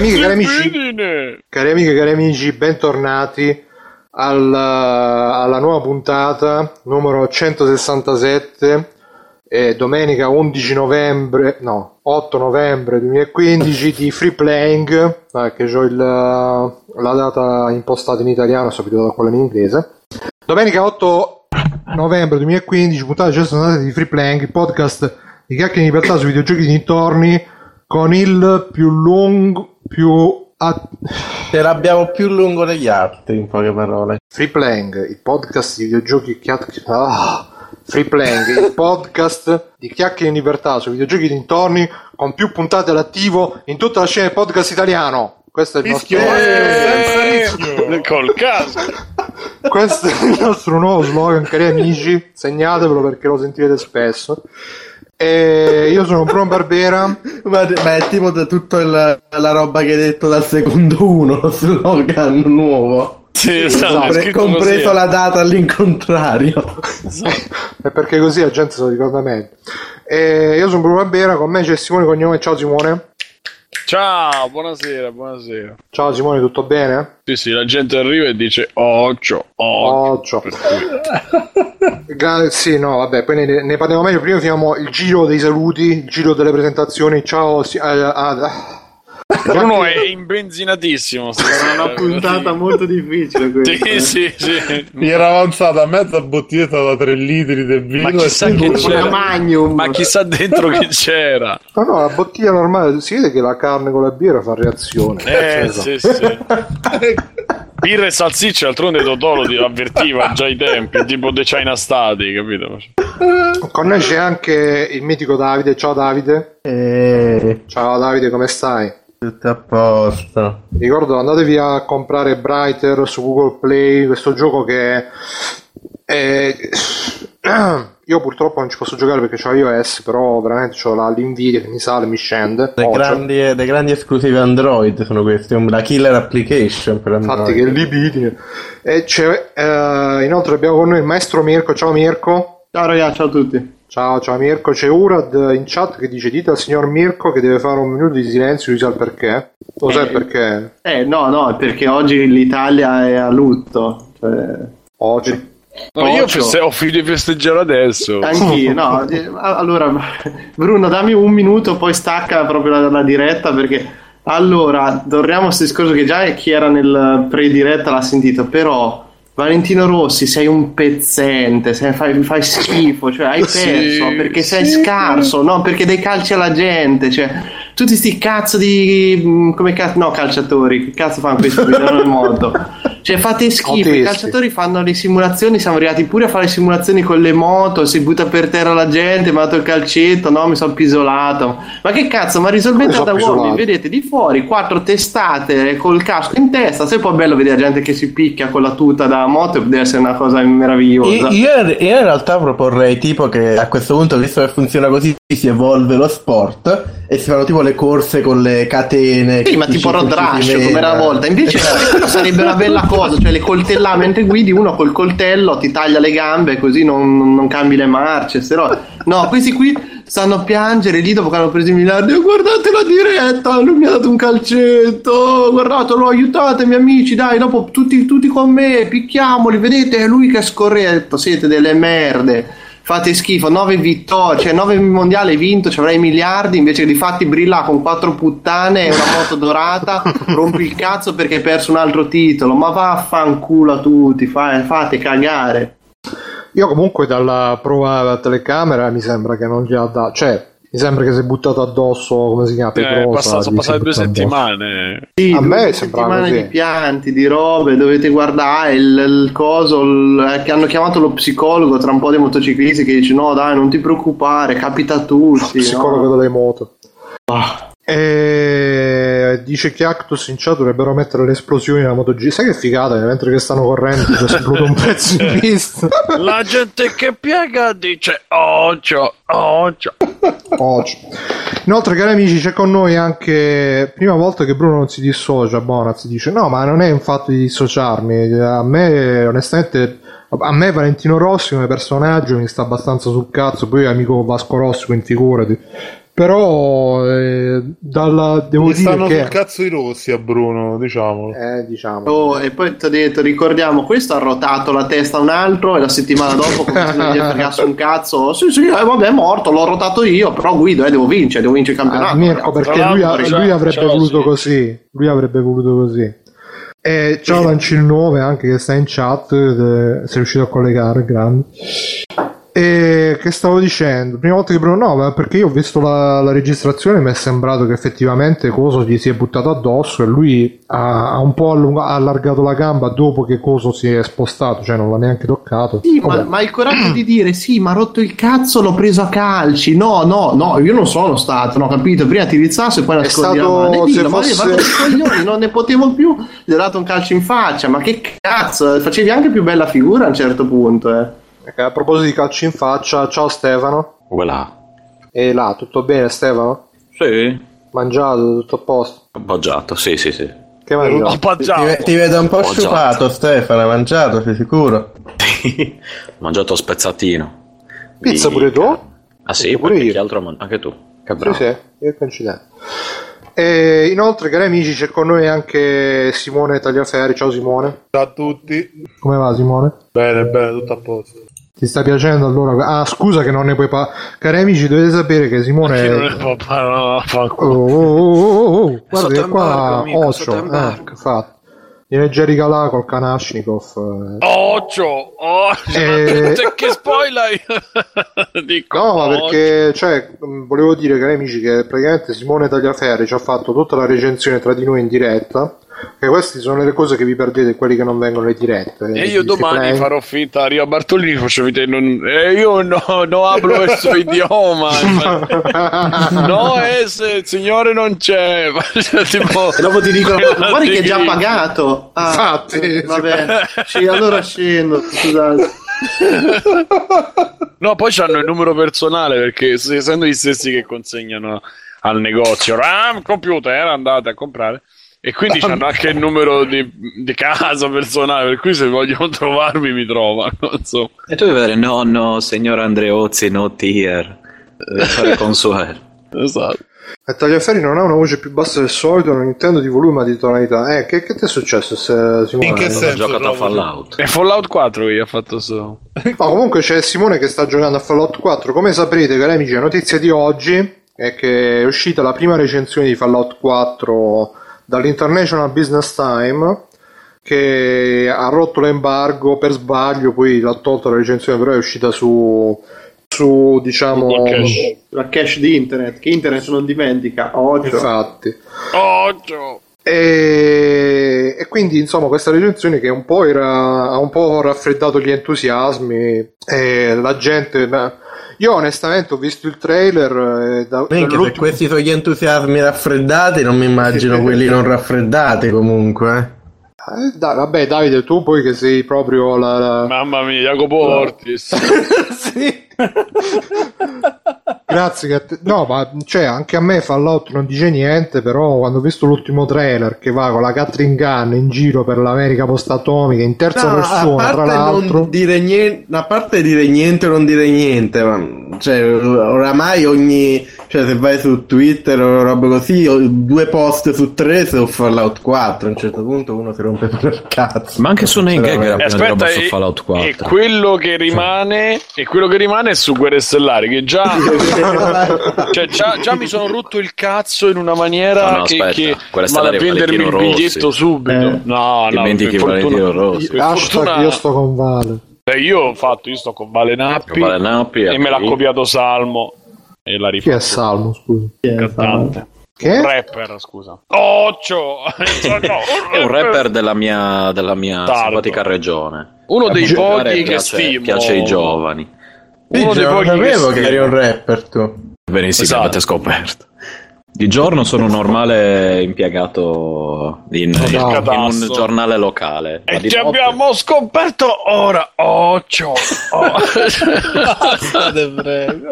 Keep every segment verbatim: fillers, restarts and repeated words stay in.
amiche, cari amici, cari amiche, cari amici, bentornati al, alla nuova puntata numero centosessantasette, eh, domenica undici novembre, no, otto novembre duemilaquindici di Free Playing, eh, che ho il, la data impostata in italiano, sto abituato a quella in inglese. Domenica otto novembre duemilaquindici, puntata centosessantasette di Free Playing, il podcast di chiacchiere di libertà sui videogiochi dintorni, con il più lungo, più a... ce l'abbiamo più lungo degli altri, in poche parole. Free Playing, il podcast di videogiochi chiacchiere... ah. Free Playing, il podcast di chiacchiere in libertà sui videogiochi dintorni, con più puntate all'attivo in tutta la scena del podcast italiano. Questo è il nostro eh, col caso. Questo è il nostro nuovo slogan, cari amici, segnatevelo perché lo sentirete spesso. E io sono Bruno Barbera. ma, ma è tipo tutta la, la roba che hai detto dal secondo uno, lo slogan nuovo. Sì, esatto, Compre- compreso così. La data all'incontrario. È perché così la gente se lo ricorda meglio. E io sono Bruno Barbera, con me c'è Simone Cognome. Ciao Simone. Ciao, buonasera, buonasera. Ciao Simone, tutto bene? Sì, sì, la gente arriva e dice occhio, occhio. Gra- sì, no, vabbè, poi ne, ne parliamo meglio. Prima finiamo il giro dei saluti, il giro delle presentazioni. Ciao, si- ah, ah, Bruno è imbenzinatissimo. Sarà una puntata molto difficile questa. Sì, sì, sì. Mi era avanzata mezza bottiglietta da tre litri del vino. Ma chissà che c'era. Magnum. Ma chissà dentro che c'era. No, no, la bottiglia normale, si vede che la carne con la birra fa reazione. Eh, sì, sì. Birra e salsiccia, d'altronde Totò lo avvertiva già ai tempi, tipo The China Stati, capito? Con noi c'è anche il mitico Davide. Ciao Davide. Eh, Ciao Davide, come stai? tutto a posto. Ricordo, andatevi a comprare Brighter su Google Play, questo gioco che è... io purtroppo non ci posso giocare perché c'ho iOS, però veramente c'ho la, l'invidia che mi sale, mi scende. Le oh, grandi, le grandi esclusive Android sono queste, la killer application per Android. Infatti che libidine. E c'è, eh, inoltre abbiamo con noi il maestro Mirko. Ciao Mirko. Ciao ragazzi, ciao a tutti. Ciao, ciao Mirko. C'è Urad in chat che dice: dite al signor Mirko che deve fare un minuto di silenzio, lui sa il perché. Lo sai eh, perché? Eh no, no, perché oggi l'Italia è a lutto. Cioè... Oggi. No, io feste- ho finito di festeggiare adesso. Anch'io, no. Allora, Bruno, dammi un minuto, poi stacca proprio la, la diretta, perché allora torniamo a questo discorso che già chi era nel pre-diretta l'ha sentito, però Valentino Rossi, sei un pezzente, sei, fai, fai schifo, cioè hai perso, sì, perché sei sì, scarso, no? Perché dai calci alla gente, cioè tutti sti cazzo di come cazzo, no, calciatori, che cazzo fanno questi qui, non è modo. Cioè fate schifo, Autisti. I calciatori fanno le simulazioni, siamo arrivati pure a fare le simulazioni con le moto, si butta per terra la gente, mi ha dato il calcetto, no, mi sono pisolato. Ma che cazzo, ma risolvete da uomini, vedete di fuori quattro testate col casco in testa, se poi è bello vedere gente che si picchia con la tuta da moto, deve essere una cosa meravigliosa. Io, io in realtà proporrei tipo che a questo punto, visto che funziona così, si evolve lo sport e si fanno tipo le corse con le catene. Sì, ma tipo Road Rush come era una volta. Invece sarebbe una bella cosa, cioè le coltellate mentre guidi, uno col coltello ti taglia le gambe così non, non cambi le marce. Però no, questi qui stanno a piangere lì dopo che hanno preso i miliardi. Oh, guardate la diretta, lui mi ha dato un calcetto, guardatelo, aiutatemi amici, dai, dopo tutti, tutti con me, picchiamoli, vedete, è lui che è scorretto, siete delle merde. Fate schifo, nove vittorie, cioè nove mondiali hai vinto, ci avrai miliardi, invece che di fatti brilla con quattro puttane e una moto dorata, rompi il cazzo perché hai perso un altro titolo, ma vaffanculo a tutti, fate, fate cagare. Io comunque dalla prova della telecamera mi sembra che non gli ha dato, cioè mi sembra che si è buttato addosso, come si chiama, eh, passa, sono passate due settimane. Sì, a due me settimane di pianti, di robe, dovete guardare il, il coso, il, che hanno chiamato lo psicologo tra un po' dei motociclisti che dice no dai non ti preoccupare, capita a tutti. Psicologo no? delle moto. Ah. E dice che Actus in chat dovrebbero mettere le esplosioni nella MotoGP. Sai che figata, mentre che stanno correndo c'è esploso un pezzo di pista. La gente che piega dice occhio, occhio, occhio. Inoltre, cari amici, c'è con noi anche, prima volta che Bruno non si dissocia, Bonaz dice no ma non è un fatto di dissociarmi, a me onestamente, a me Valentino Rossi come personaggio mi sta abbastanza sul cazzo, poi è amico Vasco Rossi, quindi figurati. Però eh, eh, dalla, devo Gli dire stanno che sul cazzo i rossi a Bruno, diciamo. eh, diciamo Oh, e poi ti ho detto, ricordiamo, questo ha rotato la testa a un altro e la settimana dopo come se non gli fregasse un cazzo. Sì, sì, eh, vabbè, è morto, l'ho rotato io, però guido, eh, devo vincere, devo vincere il campionato. Ah, Mirko, perché lui, ha- Ciao, lui avrebbe ciao, voluto sì. così. Lui avrebbe voluto così. E ciao Lancil nove anche che sta in chat, eh, sei riuscito a collegare, grande. E che stavo dicendo? Prima volta che provo, no, ma perché io ho visto la, la registrazione e mi è sembrato che effettivamente Coso gli si è buttato addosso e lui ha, ha un po' allung- ha allargato la gamba dopo che Coso si è spostato, cioè non l'ha neanche toccato. Sì, ma, ma il coraggio di dire sì, ma ha rotto il cazzo, l'ho preso a calci. No, no, no, io non sono stato, non ho capito. Prima ti rizzasso e poi nascondi la stato- mano. E se dillo, fosse- ma io vado dei coglioni, non ne potevo più. Gli ho dato un calcio in faccia, ma che cazzo, facevi anche più bella figura a un certo punto, eh. A proposito di calci in faccia, ciao Stefano. Voilà. E là, tutto bene Stefano? Sì, Mangiato, tutto a posto? appoggiato, sì, sì, sì. Che hai mangiato? Ti, Appoggiato. ti vedo un po' Appoggiato. sciupato, Stefano. Hai mangiato, sei sicuro? Ho mangiato spezzatino. Pizza Di- pure tu? Ah sì, Pure perché io. chi altro man- anche tu. Che Sì, bravo. sì, io coincidente. E inoltre, cari amici, c'è con noi anche Simone Tagliaferri. Ciao Simone. Ciao a tutti. Come va Simone? Bene, bene, tutto a posto. Ti sta piacendo allora? Ah, scusa che non ne puoi parlare. Cari amici, dovete sapere che Simone Chi non è... ne può parlare, no, fa Oh, oh, oh, oh, oh. Guarda sotto che qua embargo, amico, Occhio, sotto eh, embargo. infatti. Viene Jerry là col Kalashnikov. eh. Occhio, occhio, Eh. cioè, che spoiler. Dico, No, ma occhio. perché, cioè, mh, volevo dire, cari amici, che praticamente Simone Tagliaferri ci ha fatto tutta la recensione tra di noi in diretta. Che queste sono le cose che vi perdete, quelli che non vengono in dirette. E io Di domani Free Play. farò finta a Ria Bartolini, faccio vedere non... e io no, no hablo questo idioma. No, ese, il signore non c'è. tipo... E dopo ti dicono, ma guardi che è già pagato. Ah, Infatti. vabbè, sì, allora scendo, scusate. No, poi c'hanno il numero personale perché se- essendo gli stessi che consegnano al negozio, ah, computer, andate a comprare. E quindi c'hanno anche il numero di, di casa personale, per cui se vogliono trovarmi mi trovano, insomma. E tu devi vedere, no, no, signor Andreozzi, not here. Devi fare consuelo. Esatto. E Tagliaferri non ha una voce più bassa del solito, non intendo di volume ma di tonalità. Eh, che, che ti è successo, se, Simone? In che Ho senso? giocato a proprio? Fallout. E Fallout quattro che ha fatto so. No, comunque c'è Simone che sta giocando a Fallout quattro. Come saprete, cari amici, la notizia di oggi è che è uscita la prima recensione di Fallout quattro dall'International Business Time, che ha rotto l'embargo per sbaglio, poi l'ha tolto la recensione, però è uscita su, su diciamo... Google Cache. La cache di internet, che internet non dimentica. Occhio. Infatti. Occhio! E, e quindi insomma questa recensione che un po' era, ha un po' raffreddato gli entusiasmi e la gente, ma io onestamente ho visto il trailer e da, Minchia, se dall'ultimo- questi sono gli entusiasmi raffreddati, non mi immagino quelli non raffreddati comunque. eh. Eh, dai, vabbè Davide, tu poi che sei proprio la, la... Mamma mia, Jacopo Ortis. Sì. Grazie che a te- no ma cioè anche a me Fallout non dice niente, però quando ho visto l'ultimo trailer che va con la Gatling Gun in giro per l'America post-atomica in terza No, persona a tra parte l'altro non dire niente, a parte dire niente o non dire niente, ma cioè oramai ogni, cioè se vai su Twitter o roba così, o due post su tre su Fallout quattro, a un certo punto uno si rompe per il cazzo. Ma anche su Nine Gag era Eh, pieno di aspetta, roba su e, Fallout e quattro. quello che rimane e quello che rimane è su Guerre Stellari, che già cioè già, già mi sono rotto il cazzo in una maniera No, no, che, aspetta, che Guerre vado a Stellari vendermi il Valentino biglietto Rossi. subito. Eh. No, no, Dimentichi per fortuna- Valentino Rossi. per hashtag fortuna- io sto con Vale. Eh, io ho fatto, io sto con Vale Nappi, Vale Nappi, e me l'ha Apri. copiato Salmo e l'ha Chi è rifatto Salmo, scusa? cantante. Che? Un rapper, scusa. Occhio! È un rapper della mia, della mia Tardo. simpatica regione. Uno dei Giocare pochi che piace, stimo. piace ai giovani. Uno dei non pochi sapevo che stimo. eri un rapper tu. Benissimo, Esatto. avete scoperto. Di giorno sono un normale impiegato in, in- in un catasto. giornale locale. ma E di ti notte- abbiamo scoperto ora. Occhio! Oh. Basta, te prego.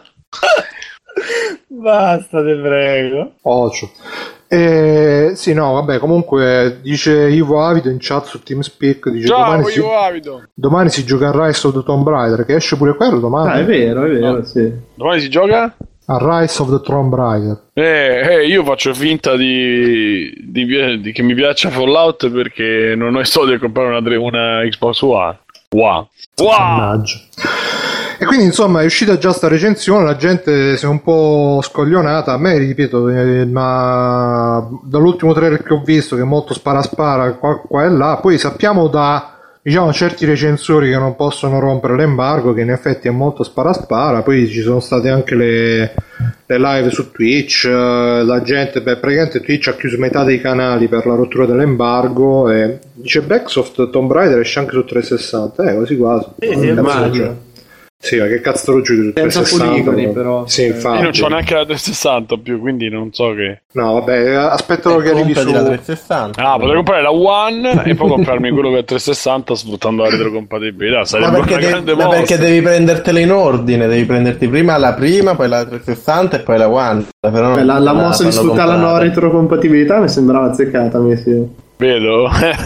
Basta, te prego. Ocio. Eh, sì, no, vabbè, comunque dice Ivo Avido in chat su TeamSpeak, dice Ciao, domani, si, io avido. domani si gioca a Rise of the Tomb Raider, che esce pure quello domani. Ah, è vero, è vero, sì. Domani si gioca? A Rise of the Tomb Raider. Eh, eh, io faccio finta di, di, di che mi piaccia Fallout perché non ho i soldi per comprare una, una Xbox One. Wow. Wow. E quindi insomma è uscita già sta recensione, la gente si è un po' scoglionata. A me, ripeto, eh, ma dall'ultimo trailer che ho visto, che è molto spara spara qua, qua e là, poi sappiamo da, diciamo, certi recensori che non possono rompere l'embargo, che in effetti è molto spara spara. Poi ci sono state anche le, le live su Twitch, eh, la gente, beh, praticamente Twitch ha chiuso metà dei canali per la rottura dell'embargo, e dice Backsoft Tomb Raider esce anche su trecentosessanta, eh, quasi quasi. Eh, immagino. Sì, ma che cazzo te lo giuro? Senza poligoni, però. Sì, infatti. Io non c'ho neanche la trecentosessanta più, quindi non so che. No, vabbè, aspetto che arrivi su la trecentosessanta. Ah, potrei comprare la One e poi comprarmi quello che è trecentosessanta sfruttando la retrocompatibilità. Sarebbe ma perché, una devi, grande ma mossa. perché devi prendertele in ordine, devi prenderti prima la prima, poi la trecentosessanta e poi la One. Però Beh, la, la mossa di sfruttare la no retrocompatibilità mi sembrava azzeccata, mi sì. Vedo.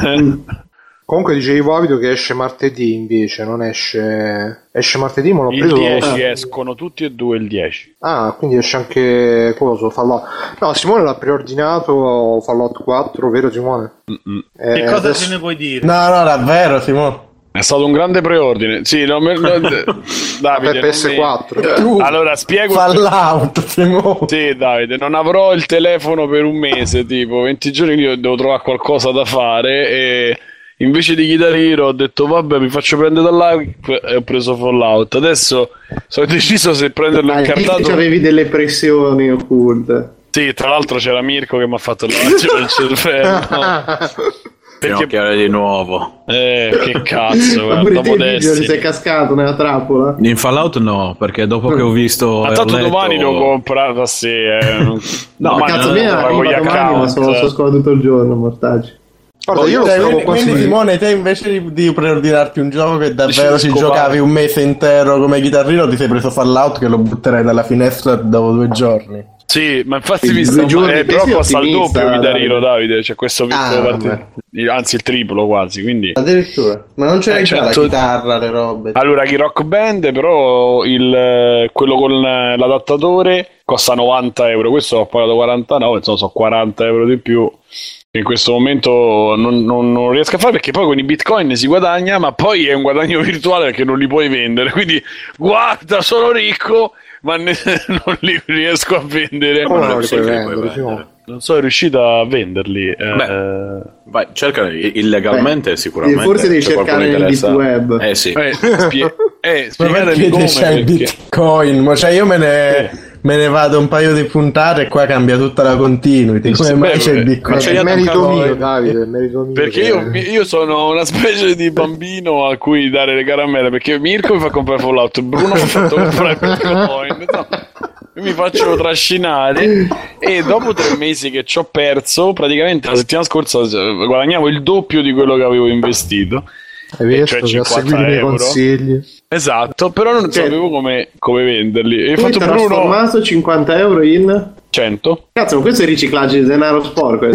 Comunque dicevi Vovito che esce martedì, invece non esce esce martedì, ma l'ho il preso dieci lo... escono tutti e due il dieci. Ah, quindi esce anche coso, Fallout. No, Simone l'ha preordinato Fallout quattro, vero Simone? Eh, che cosa adesso... ce ne puoi dire? No, no, davvero Simone. È stato un grande preordine. Sì, no, me... Davide, per P S quattro. Mi... Allora, spiego. Fallout, Simone. Sì, Davide, non avrò il telefono per un mese, tipo venti giorni, io devo trovare qualcosa da fare e invece di Guitar Hero ho detto vabbè, mi faccio prendere dall'Hype e ho preso Fallout. Adesso sono deciso se prenderlo ah, incartato. Avevi delle pressioni occulte. Sì, tra l'altro c'era Mirko che mi ha fatto il lavaggio del cervello. Perché di nuovo. Eh, che cazzo, guarda, modesti. Sei cascato nella trappola? In Fallout no, perché dopo che ho visto ma tanto letto... domani l'ho comprato, sì, eh. No, domani cazzo, mia arriva domani, ma sono su scuola tutto il giorno, mortaggi. Guarda, io cioè, lo quindi, quasi... quindi Simone, te invece di, di preordinarti un gioco che davvero ci scopare. giocavi un mese intero come Guitar Hero, ti sei preso Fallout che lo butterai dalla finestra dopo due giorni. Sì, ma infatti mi sta eh, però costa il doppio Guitar Hero, Davide, c'è cioè questo piccolo ah, part... anzi il triplo quasi, quindi addirittura. Ma non c'era eh, certo... la chitarra, le robe. Allora, che Rock Band, però il quello con l'adattatore costa novanta euro, questo ho pagato quarantanove, insomma sono quaranta euro di più. In questo momento non, non, non riesco a fare perché poi con i bitcoin si guadagna, ma poi è un guadagno virtuale perché non li puoi vendere, quindi guarda, sono ricco ma ne, non li riesco a vendere. Come non li puoi vendere? vendere? vendere. Non so, è riuscita a venderli. Beh, eh... vai, cerca illegalmente. Beh, sicuramente forse devi cercare nel deep web. Eh sì. Eh, spie- eh, spiegatemi come c'è il bitcoin, ma cioè io me ne... Eh. Me ne vado un paio di puntate e qua cambia tutta la continuity. Come sì, mai beh, c'è il Bitcoin? È merito mio, Davide, è merito mio. Perché io, io sono una specie di bambino a cui dare le caramelle. Perché Mirko mi fa comprare Fallout, Bruno mi ha fatto comprare Bitcoin. No, io mi faccio trascinare. E dopo tre mesi che ci ho perso, praticamente la settimana scorsa guadagnavo il doppio di quello che avevo investito. Hai visto, cioè che ha seguito i miei consigli. Esatto, però non cioè, sapevo come, come venderli. E hai fatto Bruno trasformato cinquanta euro in cento. Cazzo, ma questo è riciclaggio di denaro sporco.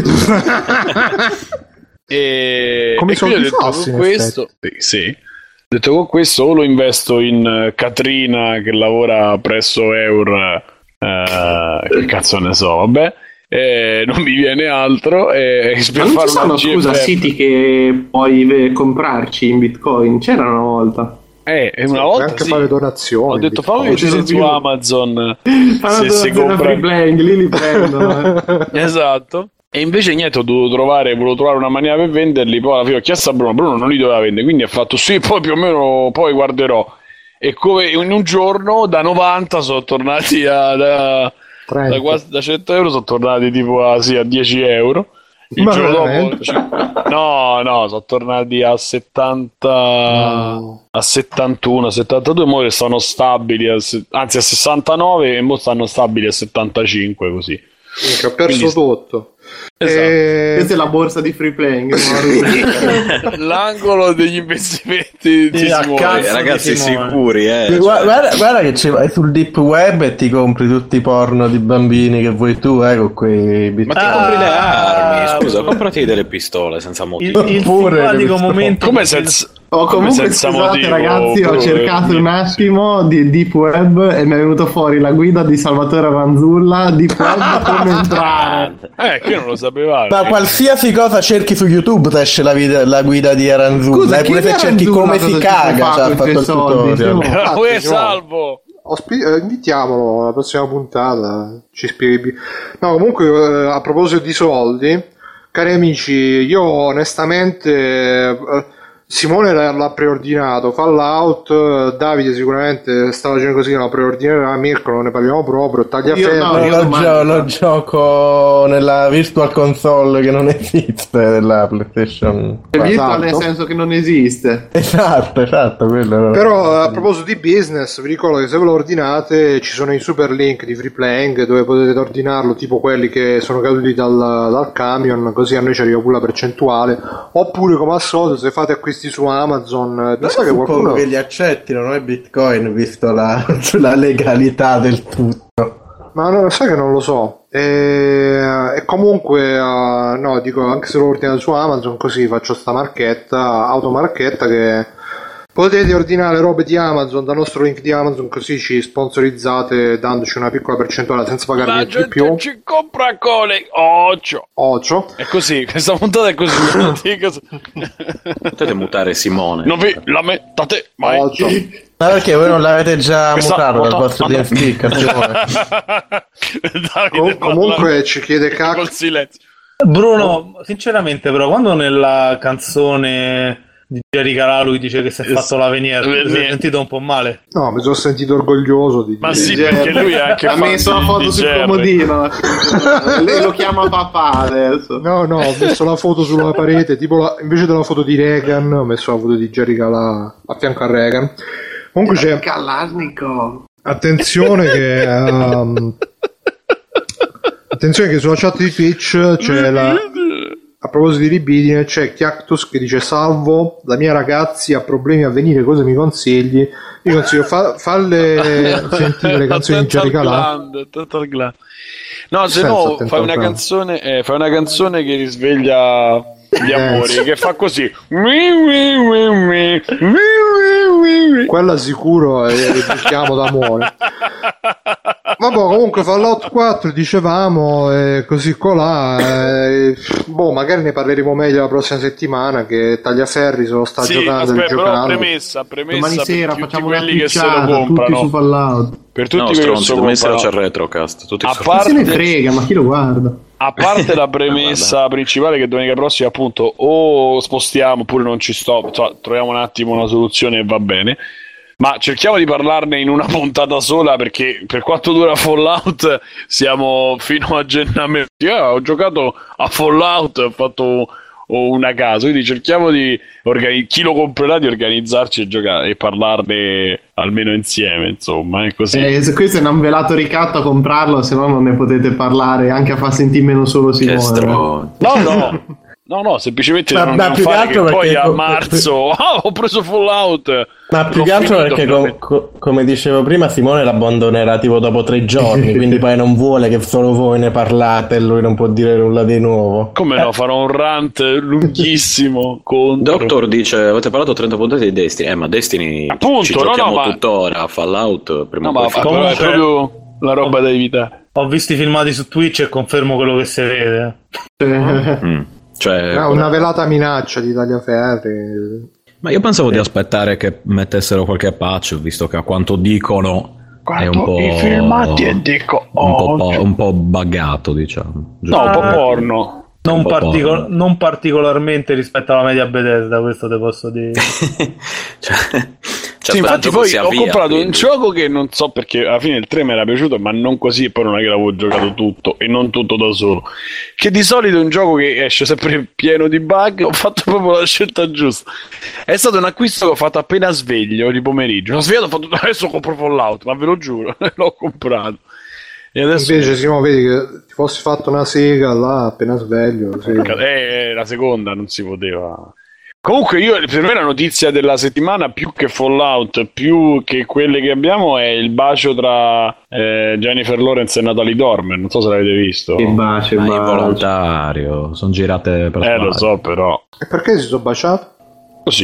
e come e quindi ho detto fossi, con questo sì, sì. Ho detto con questo o lo investo in Katrina che lavora presso Eur, eh, che cazzo ne so, vabbè. Eh, non mi viene altro eh, per non fare ci sono, scusa, siti che puoi comprarci in bitcoin, c'era una volta eh, una sì, volta anche sì. fare donazioni, ho detto fammi vedere su Amazon se si compra blank, lì li prendono eh. Esatto. E invece niente, ho dovuto trovare, volevo trovare una maniera per venderli, poi alla fine ho chiesto a Bruno, Bruno non li doveva vendere, quindi ha fatto sì, poi più o meno poi guarderò, e come in un giorno da novanta sono tornati a da, Da, quasi, da cento euro sono tornati tipo a, sì, a dieci euro. Il ma giorno dopo, no, no, sono tornati a settanta, no. a settantuno, a settantadue. Ora stanno stabili, a, anzi a sessantanove, e ora stanno stabili a settantacinque. Così che ho perso Quindi, tutto. Esatto. E... questa è la borsa di free playing. L'angolo degli investimenti di Simone. Ragazzi, sicuri, eh. Guarda, guarda che ci vai sul deep web e ti compri tutti i porno di bambini che vuoi tu, eh, con quei ma ti ah, compri le armi, scusa, comprati delle pistole senza motivo. Il, il simpatico momento come senza Oh, comunque senza scusate motivo, ragazzi, ho però, cercato eh, un attimo di Deep Web e mi è venuto fuori la guida di Salvatore Ranzulla, Deep Web come entrare. Eh, che io non lo sapevo. Ma qualsiasi cosa cerchi su YouTube ti esce la, vida- la guida di Aranzulla. Scusa, E pure chi se è cerchi Aranzulla, come cosa si ci caga, fa ci ha con fatto quei il soldi? tutorial. Siamo- Uè, no. salvo. Ospi- eh, invitiamolo alla prossima puntata, ci spieghi. No, comunque, eh, a proposito di soldi, cari amici, io onestamente eh, Simone l'ha, l'ha preordinato Fallout, eh, Davide sicuramente sta facendo così, lo preordinerà, Mirko non ne parliamo proprio, Tagliaferri. Io no, No, io lo, domani- gio- lo gioco nella Virtual Console che non esiste della PlayStation. Virtual Esatto. nel senso che non esiste. Esatto, esatto, quello. Però a proposito di business, vi ricordo che se ve lo ordinate ci sono i super link di Free Playing dove potete ordinarlo, tipo quelli che sono caduti dal, dal camion, così a noi ci arriva pure la percentuale. Oppure come al solito se fate acquisti su Amazon, mi sa che Suppongo qualcuno che li accettino, non è Bitcoin, visto la, la legalità del tutto. ma no, sai che non lo so. E, e comunque uh, no, dico, anche se lo ordinate su Amazon, così faccio sta marchetta, automarchetta, che potete ordinare robe di Amazon dal nostro link di Amazon, così ci sponsorizzate dandoci una piccola percentuale senza pagare La niente di gente più. ci compra cole. Occhio. Ocio. È così, questa puntata è così. Non dico- Potete mutare Simone. non vi lamentate mai. Ocio. Ma perché voi non l'avete già Questa mutato dal foto- vostro Madonna. TeamSpeak? Simone? Davide Com- comunque parla ci chiede col cacca. silenzio. Bruno, sinceramente, però, quando nella canzone di Jerry Calà lui dice che si è fatto la veniera, Eh, ti sei eh. sentito un po' male? No, mi sono sentito orgoglioso di Ma di- sì, Di perché Jerry. lui è anche ha fan messo la di- foto di sul Jerry. comodino. Lei lo chiama papà adesso. No, no, ho messo la foto sulla parete, tipo la- invece della foto di Reagan, ho messo la foto di Jerry Calà a fianco a Reagan. Comunque c'è Kalashnikov. attenzione che um, attenzione che sulla chat di Twitch c'è la, a proposito di libidine, c'è Chiactus che dice: salvo, la mia ragazzi ha problemi a venire, cosa mi consigli? Io consiglio fa, falle sentire le canzoni di Attento Jerry al Calà. gland, attento al gland. No, se Senza no attento fai al una gland. canzone, eh, fai una canzone che risveglia gli amori, che fa così. Quella sicuro è il richiamo d'amore. Vabbè, comunque Fallout quattro dicevamo, eh, così colà, eh, boh, magari ne parleremo meglio la prossima settimana, che Tagliaferri se lo sta Sì, giocando aspetta, e però giocando. premessa, premessa Domani per sera tutti facciamo una quelli che se lo twitchata, tutti su comprano. Fallout. Per tutti No, quelli che stronzi, se lo domani sera c'è il comprano. retrocast. Tutti A so- Ma se ne parte, frega, ma chi lo guarda? a parte la premessa principale che domenica prossima appunto o spostiamo oppure non ci sto, cioè, troviamo un attimo una soluzione e va bene, ma cerchiamo di parlarne in una puntata sola, perché per quanto dura Fallout siamo fino a gennaio. Io ho giocato a Fallout, ho fatto una casa, quindi cerchiamo di organi- chi lo comprerà di organizzarci e giocare e parlarne almeno insieme, insomma, è così. Eh, se questo è un velato ricatto a comprarlo, se no non ne potete parlare, anche a far sentire meno solo Che Simone. stronzo. No, no, no, no, semplicemente Ma- non, ma non più che fare che altro poi perché a co- marzo ah, ho preso Fallout. Ma più l'ho che altro finito, perché, finalmente. co- co- come dicevo prima, Simone l'abbandonerà tipo dopo tre giorni, quindi poi non vuole che solo voi ne parlate e lui non può dire nulla di nuovo. Come no, farò un rant lunghissimo contro. Doctor dice: avete parlato trenta puntate di Destiny. Eh, ma Destiny Appunto, ci no, giochiamo no, ma- tuttora. Fallout prima No, o ma poi però è Comunque- proprio la roba da evitare. Ho visto i filmati su Twitch e confermo quello che si vede. Mm. Cioè, Ah, una velata minaccia di Tagliaferri. ma io pensavo di aspettare che mettessero qualche patch, visto che a quanto dicono è un Guardo po' i filmati e dico un po', oh, po- un po' buggato, diciamo. no, un po' Ah. porno. Non, Un po' partico- porno. non particolarmente rispetto alla media Bethesda, questo te posso dire. cioè, cioè, Sì, infatti gioco poi si ho avvia, comprato un quindi. gioco che non so perché alla fine il tre mi era piaciuto, ma non così, e poi non è che l'avevo giocato tutto e non tutto da solo, che di solito è un gioco che esce sempre pieno di bug. Ho fatto proprio la scelta giusta, è stato un acquisto che ho fatto appena sveglio di pomeriggio, ho svegliato, ho fatto adesso compro Fallout, ma ve lo giuro l'ho comprato e adesso Invece Simo, vedi che ti fossi fatto una sega là appena sveglio, sì. eh, la seconda non si poteva. Comunque io, per me la notizia della settimana, più che Fallout, più che quelle che abbiamo, è il bacio tra eh, Jennifer Lawrence e Natalie Dormer. Non so se l'avete visto. Che bacio, Ma è bacio. involontario, sono girate per Eh, lo sbaglio. so, però E perché si sono baciati? così.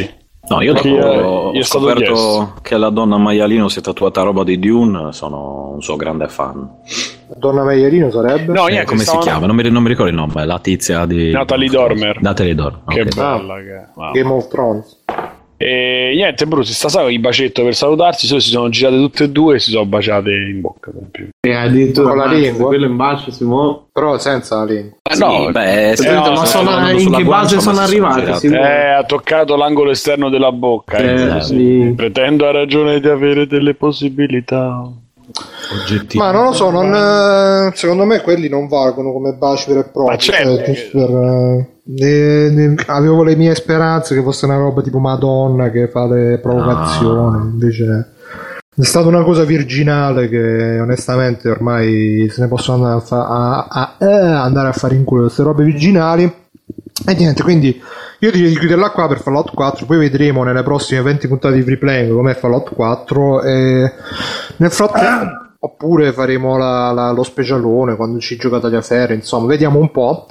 No, io dopo Perché ho gli è stato scoperto chiesto. che la donna maialino si è tatuata roba di Dune, sono un suo grande fan. Donna Maialino sarebbe? No, Eh, niente, come stavano- si chiama? Non mi, non mi ricordo il nome, la tizia di... Natalie Dormer. Natalie Dormer, Che ok. bella che wow. Game of Thrones. E niente, Bruce, sta sala i bacetto per salutarsi, solo si sono girate tutte e due e si sono baciate in bocca per più. E addirittura Con la mazza, lingua? quello in bacio si muove. Però senza la lingua. Eh, no, beh, eh, no, ma sono- andando in sulla che guancia, base ma sono si arrivati? girate. Si- Eh, ha toccato l'angolo esterno della bocca. Eh, eh, sì. Pretendo ha ragione di avere delle possibilità. Oggettivo. Ma non lo so, non, eh, secondo me quelli non valgono come baci veri e propri. Ma certo. cioè, giusto per, eh, ne- ne- avevo le mie speranze che fosse una roba tipo Madonna che fa le provocazioni, invece è stata una cosa virginale che onestamente ormai se ne possono andare a, fa- a- a- eh, andare a fare in culo queste robe virginali. E niente, quindi io direi di chiuderla qua per Fallout quattro, poi vedremo nelle prossime venti puntate di Free Playing com'è Fallout quattro e nel frattempo oppure faremo la- la- lo specialone quando ci gioca Tagliaferri, insomma vediamo un po'.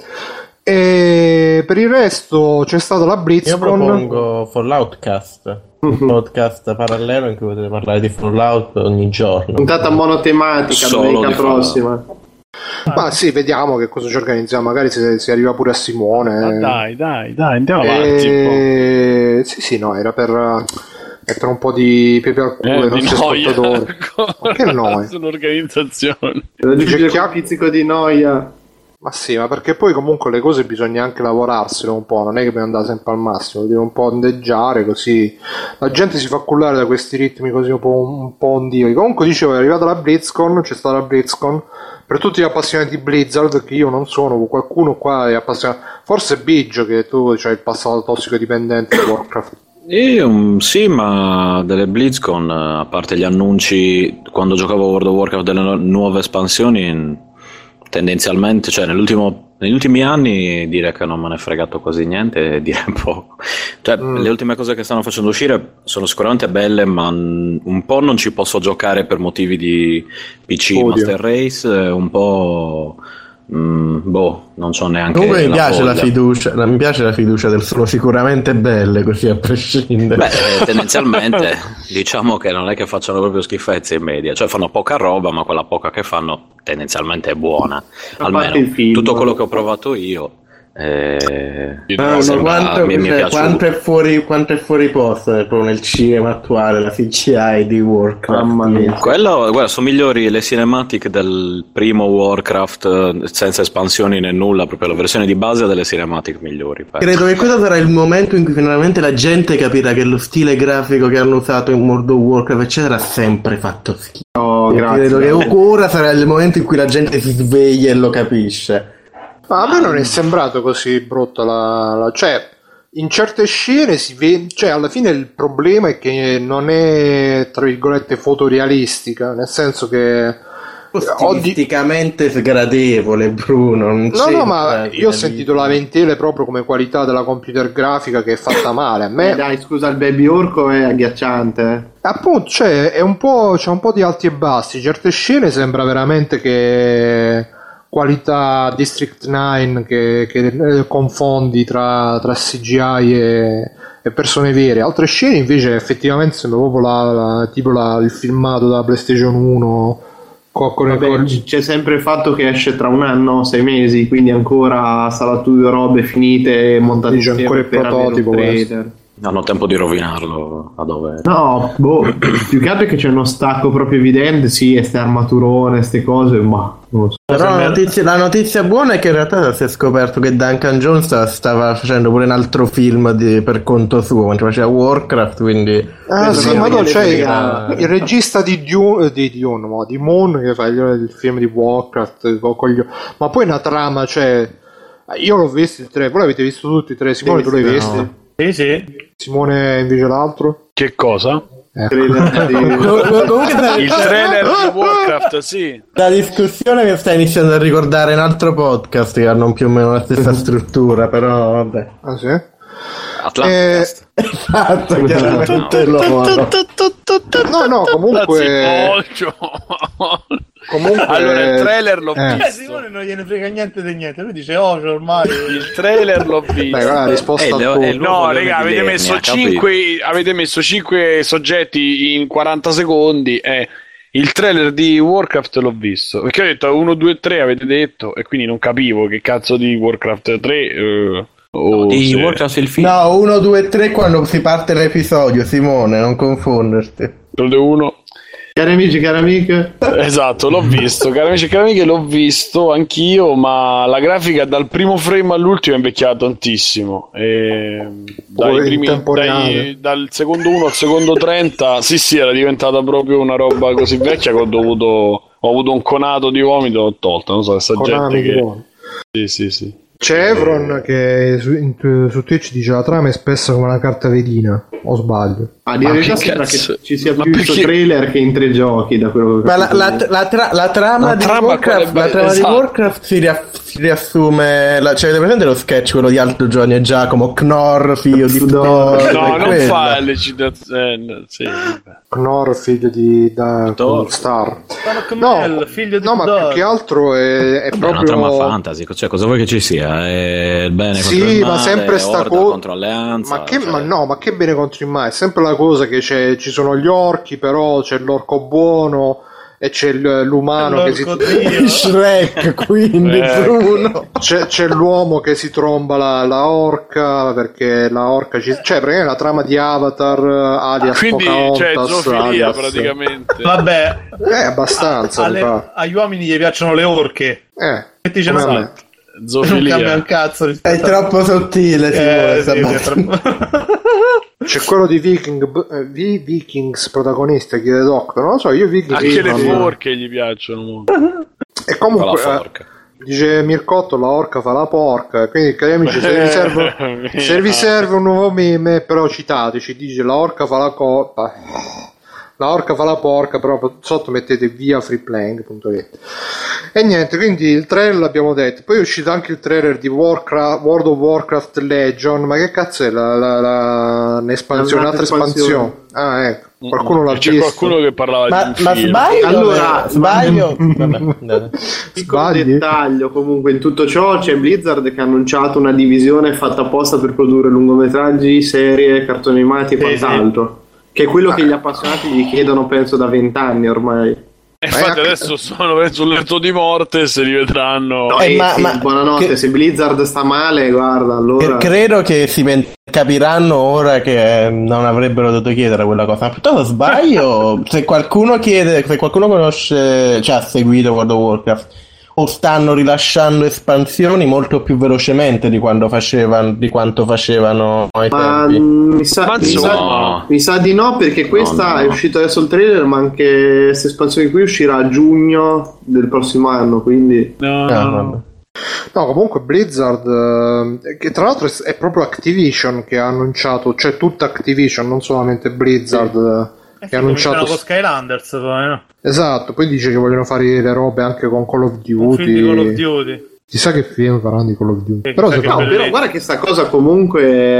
E per il resto c'è stata la Io BlizzCon. propongo Falloutcast, un podcast parallelo in cui potete parlare di Fallout ogni giorno. Puntata monotematica Solo domenica di prossima. Ma sì, vediamo che cosa ci organizziamo, magari si, si arriva pure a Simone. Ma dai, dai, dai, andiamo avanti un E... Sì, sì, no, era per mettere un po' di pepe al po'. culo ai Eh, di nostri noia. ascoltatori. Ma che noia? Sull'organizzazione. Devo aggiungere Dice quel pizzico di noia. Ma sì, ma perché poi comunque le cose bisogna anche lavorarsene un po', non è che bisogna andare sempre al massimo, devi un po' ondeggiare così la gente si fa cullare da questi ritmi così un po', un po' ondivi. Comunque dicevo, è arrivata la BlizzCon, c'è stata la BlizzCon, per tutti gli appassionati di Blizzard, che io non sono, qualcuno qua è appassionato, forse Biggio che tu c'hai il passato tossicodipendente di Warcraft. Io, mm, sì, ma delle BlizzCon, eh, a parte gli annunci, quando giocavo a World of Warcraft delle nu- nuove espansioni, mm, tendenzialmente, cioè nell'ultimo, negli ultimi anni dire che non me ne è fregato quasi niente, dire poco. Cioè, Mm. le ultime cose che stanno facendo uscire sono sicuramente belle, ma mm, un po' non ci posso giocare per motivi di P C Odio. Master Race, eh, un po'... mm, boh, non so neanche Comunque mi piace la voglia. fiducia, la- mi piace la fiducia del sono sicuramente belle, così a prescindere. Beh, eh, tendenzialmente diciamo che non è che facciano proprio schifezze in media, cioè fanno poca roba, ma quella poca che fanno tendenzialmente è buona. parte il Almeno film. tutto quello che ho provato io. Eh, Di Ah, nuovo, ma sembra- quanto, mi, mi è cioè, piaciuto. quanto è fuori, quanto è fuori posto eh, proprio nel cinema attuale la C G I di Warcraft. Mamma mia. Quello, guarda, sono migliori le cinematic del primo Warcraft, eh, senza espansioni né nulla, proprio la versione di base delle cinematic migliori. penso. Credo che questo sarà il momento in cui finalmente la gente capirà che lo stile grafico che hanno usato in World of Warcraft eccetera ha sempre fatto schifo. Oh, Io grazie. credo che ora sarà il momento in cui la gente si sveglia e lo capisce. Ma a me non è sembrato così brutta la, la- cioè in certe scene si vede, cioè alla fine il problema è che non è tra virgolette fotorealistica, nel senso che oggi Stilisticamente sgradevole, Bruno. Non no no ma c'entra io ho sentito lamentele proprio come qualità della computer grafica che è fatta male a Eh, me dai, scusa, il baby orco è agghiacciante. eh. appunto cioè è un po', c'è un po' di alti e bassi, certe scene sembra veramente che qualità District nove che, che eh, confondi tra, tra C G I e, e persone vere, altre scene invece effettivamente sembra proprio la, la- tipo la- il filmato da PlayStation uno con, con, Vabbè, con- c- c'è sempre il fatto che esce tra un anno, sei mesi, quindi ancora sarà tutte robe finite e montate Dice insieme ancora il per avere un prototipo trailer. Hanno tempo di rovinarlo a dove... No, boh, più che altro è che c'è uno stacco proprio evidente, sì, e ste armaturone, ste cose, ma non lo so. Però la notizia, la notizia buona è che in realtà si è scoperto che Duncan Jones stava facendo pure un altro film di- per conto suo, mentre faceva Warcraft, quindi... ah Questo sì non ma no gliene c'è frega. il, il regista di Dune, di, Dune no, di Moon che fa il, il film di Warcraft con- con gli- ma poi una trama, cioè io l'ho visto il tre, voi l'avete visto tutti e tre, Simone tu l'hai Sì, visto? no. Sì, sì. Simone invece l'altro? Che cosa? Ecco. Trailer di- Comunque da, Il trailer di Warcraft, sì. la discussione mi sta iniziando a ricordare un altro podcast che hanno più o meno la stessa struttura, però vabbè. Ah sì? Atlanticast. Esatto, chiaramente loro. No, no, comunque Anzi, Occhio. Comunque, allora il trailer l'ho eh. visto. Eh, Simone non gliene frega niente di niente, lui dice oh c'è ormai Il trailer l'ho visto. Beh, guarda, la risposta Eh, a le- tutto. è il nuovo No, Leone raga, di avete Lernia, messo, capito? cinque, avete messo cinque soggetti in quaranta secondi. Eh, il trailer di Warcraft l'ho visto. Perché ho detto uno, due, tre, avete detto, e quindi non capivo che cazzo di Warcraft tre. Eh, o Di se- Warcraft il film. No, uno, due, tre quando si parte l'episodio, Simone, non confonderti. Quello di uno. Cari amici, cari amiche, Esatto, l'ho visto, cari amici e cari amiche, l'ho visto anch'io, ma la grafica dal primo frame all'ultimo è invecchiata tantissimo. E dai in primi, tempo dai- reale. dal secondo uno al secondo trenta, sì sì, era diventata proprio una roba così vecchia che ho dovuto, ho avuto un conato di vomito, l'ho tolta, non so, questa Konami gente che... buono. Sì, sì, sì. C'è Evron che su, in- su Twitch dice la trama è spessa come una carta vedina, o sbaglio? a dire Ma la che verità sembra cazzo? che ci sia Ma più questo perché- trailer che in tre giochi, da quello che ho Ma la, capito. la, la, tra- la trama, La di, trama Warcraft, quale- la trama esatto. di Warcraft si, ria- si riassume. La, cioè, avete presente lo sketch quello di Alto Giovanni e Giacomo? Knorr, figlio di Thor. Thor, No, è non quella. fa le citazioni, sì, vabbè. Knorr, figlio di da, Thor. Star. Camel, No, figlio di no, ma più Thor. che altro è, è Vabbè, è una trama proprio... fantasy, cioè cosa vuoi che ci sia? È il bene contro il Sì, male, ma sempre sta Orda cosa. contro alleanza. Ma, che, cioè- ma no, ma che bene contro il male? È sempre la cosa che c'è, ci sono gli orchi, però c'è l'orco buono e c'è l- l'umano che si. L'orco Dio. Shrek, quindi Eh, Bruno. C'è, c'è l'uomo che si tromba la, la orca perché la orca ci. Cioè, praticamente la trama di Avatar, alias Quindi c'è Pocahontas, zoofilia alias. praticamente. Vabbè, Eh, abbastanza. mi alle- fa. agli uomini gli piacciono le orche. Eh, Metticene come a una. me. Non cambia un Zoofilia. cazzo È rispetto a- troppo sottile, Simone. Eh, sta sì, battuta. sì, è troppo- C'è quello di Viking, eh, Vi- Vikings protagonista, chiede Doctor. Non lo so, io Viking. Anche le non- forche gli piacciono molto. E Fa comunque. la eh, forca. Dice Mircotto, la orca fa la porca. Quindi, cari amici, se vi serve, se vi serve un nuovo meme, però citateci. Dice la orca fa la coppa. La orca fa la porca, però sotto mettete via freeplaying.it. E niente, quindi il trailer l'abbiamo detto. Poi è uscito anche il trailer di Warcraft, World of Warcraft Legion. Ma che cazzo è la, la, la, un'espansione? Un'altra Un'altra espansione. espansione. Ah, ecco. Qualcuno l'ha C'è visto. qualcuno che parlava Ma, di un ma film. sbaglio? Allora, sbaglio. Vabbè, dai. Piccolo Sbagli? dettaglio, comunque in tutto ciò c'è Blizzard che ha annunciato una divisione fatta apposta per produrre lungometraggi, serie, cartoni animati e Sì, quant'altro, che è quello che gli appassionati gli chiedono penso da vent'anni ormai. E infatti anche- adesso sono sul letto di morte e se li vedranno. No, Eh, e ma- sì, ma- buonanotte, che- se Blizzard sta male, guarda, allora... Credo che si men- capiranno ora che non avrebbero dovuto chiedere quella cosa. Piuttosto sbaglio, se qualcuno chiede, se qualcuno conosce, cioè ha seguito World of Warcraft, o stanno rilasciando espansioni molto più velocemente di quando facevano, di quanto facevano ai Ma tempi. mm, mi sa, Ma mi, sa, insomma- mi sa di no, perché questa No, no. è uscita adesso il trailer, ma anche questa espansione qui uscirà a giugno del prossimo anno, quindi... No, Ah, no, vabbè. no. No, comunque Blizzard, eh, che tra l'altro è, è proprio Activision che ha annunciato, cioè tutta Activision, non solamente Blizzard, eh, che ha annunciato. con Skylanders poi, no? Esatto, poi dice che vogliono fare le robe anche con Call of Un film di Call of Duty. Duty. Chissà che film faranno di Call of Duty. Eh, Però chissà che secondo No, me- però guarda che sta cosa comunque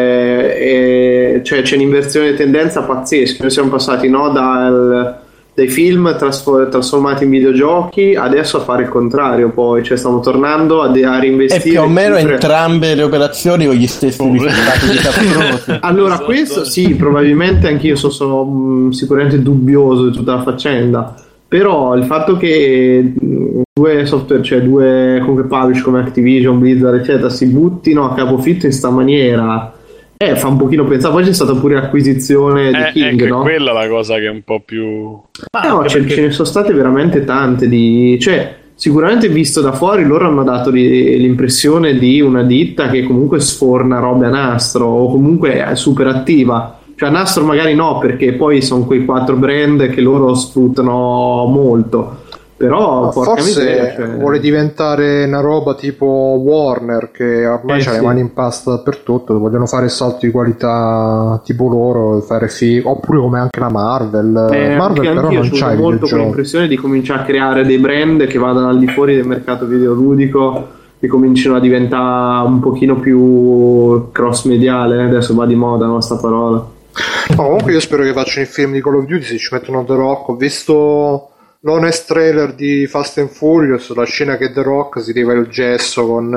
è- è- cioè, c'è un'inversione di tendenza pazzesca. Noi siamo passati no, dal- dai film trasfo- trasformati in videogiochi adesso a fare il contrario, poi cioè stiamo tornando a, de- a E reinvestire più o meno cifre- entrambe le operazioni con gli stessi risultati disastrosi. Allora, Esatto. questo sì, probabilmente anch'io so- sono mh, sicuramente dubbioso di tutta la faccenda. Però il fatto che mh, due software, cioè due comunque publish come Activision, Blizzard, eccetera, si buttino a capofitto in sta maniera, eh, fa un pochino pensare. Poi c'è stata pure l'acquisizione di Eh, King, ecco, è no? quella la cosa che è un po' più... Ma Eh, no, anche ce, perché- ce ne sono state veramente tante di... Cioè, sicuramente visto da fuori loro hanno dato ri- l'impressione di una ditta che comunque sforna robe a nastro o comunque è super attiva. Cioè a nastro magari no, perché poi sono quei quattro brand che loro sfruttano molto. Però Ma porca forse miseria, cioè- vuole diventare una roba tipo Warner che ormai Eh, ha sì. le mani in pasta dappertutto, vogliono fare il salto di qualità tipo loro, fare figo, oppure come anche la Marvel. Eh, Marvel anche però anch'io non ho c'ha avuto i molto videogiochi. quell'impressione di cominciare a creare dei brand che vadano al di fuori del mercato videoludico, che cominciano a diventare un pochino più cross mediale. Adesso va di moda, no, sta parola. No, comunque io spero che facciano il film di Call of Duty se ci mettono The Rock. Ho visto l'honest trailer di Fast and Furious, la scena che The Rock si leva il gesso con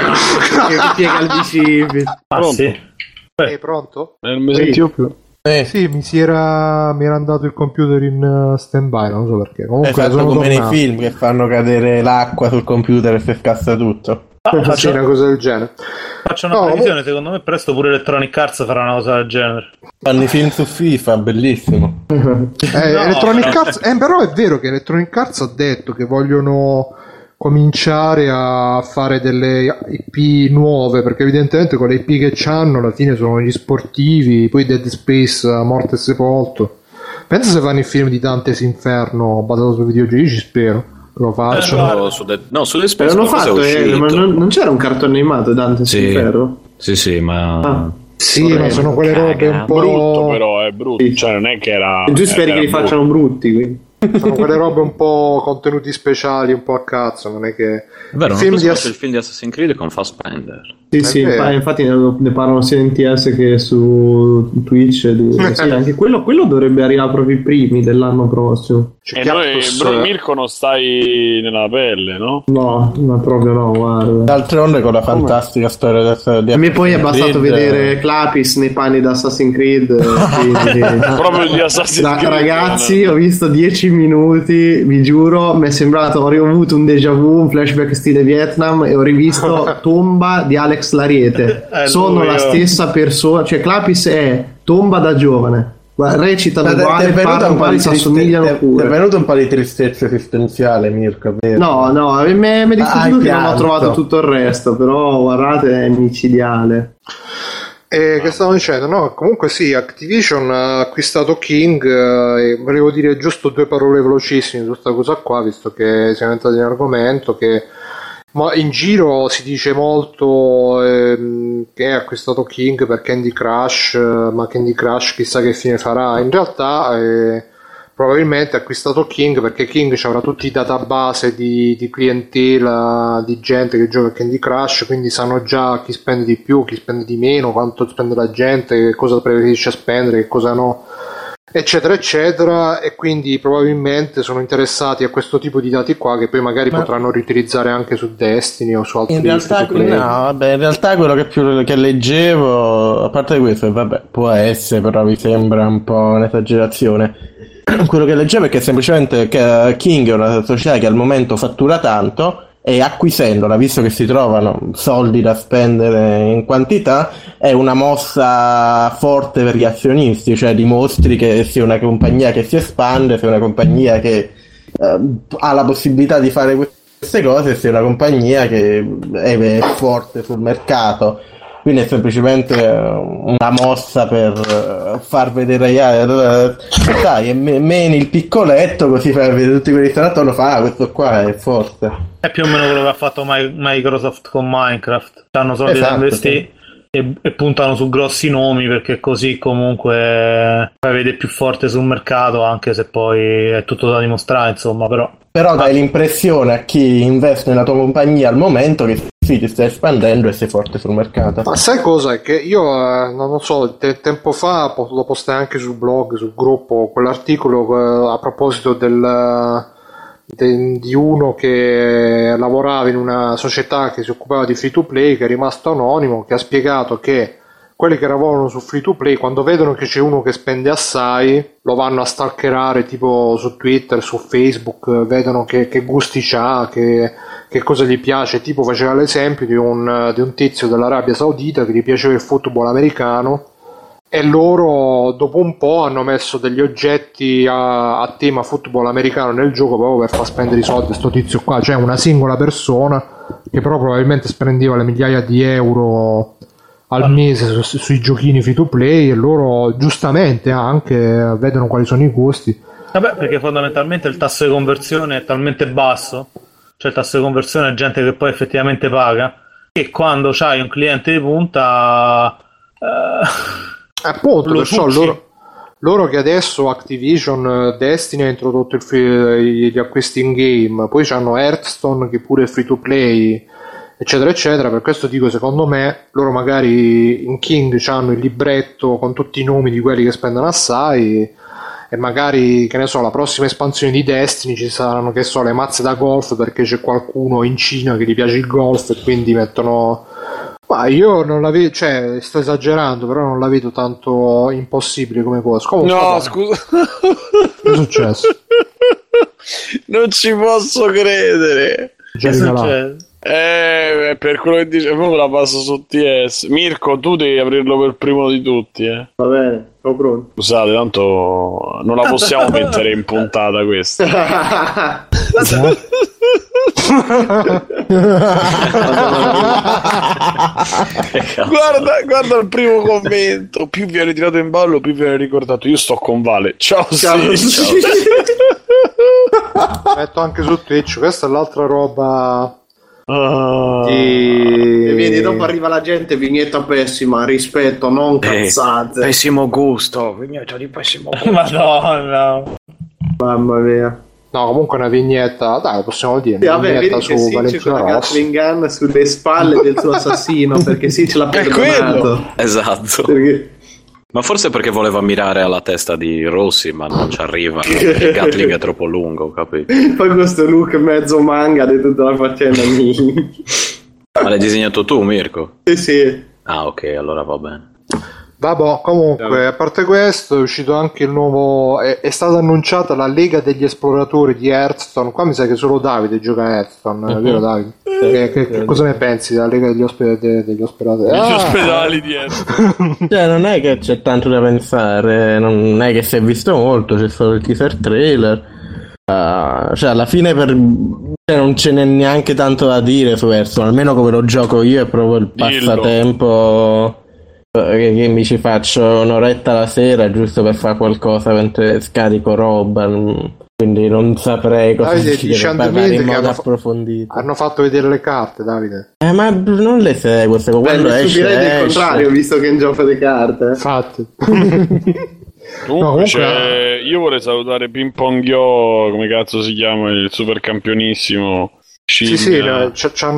che piega il bicipite. Ah, sì. È pronto? Eh, non mi sentivo più. Eh sì, mi si era mi era andato il computer in uh, stand-by, non so perché. Comunque è fatto sono come tornato. nei film che fanno cadere l'acqua sul computer e si scassa tutto. Ah, faccio, sì, una cosa del genere. Faccio una No, previsione, secondo me presto pure Electronic Arts farà una cosa del genere. Fanno i film su FIFA, bellissimo. Eh, No, Electronic no. Arts, eh, però è vero che Electronic Arts ha detto che vogliono cominciare a fare delle I P nuove, perché evidentemente con le I P che c'hanno alla fine sono gli sportivi, poi Dead Space, Morte e Sepolto. Pensa se fanno il film di Dante's Inferno basato sui videogiochi, ci spero lo facciano. Eh, su de- no, su The Però Space l'hanno qualcosa fatto, è eh, uscito. ma non, non c'era un cartone animato Dante Sì. sul ferro? Sì, sì, ma... Ah. Sì, ma sono quelle robe un po' Brutto però, è brutto, Sì. cioè non è che era... E tu speri era che li brutto. facciano brutti, quindi. sono quelle robe un po' contenuti speciali, un po' a cazzo, non è che È vero, il non film penso di fosse Ass- il film di Assassin's Creed con Fassbender. Sì, È sì, vero. infa- infatti ne, ne parlano sia in T S che su Twitch. Di, sì, anche quello, quello dovrebbe arrivare proprio i primi dell'anno prossimo. c'è E noi, Chiaptos, Bro, Mirko, non stai nella pelle, no? No, ma proprio no, guarda. D'altronde con la fantastica storia del, di A me poi è bastato Creed, vedere Clapis nei panni da Assassin's Creed. quindi- Proprio di Assassin's Da- Creed. ragazzi, ho visto dieci minuti, vi giuro, mi è sembrato, ho riavuto un déjà vu, un flashback stile Vietnam e ho rivisto Tomba di Alex Lariete. È Sono lui, la oh. stessa persona, cioè Clapis è Tomba da giovane. Guarda, recitano Ma te- ti uguale, è venuto parlano un po' uguali, di si triste- assomigliano ti è- ti è pure. venuto un po' di tristezza esistenziale, Mirko, vero? No, no, mi è mi è dispiaciuto Hai che non ho pianto. trovato tutto il resto, però guardate, è micidiale. Eh, che stavo dicendo? No, comunque sì, Activision ha acquistato King eh, e volevo dire giusto due parole velocissime su questa cosa qua, visto che siamo entrati in argomento, che ma in giro si dice molto ehm, che ha acquistato King per Candy Crush, eh, ma Candy Crush chissà che fine farà. In realtà eh, probabilmente ha acquistato King perché King ci avrà tutti i database di, di clientela, di gente che gioca a Candy Crush, quindi sanno già chi spende di più, chi spende di meno, quanto spende la gente, che cosa preferisce spendere, che cosa no, eccetera eccetera, e quindi probabilmente sono interessati a questo tipo di dati qua che poi magari Ma- potranno riutilizzare anche su Destiny o su altri In realtà, free-to-play. no, vabbè, in realtà quello che più che leggevo, a parte questo, vabbè, può essere, però mi sembra un po' un'esagerazione. Quello che leggevo è che semplicemente che King è una società che al momento fattura tanto e acquisendola, visto che si trovano soldi da spendere in quantità, è una mossa forte per gli azionisti, cioè dimostri che sia una compagnia che si espande, sia una compagnia che eh, ha la possibilità di fare queste cose, sia una compagnia che è forte sul mercato. Quindi è semplicemente eh, una mossa per eh, far vedere agli altri, eh, dai, e me- meni il piccoletto, così fai vedere tutti quelli che stanno attorno, fa, ah, questo qua è forte. È più o meno quello che ha fatto Mi- Microsoft con Minecraft. Hanno soldi Esatto, da investire e, e puntano su grossi nomi, perché così comunque fai vedere più forte sul mercato, anche se poi è tutto da dimostrare, insomma, però. Però dai l'impressione a chi investe nella tua compagnia al momento che sì, ti stai espandendo e sei forte sul mercato. Ma sai cosa? È che io eh, non lo so, te- tempo fa po- lo postai anche sul blog, sul gruppo, quell'articolo eh, a proposito del, de- di uno che lavorava in una società che si occupava di free to play, che è rimasto anonimo, che ha spiegato che quelli che lavorano su free to play, quando vedono che c'è uno che spende assai, lo vanno a stalkerare tipo su Twitter, su Facebook, eh, vedono che, che gusti c'ha, che, che cosa gli piace. Tipo faceva l'esempio di un, di un tizio dell'Arabia Saudita che gli piaceva il football americano e loro dopo un po' hanno messo degli oggetti a, a tema football americano nel gioco proprio per far spendere i soldi a sto tizio qua, cioè una singola persona che però probabilmente spendeva le migliaia di euro al mese su, sui giochini free to play, e loro giustamente anche vedono quali sono i costi. Vabbè, perché fondamentalmente il tasso di conversione è talmente basso, cioè il tasso di conversione è gente che poi effettivamente paga, che quando c'hai un cliente di punta eh, Appunto, lo perciò succi. loro, loro che adesso Activision eh, Destiny ha introdotto il free- gli acquisti in game, poi c'hanno Hearthstone che pure è free to play, eccetera eccetera. Per questo dico, secondo me loro magari in King hanno il libretto con tutti i nomi di quelli che spendono assai e magari, che ne so, la prossima espansione di Destiny ci saranno, che so, le mazze da golf perché c'è qualcuno in Cina che gli piace il golf e quindi mettono... Ma io non la vedo, cioè sto esagerando, però non la vedo tanto impossibile come cosa. Comunque, no, vabbè. scusa. Che è successo? Non ci posso credere. Già regalato. Eh, per quello che dice, poi me la passo su T S. Mirko, tu devi aprirlo per primo di tutti, eh. Va bene, sono pronto. Scusate, tanto non la possiamo mettere in puntata questa. guarda, guarda il primo commento. Più viene tirato in ballo, più viene ricordato. Io sto con Vale. Ciao, Ciao. sì, ciao. Metto anche su Twitch. Questa è l'altra roba. Uh, di... E vedi, dopo arriva la gente, vignetta pessima, rispetto, non cazzate. Eh, pessimo gusto, vignetta di pessimo gusto. Madonna. Mamma mia. No, comunque una vignetta, dai, possiamo dire. Sì, Una vabbè, vignetta vedi che su sì, c'è Valentino quella Rossi. Gatling gun sulle spalle del suo assassino, perché sì, ce l'ha È perdonato. quello. Esatto. Perché... Ma forse perché voleva mirare alla testa di Rossi, ma non ci arriva. Il Gatling è troppo lungo, capito? Poi questo look mezzo manga di tutta la faccenda. Ma l'hai disegnato tu, Mirko? Sì, sì. Ah, ok, allora va bene. Vabbè, comunque, a parte questo, è uscito anche il nuovo. È, è stata annunciata la Lega degli Esploratori di Hearthstone. Qua mi sa che solo Davide gioca a Hearthstone, uh-huh. È vero, Davide? Che, che, che cosa ne pensi della Lega degli, ospe- de- degli Esploratori? Gli Ah! ospedali dietro. Cioè, non è che c'è tanto da pensare, non è che si è visto molto, c'è stato il teaser trailer. Uh, cioè, alla fine per... cioè, non ce n'è neanche tanto da dire su Hearthstone, almeno come lo gioco io è proprio il passatempo. Che, che mi ci faccio un'oretta la sera giusto per fare qualcosa mentre scarico roba, quindi non saprei cosa Davide, dire, dice parlare in modo hanno, approfondito. Hanno fatto vedere le carte, Davide. Eh, ma non le seguo, seguo Beh, quando mi esce, stupirei del esce. contrario, visto che è un gioco di carte. Infatti. Comunque, No, comunque- c'è- io vorrei salutare Ping Pong Yo, come cazzo si chiama, il super campionissimo. Sì, sì, no, ci ci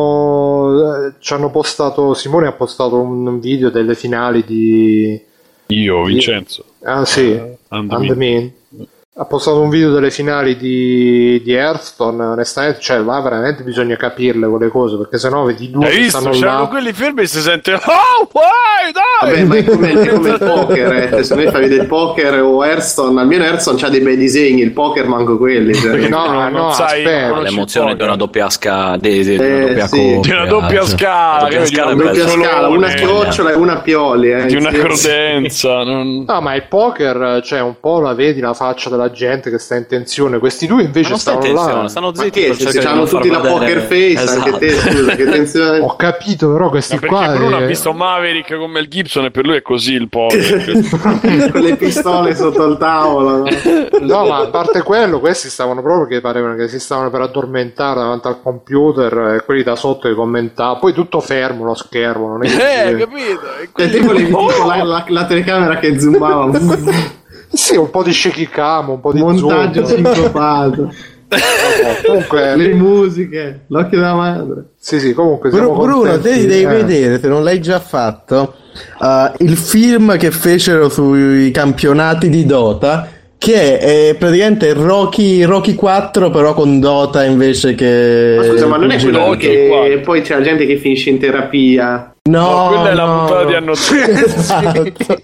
hanno, ci hanno postato. Simone ha postato un video delle finali di. Io, Vincenzo. Ah, sì, And And me. me. Ha postato un video delle finali di, di Hearthstone. Onestamente, cioè, là veramente bisogna capirle quelle cose, perché sennò vedi due Hai che visto? stanno C'erano là. quelli fermi e si sente oh, vai, dai! Vabbè, ma è come, è come il poker, eh. Se noi fai vedere il poker o Hearthstone, almeno Hearthstone c'ha dei bei disegni, il poker manco quelli. Cioè. Perché No, no, no, non sai, aspetta. non conosci L'emozione il di una poker. doppia scala, di, di, di Eh, una doppia sì. coppia. Di una doppia cioè. scala, Doppia che scala vedi, è un Doppia bella. scala, una chiocciola e una pioli, eh. di una Sì. credenza. Non... No, ma il poker, cioè, un po' la vedi la faccia della gente che sta in tensione. Questi due invece Ma non stai in stavano là. tensione, stanno Ma zitti che, per se cercare di hanno non far tutti la vedere- poker face, Esatto. anche te, scusa, che tensione. Ho capito, però questi Ma perché qua. Bruno eh, ha visto Maverick con Mel Gibson e per lui è così il poker. Con le pistole sotto il tavolo, no? No, ma a parte quello, questi stavano proprio che parevano che si stavano per addormentare davanti al computer e quelli da sotto che commentavano. Poi tutto fermo, lo schermo. Non è che- eh, capito? E Cioè, quindi- tipo, le- tipo la, la, la telecamera che zoomava. Sì, un po' di shaky cam, un po' di Montaggio zoom. sincopato. Comunque, Le musiche, l'occhio della madre. sì, sì, comunque Bru- siamo Bruno, contenti, te devi eh. vedere, se non l'hai già fatto, uh, il film che fecero sui campionati di Dota, che è praticamente Rocky, Rocky quattro, però con Dota invece che... Ma scusa, ma non è il quello giro- Rocky che quattro. poi c'è la gente che finisce in terapia? No, No, quella è la no, puntata no. di anno zero. Esatto.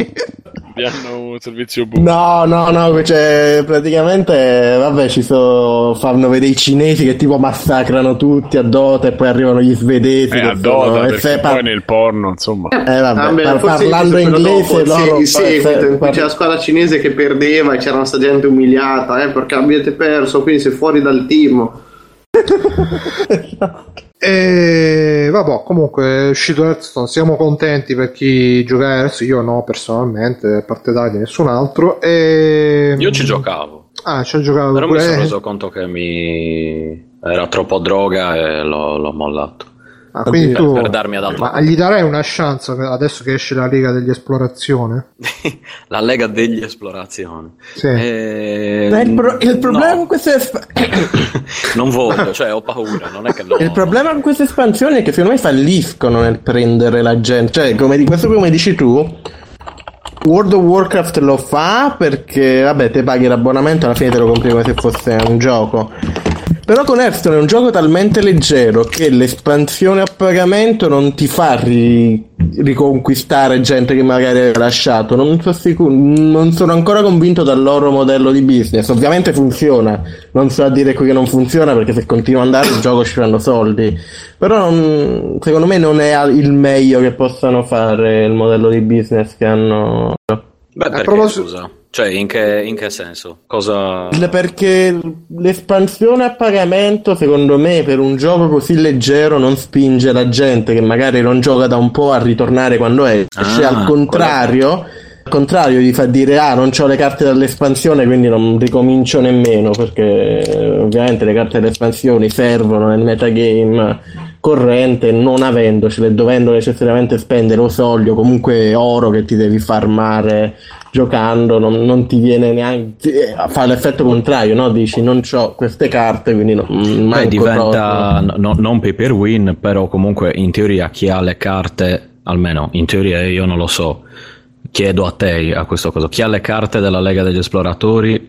Hanno un servizio pubblico. No, no, no, cioè praticamente, vabbè, ci sono, fanno vedere i cinesi che tipo massacrano tutti a Dota e poi arrivano gli svedesi Eh, che a sono- Dota, e perché se par- poi nel porno, insomma. eh, vabbè, Ah, beh, par- forse parlando quello inglese dopo, loro il seguito in cui par- c'è la squadra cinese che perdeva e c'era sta gente umiliata, eh, perché abbiate perso, quindi sei fuori dal team. E vabbè, comunque è uscito Hearthstone, siamo contenti per chi gioca a Hearthstone, io no personalmente, a parte Dai nessun altro. E... Io ci giocavo, Ah, ci ho giocato però mi pure. sono reso conto che mi era troppo droga e l'ho, l'ho mollato. Ah, quindi Per, tu... per darmi ad altro. Ma gli darei una chance adesso che esce la Lega degli Esplorazione? La Lega degli Esplorazioni. Sì. Eh, Ma il, pro- il problema no, con queste esp- non voglio, cioè ho paura, non è che no. il problema con queste espansioni è che secondo me falliscono nel prendere la gente, cioè come di questo come dici tu, World of Warcraft lo fa perché, vabbè, te paghi l'abbonamento, alla fine te lo compri come se fosse un gioco. Però con Hearthstone è un gioco talmente leggero che l'espansione a pagamento non ti fa ri- riconquistare gente che magari hai lasciato. Non so sicuro, non sono ancora convinto dal loro modello di business. Ovviamente funziona, non so a dire qui che non funziona, perché se continua ad andare il gioco ci fanno soldi. Però non, secondo me non è il meglio che possano fare il modello di business che hanno. Beh, perché, proposito... scusa? Cioè, in che, in che senso? Cosa... Perché l'espansione a pagamento, secondo me, per un gioco così leggero non spinge la gente che magari non gioca da un po' a ritornare quando esce. Ah, al contrario, quello... al contrario gli fa dire ah, non c'ho le carte dell'espansione, quindi non ricomincio nemmeno, perché ovviamente le carte dell'espansione servono nel metagame corrente, non avendocele, dovendo necessariamente spendere o soldi o comunque oro che ti devi farmare giocando, non, non ti viene neanche, fa l'effetto contrario, no? Dici non c'ho queste carte, quindi no, Beh, diventa no, non pay per win, però comunque in teoria chi ha le carte, almeno in teoria io non lo so, chiedo a te a questo cosa, chi ha le carte della Lega degli Esploratori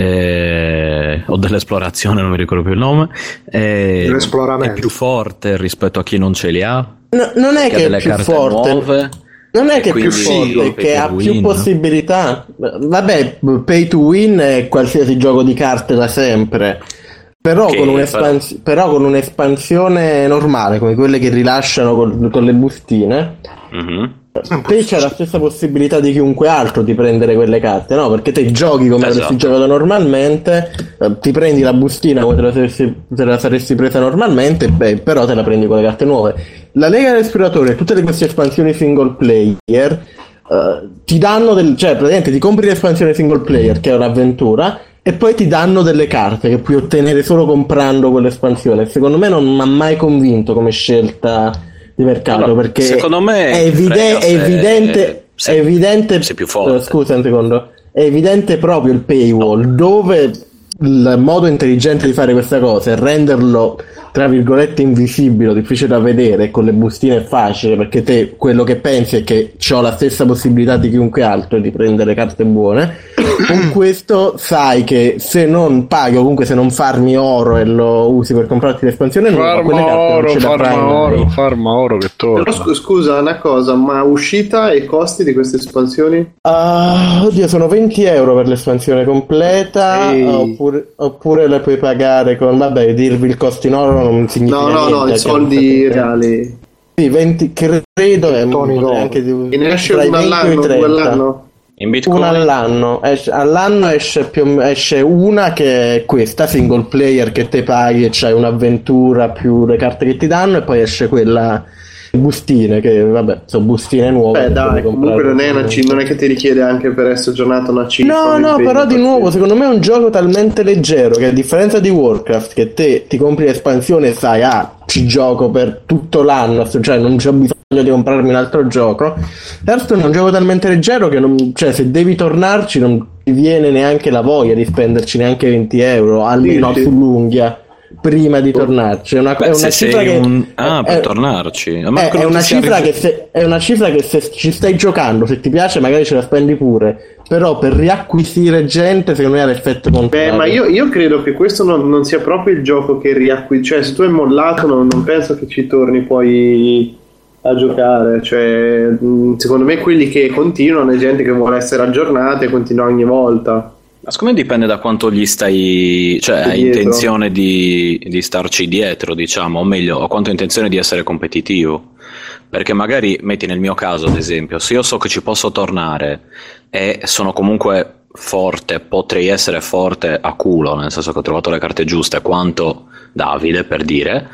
eh, o dell'esplorazione, non mi ricordo più il nome, eh, è più forte rispetto a chi non ce li ha. No, non è che è più forte nuove, non è che è più forte, che ha più win, possibilità. Vabbè, pay to win è qualsiasi gioco di carte da sempre. Però, okay, con un'espans- però... però con un'espansione normale, come quelle che rilasciano con, con le bustine, mm-hmm. te c'è la stessa possibilità di chiunque altro di prendere quelle carte, no? Perché te giochi come esatto. avresti giocato normalmente, eh, ti prendi la bustina come te la, saresti, te la saresti presa normalmente, beh, però te la prendi con le carte nuove. La Lega dell'Esploratore e tutte le queste espansioni single player uh, ti danno del, cioè praticamente ti compri l'espansione single player che è un'avventura e poi ti danno delle carte che puoi ottenere solo comprando quell'espansione. Secondo me non mi ha mai convinto come scelta di mercato, allora, perché secondo me è, evide- è evidente se, è evidente sei più forte. Scusa un secondo, è evidente proprio il paywall, no. Dove il modo intelligente di fare questa cosa è renderlo tra virgolette invisibile, difficile da vedere, con le bustine è facile, perché te quello che pensi è che ho la stessa possibilità di chiunque altro di prendere carte buone. Con questo sai che se non paghi o comunque se non farmi oro e lo usi per comprarti l'espansione nuova, quelle carte oro, non ce la farma oro, farma oro che torna. Però sc- scusa una cosa, ma uscita e costi di queste espansioni? Uh, oddio, sono venti euro per l'espansione completa, sì. oppure, oppure le puoi pagare con, vabbè, dirvi il costo in oro non significa no, niente. No, no, i soldi reali. Sì, venti, credo, è anche di, e ne esce una all'anno, due all'anno? In Bitcoin? Una all'anno, esce, all'anno esce, più, esce una che è questa single player che te paghi e c'hai un'avventura più le carte che ti danno, e poi esce quella bustine che vabbè sono bustine nuove. Beh dai, comunque non è, una c- non è che ti richiede anche per essere aggiornato una cifra. No no, però di nuovo secondo me è un gioco talmente leggero che a differenza di Warcraft, che te ti compri l'espansione e sai ah ci gioco per tutto l'anno, cioè non c'ho bisogno di comprarmi un altro gioco. Hearthstone è un gioco talmente leggero che non, cioè se devi tornarci non ti viene neanche la voglia di spenderci neanche venti euro, almeno sì, sì. sull'unghia prima di tornarci. È una, Beh, è una cifra che un... ah, è, per tornarci è, è, una cifra che se, è una cifra che se ci stai giocando, se ti piace magari ce la spendi pure, però per riacquisire gente secondo me ha l'effetto contrario. Beh, ma io, io credo che questo non, non sia proprio il gioco che riacquisisce, cioè se tu hai mollato non, non penso che ci torni poi a giocare, cioè secondo me quelli che continuano è gente che vuole essere aggiornata e continua ogni volta. Ma secondo me dipende da quanto gli stai, cioè hai intenzione di, di starci dietro, diciamo, o meglio, o quanto hai intenzione di essere competitivo. Perché magari, metti nel mio caso ad esempio, se io so che ci posso tornare e sono comunque forte, potrei essere forte a culo, nel senso che ho trovato le carte giuste quanto Davide, per dire,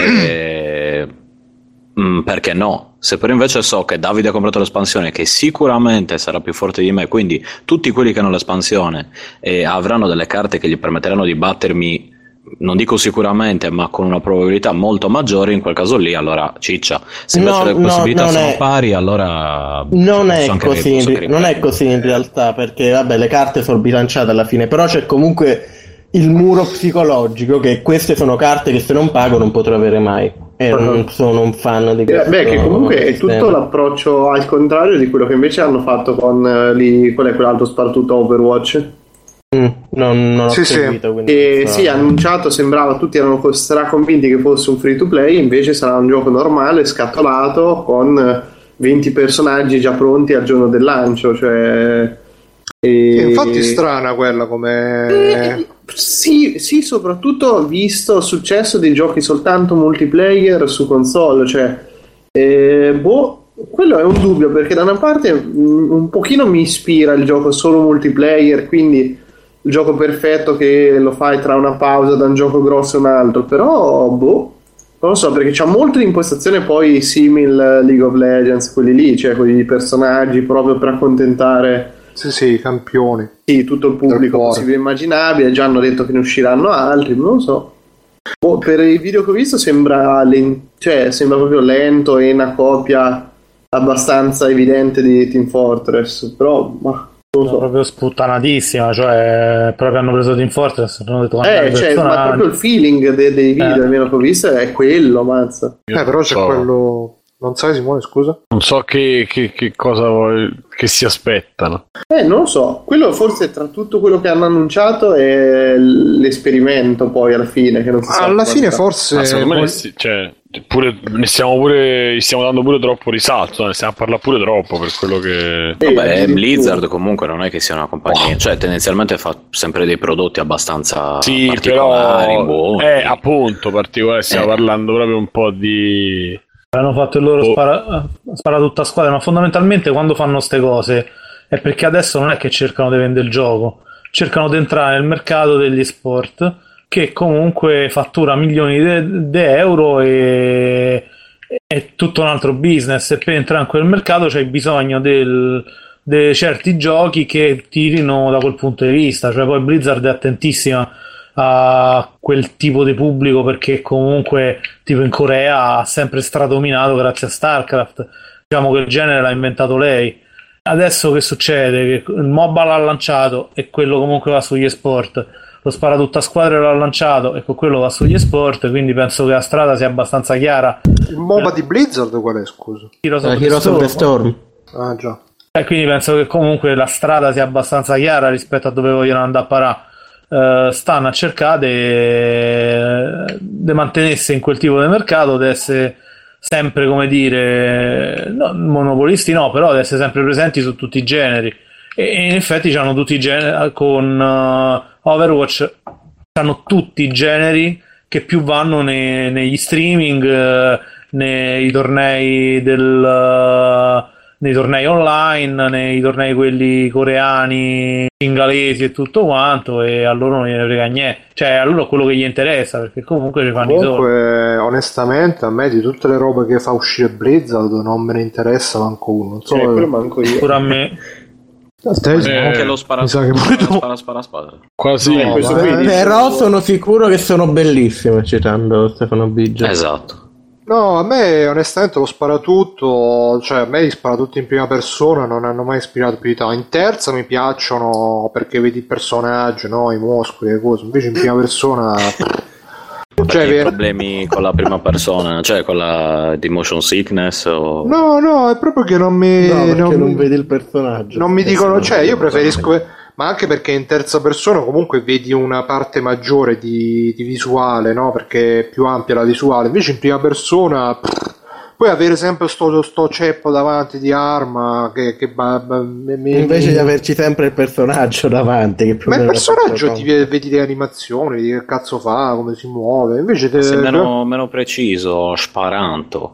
e, mm, perché no? Se però invece so che Davide ha comprato l'espansione, che sicuramente sarà più forte di me, quindi tutti quelli che hanno l'espansione e avranno delle carte che gli permetteranno di battermi, non dico sicuramente, ma con una probabilità molto maggiore, in quel caso lì allora ciccia. Se invece no, le possibilità no, sono è, pari, allora non è così in, non è così in realtà, perché vabbè le carte sono bilanciate alla fine, però c'è comunque il muro psicologico che queste sono carte che se non pago non potrò avere mai. e non sono un fan di questo. Beh, che comunque è tutto l'approccio al contrario di quello che invece hanno fatto con uh, lì, qual è quell'altro sparatutto Overwatch? Mm, non, non ho sì, seguito, sì. E so. sì, annunciato, sembrava, tutti erano straconvinti che fosse un free to play, invece sarà un gioco normale, scatolato, con venti personaggi già pronti al giorno del lancio, cioè... E... Sì, infatti strana quella come... Eh, sì, sì, soprattutto visto il successo dei giochi soltanto multiplayer su console, cioè... Eh, boh, quello è un dubbio, perché da una parte mh, un pochino mi ispira il gioco solo multiplayer, quindi il gioco perfetto che lo fai tra una pausa da un gioco grosso e un altro, però boh, non lo so, perché c'ha molto di impostazione poi simil League of Legends, quelli lì, cioè quei personaggi proprio per accontentare sì sì i campioni, sì, tutto il pubblico possibile e immaginabile. Già hanno detto che ne usciranno altri, non lo so. Boh, per i video che ho visto sembra len- cioè sembra proprio lento e una copia abbastanza evidente di Team Fortress, però ma non lo so. Proprio sputtanatissima, cioè proprio hanno preso Team Fortress, hanno detto eh, cioè, ma proprio il feeling de- dei video eh. almeno che ho visto è quello, mazza. Eh, però c'è so. quello... Non sai, Simone, scusa? Non so che, che, che cosa vuoi, che si aspettano. Eh, non lo so. Quello forse tra tutto quello che hanno annunciato è l'esperimento poi alla fine. Che non si sa alla fine quanta. Forse... Ma secondo me ne, sti- cioè, pure, ne stiamo pure ne stiamo dando pure troppo risalto, ne stiamo a parlare pure troppo per quello che... Eh, Vabbè, Blizzard comunque non è che sia una compagnia, oh. cioè tendenzialmente fa sempre dei prodotti abbastanza sì, particolari, però, buoni. Eh, appunto, particolare, stiamo eh. parlando proprio un po' di... Hanno fatto il loro oh. spara, spara tutta squadra, ma fondamentalmente quando fanno ste cose è perché adesso non è che cercano di vendere il gioco, cercano di entrare nel mercato degli sport, che comunque fattura milioni di euro e è tutto un altro business, e per entrare in quel mercato c'hai bisogno del, di certi giochi che tirino da quel punto di vista, cioè poi Blizzard è attentissima a quel tipo di pubblico, perché comunque tipo in Corea ha sempre stradominato grazie a StarCraft, diciamo che il genere l'ha inventato lei. Adesso che succede? Che il MOBA l'ha lanciato e quello comunque va sugli esport, lo sparatutto a squadre l'ha lanciato e con quello va sugli esport, quindi penso che la strada sia abbastanza chiara. Il MOBA eh. di Blizzard qual è, scusa? Heroes of, uh, Heroes of the Storm. Ah già. E quindi penso che comunque la strada sia abbastanza chiara rispetto a dove vogliono andare a parare. Uh, stanno a cercare di mantenersi in quel tipo di mercato, di essere sempre, come dire, no, monopolisti no, però di essere sempre presenti su tutti i generi, e, e in effetti hanno tutti i generi. Con uh, Overwatch hanno tutti i generi che più vanno nei, negli streaming, uh, nei tornei del uh, nei tornei online, nei tornei quelli coreani, inglesi e tutto quanto, e a loro non gliene frega niente, cioè a loro quello che gli interessa, perché comunque ci fanno i soldi. Comunque onestamente a me di tutte le robe che fa uscire Blizzard non me ne interessa manco uno, non so, eh, quello manco io. Pure a me. Eh, anche lo spara spara spara spara spara quasi no, no, però sono sicuro che sono bellissime, citando Stefano Biggio. Esatto. No, a me onestamente lo sparatutto, cioè a me gli sparatutto in prima persona non hanno mai ispirato più di tanto. In terza mi piacciono perché vedi il personaggio, no? I muscoli, le cose, invece in prima persona... Cioè, hai problemi con la prima persona, cioè con la di motion sickness o... No, no, è proprio che non mi... No, perché non, non vedi il personaggio. Non mi dicono, cioè io preferisco... Ma anche perché in terza persona comunque vedi una parte maggiore di, di visuale, no? Perché è più ampia la visuale. Invece in prima persona pff, puoi avere sempre sto, sto ceppo davanti di arma che, che ba, ba, mi, invece mi... di averci sempre il personaggio davanti, che più ma il personaggio ti vedi, vedi le animazioni, vedi che cazzo fa, come si muove. Invece te... sei meno, meno preciso, sparanto.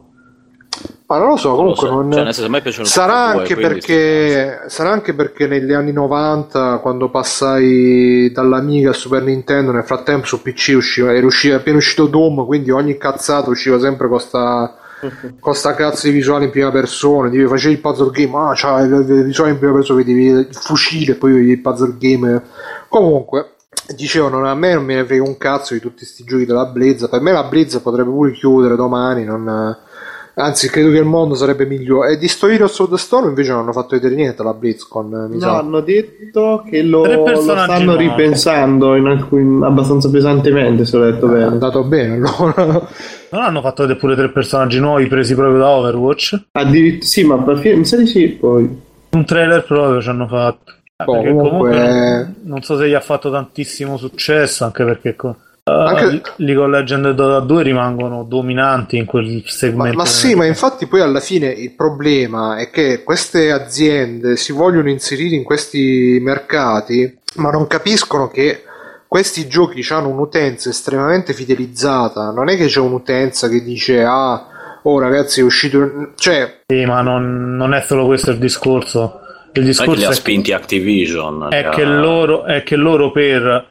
Ma non lo so, comunque lo so. non... Cioè, nel senso, a me piacciono sarà due, anche perché sarà anche perché negli anni novanta, quando passai dall'Amiga al Super Nintendo, nel frattempo su P C usciva, era uscito, appena uscito Doom, quindi ogni cazzata usciva sempre con sta con sta cazzo di visuale in prima persona, ti facevi il puzzle game, ah c'hai il visuale in prima persona, vedevi il fucile e poi vedevi il puzzle game. Comunque dicevano, a me non me ne frega un cazzo di tutti sti giochi della Blizzard, per me la Blizzard potrebbe pure chiudere domani, non Anzi, credo che il mondo sarebbe migliore. E di sto Heroes of the Storm invece non hanno fatto vedere niente la BlizzCon, mi no, sa. hanno detto che lo, lo stanno nuovi. ripensando in alcuni, abbastanza pesantemente, se ho detto È bene. andato bene allora. Non hanno fatto vedere pure tre personaggi nuovi presi proprio da Overwatch? Addirittura sì, ma per fine, mi sa di sì, poi. Un trailer proprio ci hanno fatto. Boh, perché comunque... comunque non, non so se gli ha fatto tantissimo successo, anche perché... Co- Uh, Anche... League of Legends e Dota due rimangono dominanti in quel segmento. Ma, ma sì, ma infatti poi alla fine il problema è che queste aziende si vogliono inserire in questi mercati, ma non capiscono che questi giochi hanno un'utenza estremamente fidelizzata. Non è che c'è un'utenza che dice ah, oh ragazzi è uscito... Cioè... Sì, ma non, non è solo questo il discorso. Il discorso è che li ha è spinti Activision. È, ha... che loro, è che loro per...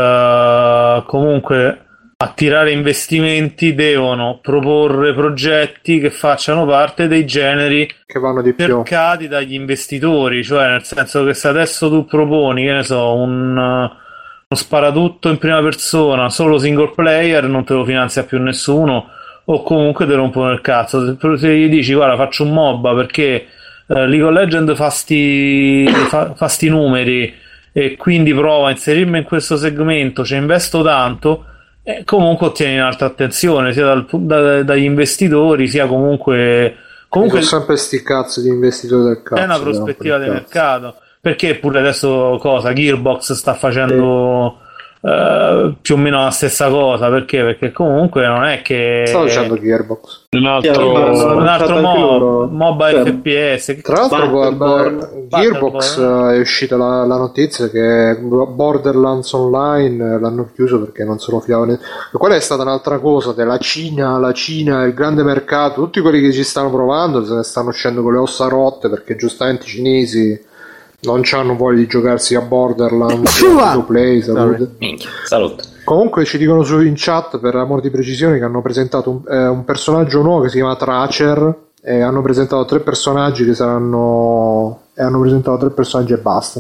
Uh, comunque attirare investimenti devono proporre progetti che facciano parte dei generi che vanno di più cercati dagli investitori, cioè nel senso che se adesso tu proponi, che ne so, un, uno sparatutto in prima persona solo single player, non te lo finanzia più nessuno, o comunque te rompono il cazzo. Se, se gli dici guarda faccio un MOBA perché uh, League of Legends fa sti, fa, fa sti numeri e quindi provo a inserirmi in questo segmento, ci investo tanto, e comunque ottieni un'alta attenzione sia dal, da, dagli investitori sia comunque comunque sono sempre sti cazzo di investitori del cazzo, è una prospettiva di mercato, perché pure adesso cosa Gearbox sta facendo sì. uh, più o meno la stessa cosa, perché perché comunque non è che sta facendo Gearbox un altro, un altro mo- MOBA cioè, F P S. Tra l'altro Battleborn, Gearbox Battleborn. È uscita la, la notizia che Borderlands Online l'hanno chiuso perché non se lo fiavano. E quella è stata un'altra cosa della Cina, la Cina è il grande mercato, tutti quelli che ci stanno provando se ne stanno uscendo con le ossa rotte perché giustamente i cinesi non hanno voglia di giocarsi a Borderlands to play. Salute. Salute. Comunque ci dicono su in chat, per amor di precisione, che hanno presentato un, eh, un personaggio nuovo che si chiama Tracer e hanno presentato tre personaggi che saranno e hanno presentato tre personaggi e basta.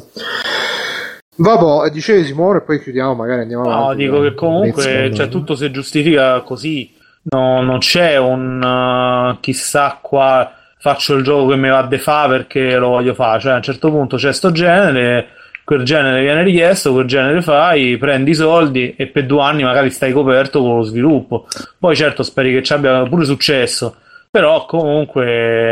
Vabbè, dicevi Simone e poi chiudiamo, magari andiamo no, avanti. No, dico che comunque cioè, tutto si giustifica così, no, non c'è un uh, chissà qua faccio il gioco che mi va de fa perché lo voglio fare, cioè a un certo punto c'è sto genere, quel genere viene richiesto, quel genere fai, prendi i soldi e per due anni magari stai coperto con lo sviluppo. Poi certo speri che ci abbia pure successo, però comunque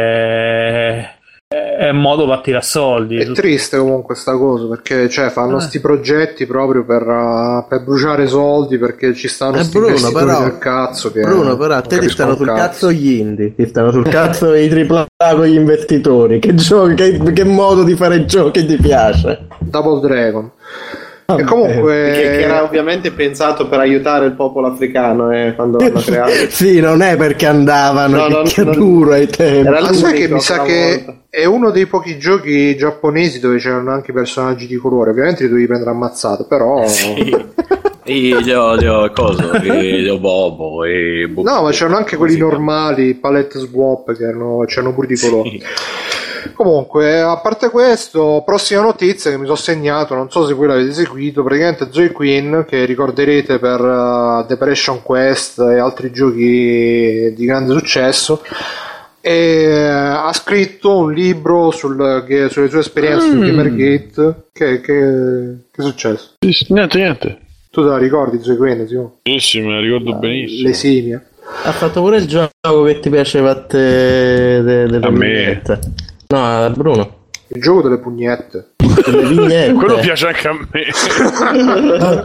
è un modo per tirare soldi. È triste comunque sta cosa, perché cioè fanno eh. sti progetti proprio per, uh, per bruciare soldi, perché ci stanno eh, sti Bruno, investitori però, del cazzo che Bruno però a te ti stanno sul cazzo. cazzo gli indie, ti stanno sul cazzo i tripla A con gli investitori. Che giochi, che, che modo di fare giochi ti piace? Double Dragon. E comunque che, che era ovviamente pensato per aiutare il popolo africano eh, quando l'hanno creato. Sì, non è perché andavano no, duro ai tempi. Ma sai che mi sa che volta. È uno dei pochi giochi giapponesi dove c'erano anche personaggi di colore. Ovviamente li dovevi prendere ammazzato, però sì. Io, io, cosa? Io Bobo e Bobo. No, ma c'erano anche quelli normali, palette swap, che erano, c'erano pure di colore. Sì. Comunque, a parte questo, prossima notizia che mi sono segnato, non so se voi l'avete seguito, praticamente Zoe Quinn, che ricorderete per uh, Depression Quest e altri giochi di grande successo, e uh, ha scritto un libro sul, che, sulle sue esperienze mm. su Gamergate. Che, che, che è successo? Niente, niente. Tu te la ricordi Zoe Quinn, Simo? Sì, sì, me la ricordo uh, benissimo. L'esimia. Ha fatto pure il gioco che ti piaceva a te de, de, de a me. No, a Bruno. Il gioco delle pugnette. Delle vignette. Quello piace anche a me.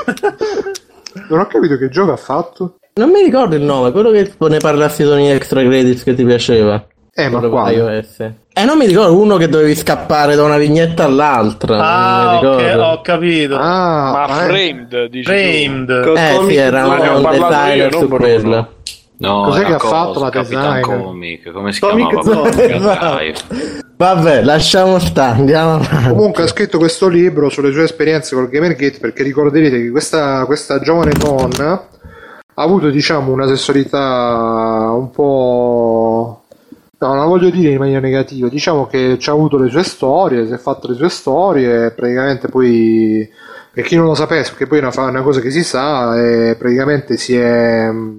Non ho capito che gioco ha fatto. Non mi ricordo il nome, quello che ne parlassi con gli extra credits che ti piaceva. Eh, ma quale? iOS. Eh, non mi ricordo, uno che dovevi scappare da una vignetta all'altra. Ah, ok, ho capito. Ah, ma eh. Framed, dici Framed. Eh, sì, era un designer su quello. No, cos'è che ha cosa, fatto la Capitan designer? Comic, come si Comic chiamava? Vabbè, lasciamo stare, andiamo avanti. Comunque ha scritto questo libro sulle sue esperienze col Gamergate, perché ricorderete che questa, questa giovane donna ha avuto, diciamo, una sessualità un po'... No, non voglio dire in maniera negativa, diciamo che ci ha avuto le sue storie, si è fatto le sue storie e praticamente poi, per chi non lo sapesse, perché poi è una, una cosa che si sa, e praticamente si è...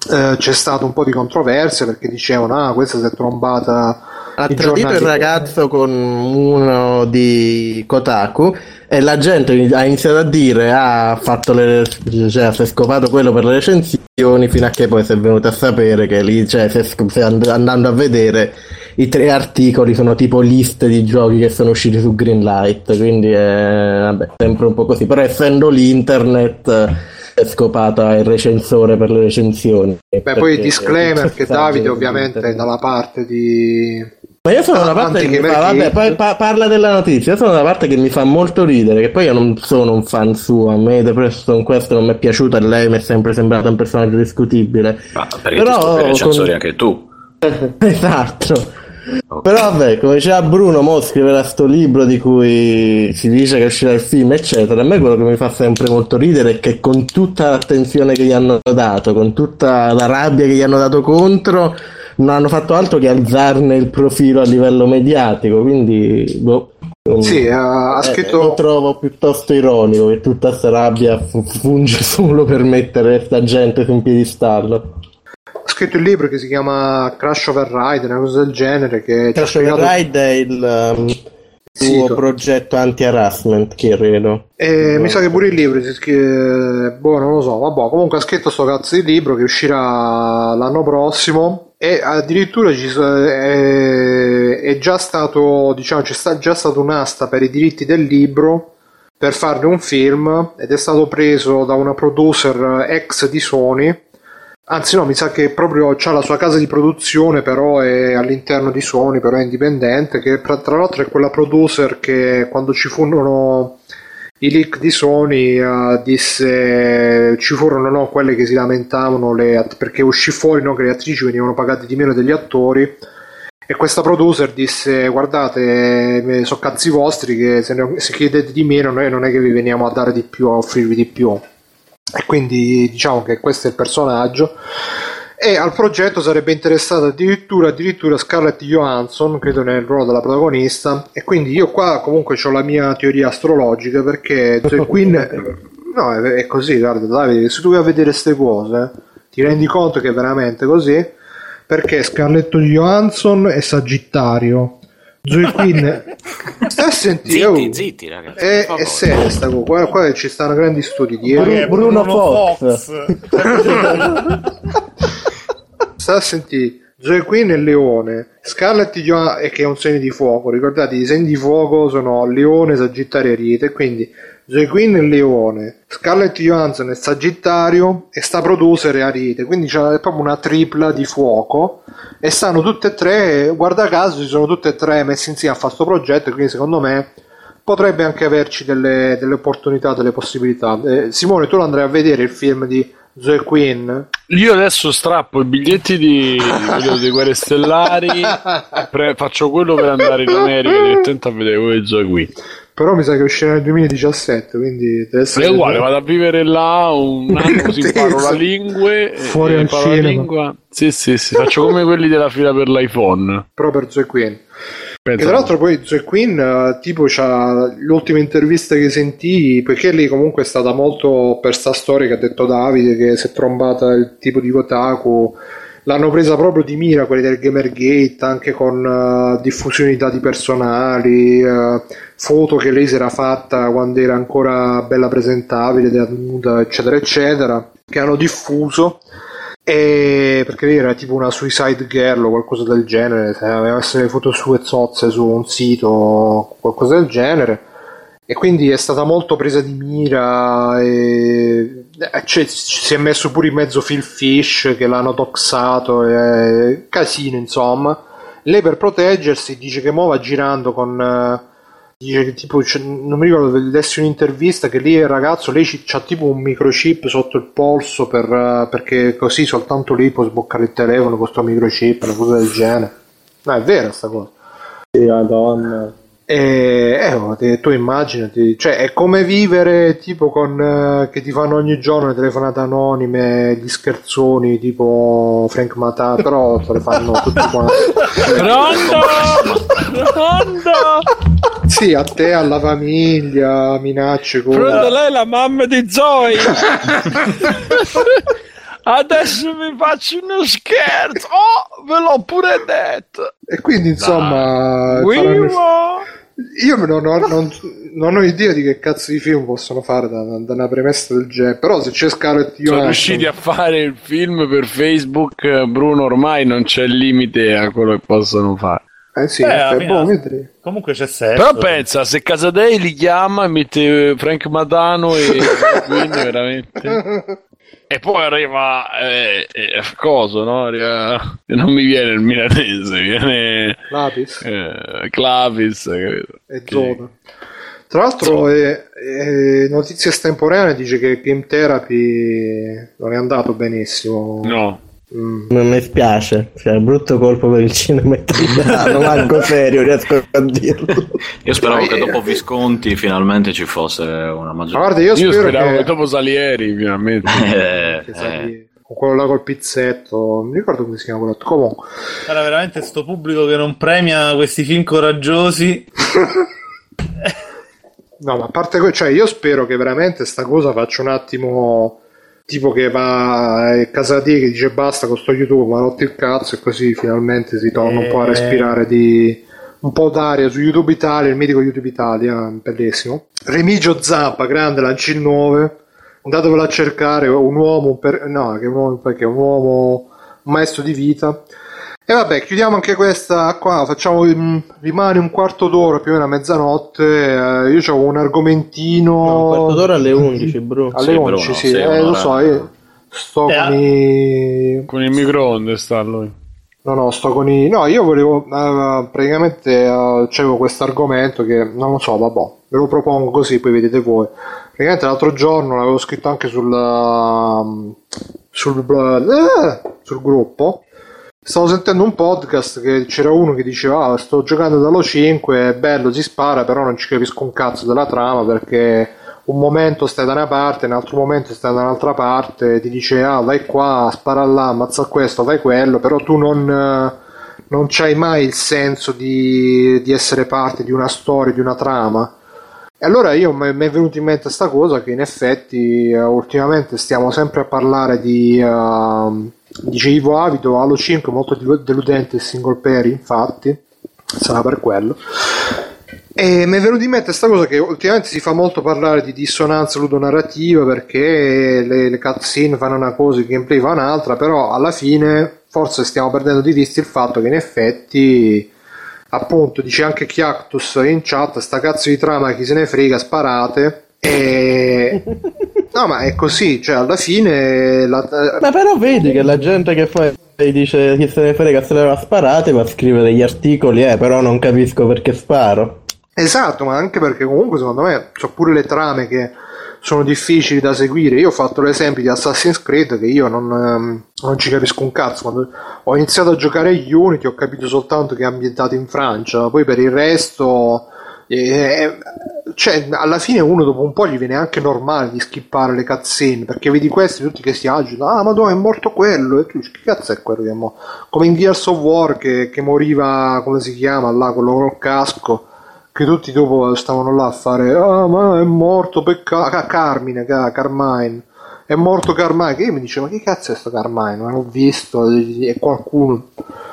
eh, c'è stato un po' di controversia perché dicevano ah questa si è trombata, ha tradito il ragazzo con uno di Kotaku e la gente ha iniziato a dire ha fatto le, cioè si è scopato quello per le recensioni, fino a che poi si è venuto a sapere che lì, cioè se, se andando a vedere i tre articoli sono tipo liste di giochi che sono usciti su Greenlight, quindi è vabbè, sempre un po' così, però essendo l'internet è scopata il recensore per le recensioni. Beh, poi disclaimer che Davide ovviamente è dalla parte di... Ma io sono dalla parte che mi fa, vabbè, poi pa- parla della notizia, io sono dalla parte che mi fa molto ridere, che poi io non sono un fan suo, a me The Preston questo non mi è piaciuto e lei mi è sempre sembrato un personaggio discutibile. Ma perché però, ti scopi i recensori con... anche tu? Esatto. Okay. Però vabbè, come diceva Bruno, mo scriverà sto libro di cui si dice che uscirà il film eccetera. A me quello che mi fa sempre molto ridere è che con tutta l'attenzione che gli hanno dato, con tutta la rabbia che gli hanno dato contro, non hanno fatto altro che alzarne il profilo a livello mediatico, quindi boh, sì, ha eh, scritto... lo trovo piuttosto ironico che tutta questa rabbia funge solo per mettere sta gente su un piedistallo. Ha scritto il libro che si chiama Crash Override, una cosa del genere, che Crash spiegato... Override è il um, suo sì, progetto anti-harassment, credo. E mi sa che pure il libro si scrive... boh, non lo so, vabbè, comunque ha scritto sto cazzo di libro che uscirà l'anno prossimo e addirittura ci è, è già stato, diciamo, c'è sta, già stata un'asta per i diritti del libro per farne un film ed è stato preso da una producer ex di Sony. Anzi no, mi sa che proprio c'ha la sua casa di produzione, però è all'interno di Sony, però è indipendente, che tra l'altro è quella producer che quando ci furono i leak di Sony uh, disse, ci furono no, quelle che si lamentavano le, perché uscì fuori no, che le attrici venivano pagate di meno degli attori, e questa producer disse guardate, sono cazzi vostri che se, ne, se chiedete di meno noi non è che vi veniamo a dare di più, a offrirvi di più. E quindi diciamo che questo è il personaggio, e al progetto sarebbe interessata addirittura addirittura Scarlett Johansson, credo nel ruolo della protagonista, e quindi io qua comunque ho la mia teoria astrologica, perché Zoe Quinn no è, è così, guarda Davide, se tu vai a vedere queste cose ti rendi conto che è veramente così, perché Scarlett Johansson è Sagittario, Zoe Quinn sta a sentire, zitti, oh, zitti ragazzi, è, è seria sta cosa, qua, qua ci stanno grandi studi dietro. Bruno, Bruno, Bruno Fox, Fox. sta a sentire, Zoe Quinn è Leone, Scarlett Johansson è che è un segno di fuoco, ricordate i segni di fuoco sono Leone, Sagittario e Ariete, quindi Zoe Quinn è Leone, Scarlett Johansson è Sagittario e sta producer è Ariete, quindi c'è proprio una tripla di fuoco e stanno tutte e tre, guarda caso si sono tutte e tre messi insieme a fare questo progetto, e quindi secondo me potrebbe anche averci delle, delle opportunità, delle possibilità. eh, Simone, tu lo andrai a vedere il film di Zoe Quinn? Io adesso strappo i biglietti di, di Guerre Stellari, pre- faccio quello per andare in America direttamente a vedere quello di Zoe Quinn. Però mi sa che uscirà nel duemiladiciassette, quindi deve essere è uguale, vado a vivere là un anno così imparo la lingua, fuori al imparo la cinema. lingua. Sì, sì, sì, faccio come quelli della fila per l'iPhone. Però per Zoe Quinn. Penso. E tra l'altro poi Zoe Quinn uh, tipo c'ha l'ultima intervista che sentii, perché lei comunque è stata molto per sta storia che ha detto Davide, che si è trombata il tipo di Kotaku, l'hanno presa proprio di mira quelli del Gamergate, anche con uh, diffusioni di dati personali, uh, foto che lei si era fatta quando era ancora bella presentabile, nuda, eccetera eccetera, che hanno diffuso. E perché lei era tipo una suicide girl o qualcosa del genere, se aveva le foto sue zozze su un sito o qualcosa del genere, e quindi è stata molto presa di mira e cioè, si è messo pure in mezzo Phil Fish che l'hanno doxato e casino insomma. Lei per proteggersi dice che mo va girando con dice che tipo non mi ricordo, lessi un'intervista che lì il ragazzo, lei c'ha tipo un microchip sotto il polso per, perché così soltanto lì può sboccare il telefono con sto microchip, una cosa del genere. No, è vera sta cosa. Sì, madonna. E eh, tu immaginati, cioè è come vivere tipo con eh, che ti fanno ogni giorno le telefonate anonime, gli scherzoni tipo Frank Matà, però te le fanno tutti quanti. Pronto? Pronto? Sì, a te, alla famiglia, minacce come... Pronto, lei è la mamma di Zoe? Adesso vi faccio uno scherzo. Oh, ve l'ho pure detto. E quindi insomma faranno... io non ho, non, non ho idea di che cazzo di film possono fare da, da una premessa del genere. Però se c'è Scarlett Johansson, sono riusciti a fare il film per Facebook, Bruno, ormai non c'è limite a quello che possono fare. Eh sì, eh, eh, boh, vedremo. Comunque c'è sesso. Però pensa, se Casadei li chiama e mette Frank Madano e quindi veramente. E poi arriva eh, eh, coso, no? Arriva... non mi viene il milanese, viene Clavis, eh, Clavis credo. E Zoda. Tra l'altro è, è notizie estemporanee, dice che Game Therapy non è andato benissimo. No. Mm. Non mi spiace, cioè, brutto colpo per il cinema italiano, manco serio riesco a dirlo. Io speravo che dopo Visconti finalmente ci fosse una maggiore. Guarda, io, io spero speravo che... che dopo Salieri finalmente eh, che eh. Salieri... con quello là col pizzetto, non mi ricordo come si chiama quello. Comunque era veramente sto pubblico che non premia questi film coraggiosi. no, ma a parte que- cioè io spero che veramente sta cosa faccia un attimo, tipo che va a casa di che dice basta con sto YouTube, ma rotti il cazzo, e così finalmente si torna un po' a respirare di un po' d'aria su YouTube Italia, il mitico YouTube Italia, bellissimo. Remigio Zappa, grande, lanci il nove, andatevelo a cercare, un uomo, un per... no, che un uomo, perché un uomo, un maestro di vita. E vabbè, chiudiamo anche questa qua, facciamo, rimane un quarto d'ora, più o meno a mezzanotte, eh, io ho un argomentino... No, un quarto d'ora alle undici, bro. Alle sì, undici, Bruno, sì, sì, eh, lo so, io sto eh, con i... con il microonde sta lui. No, no, sto con i... No, io volevo, uh, praticamente, uh, c'avevo questo argomento che, non lo so, vabbè, ve lo propongo così, poi vedete voi. Praticamente l'altro giorno l'avevo scritto anche sul, uh, sul, uh, sul gruppo. Stavo sentendo un podcast che c'era uno che diceva ah, sto giocando dallo cinque, è bello, si spara, però non ci capisco un cazzo della trama perché un momento stai da una parte, un altro momento stai da un'altra parte, ti dice ah vai qua, spara là, ammazza questo, fai quello, però tu non, non c'hai mai il senso di, di essere parte di una storia, di una trama. E allora io mi è venuto in mente sta cosa che in effetti uh, ultimamente stiamo sempre a parlare di... Uh, dice Ivo Avido, Halo cinque molto deludente il single player, infatti sarà per quello. E mi è venuto in mente questa cosa che ultimamente si fa molto parlare di dissonanza ludonarrativa perché le, le cutscene fanno una cosa, il gameplay fa un'altra, però alla fine forse stiamo perdendo di vista il fatto che in effetti, appunto, dice anche Chiactus in chat, sta cazzo di trama chi se ne frega, sparate. E no, ma è così, cioè alla fine la... ma però vedi che la gente che poi dice chi se ne frega se le va sparate va a scrivere degli articoli, eh però non capisco perché sparo. Esatto, ma anche perché comunque secondo me c'ho pure le trame che sono difficili da seguire. Io ho fatto l'esempio di Assassin's Creed che io non, um, non ci capisco un cazzo. Quando ho iniziato a giocare gli Unity ho capito soltanto che è ambientato in Francia, poi per il resto eh, cioè alla fine uno dopo un po' gli viene anche normale di skippare le cutscene perché vedi questi tutti che si agitano, ah madonna è morto quello, e tu dici che cazzo è quello che è morto? Come in Gears of War che, che moriva, come si chiama là, quello col casco, che tutti dopo stavano là a fare ah ma è morto, peccato, Carmine, Carmine è morto Carmine, che io mi dicevo ma che cazzo è sto Carmine, non l'ho visto, è qualcuno,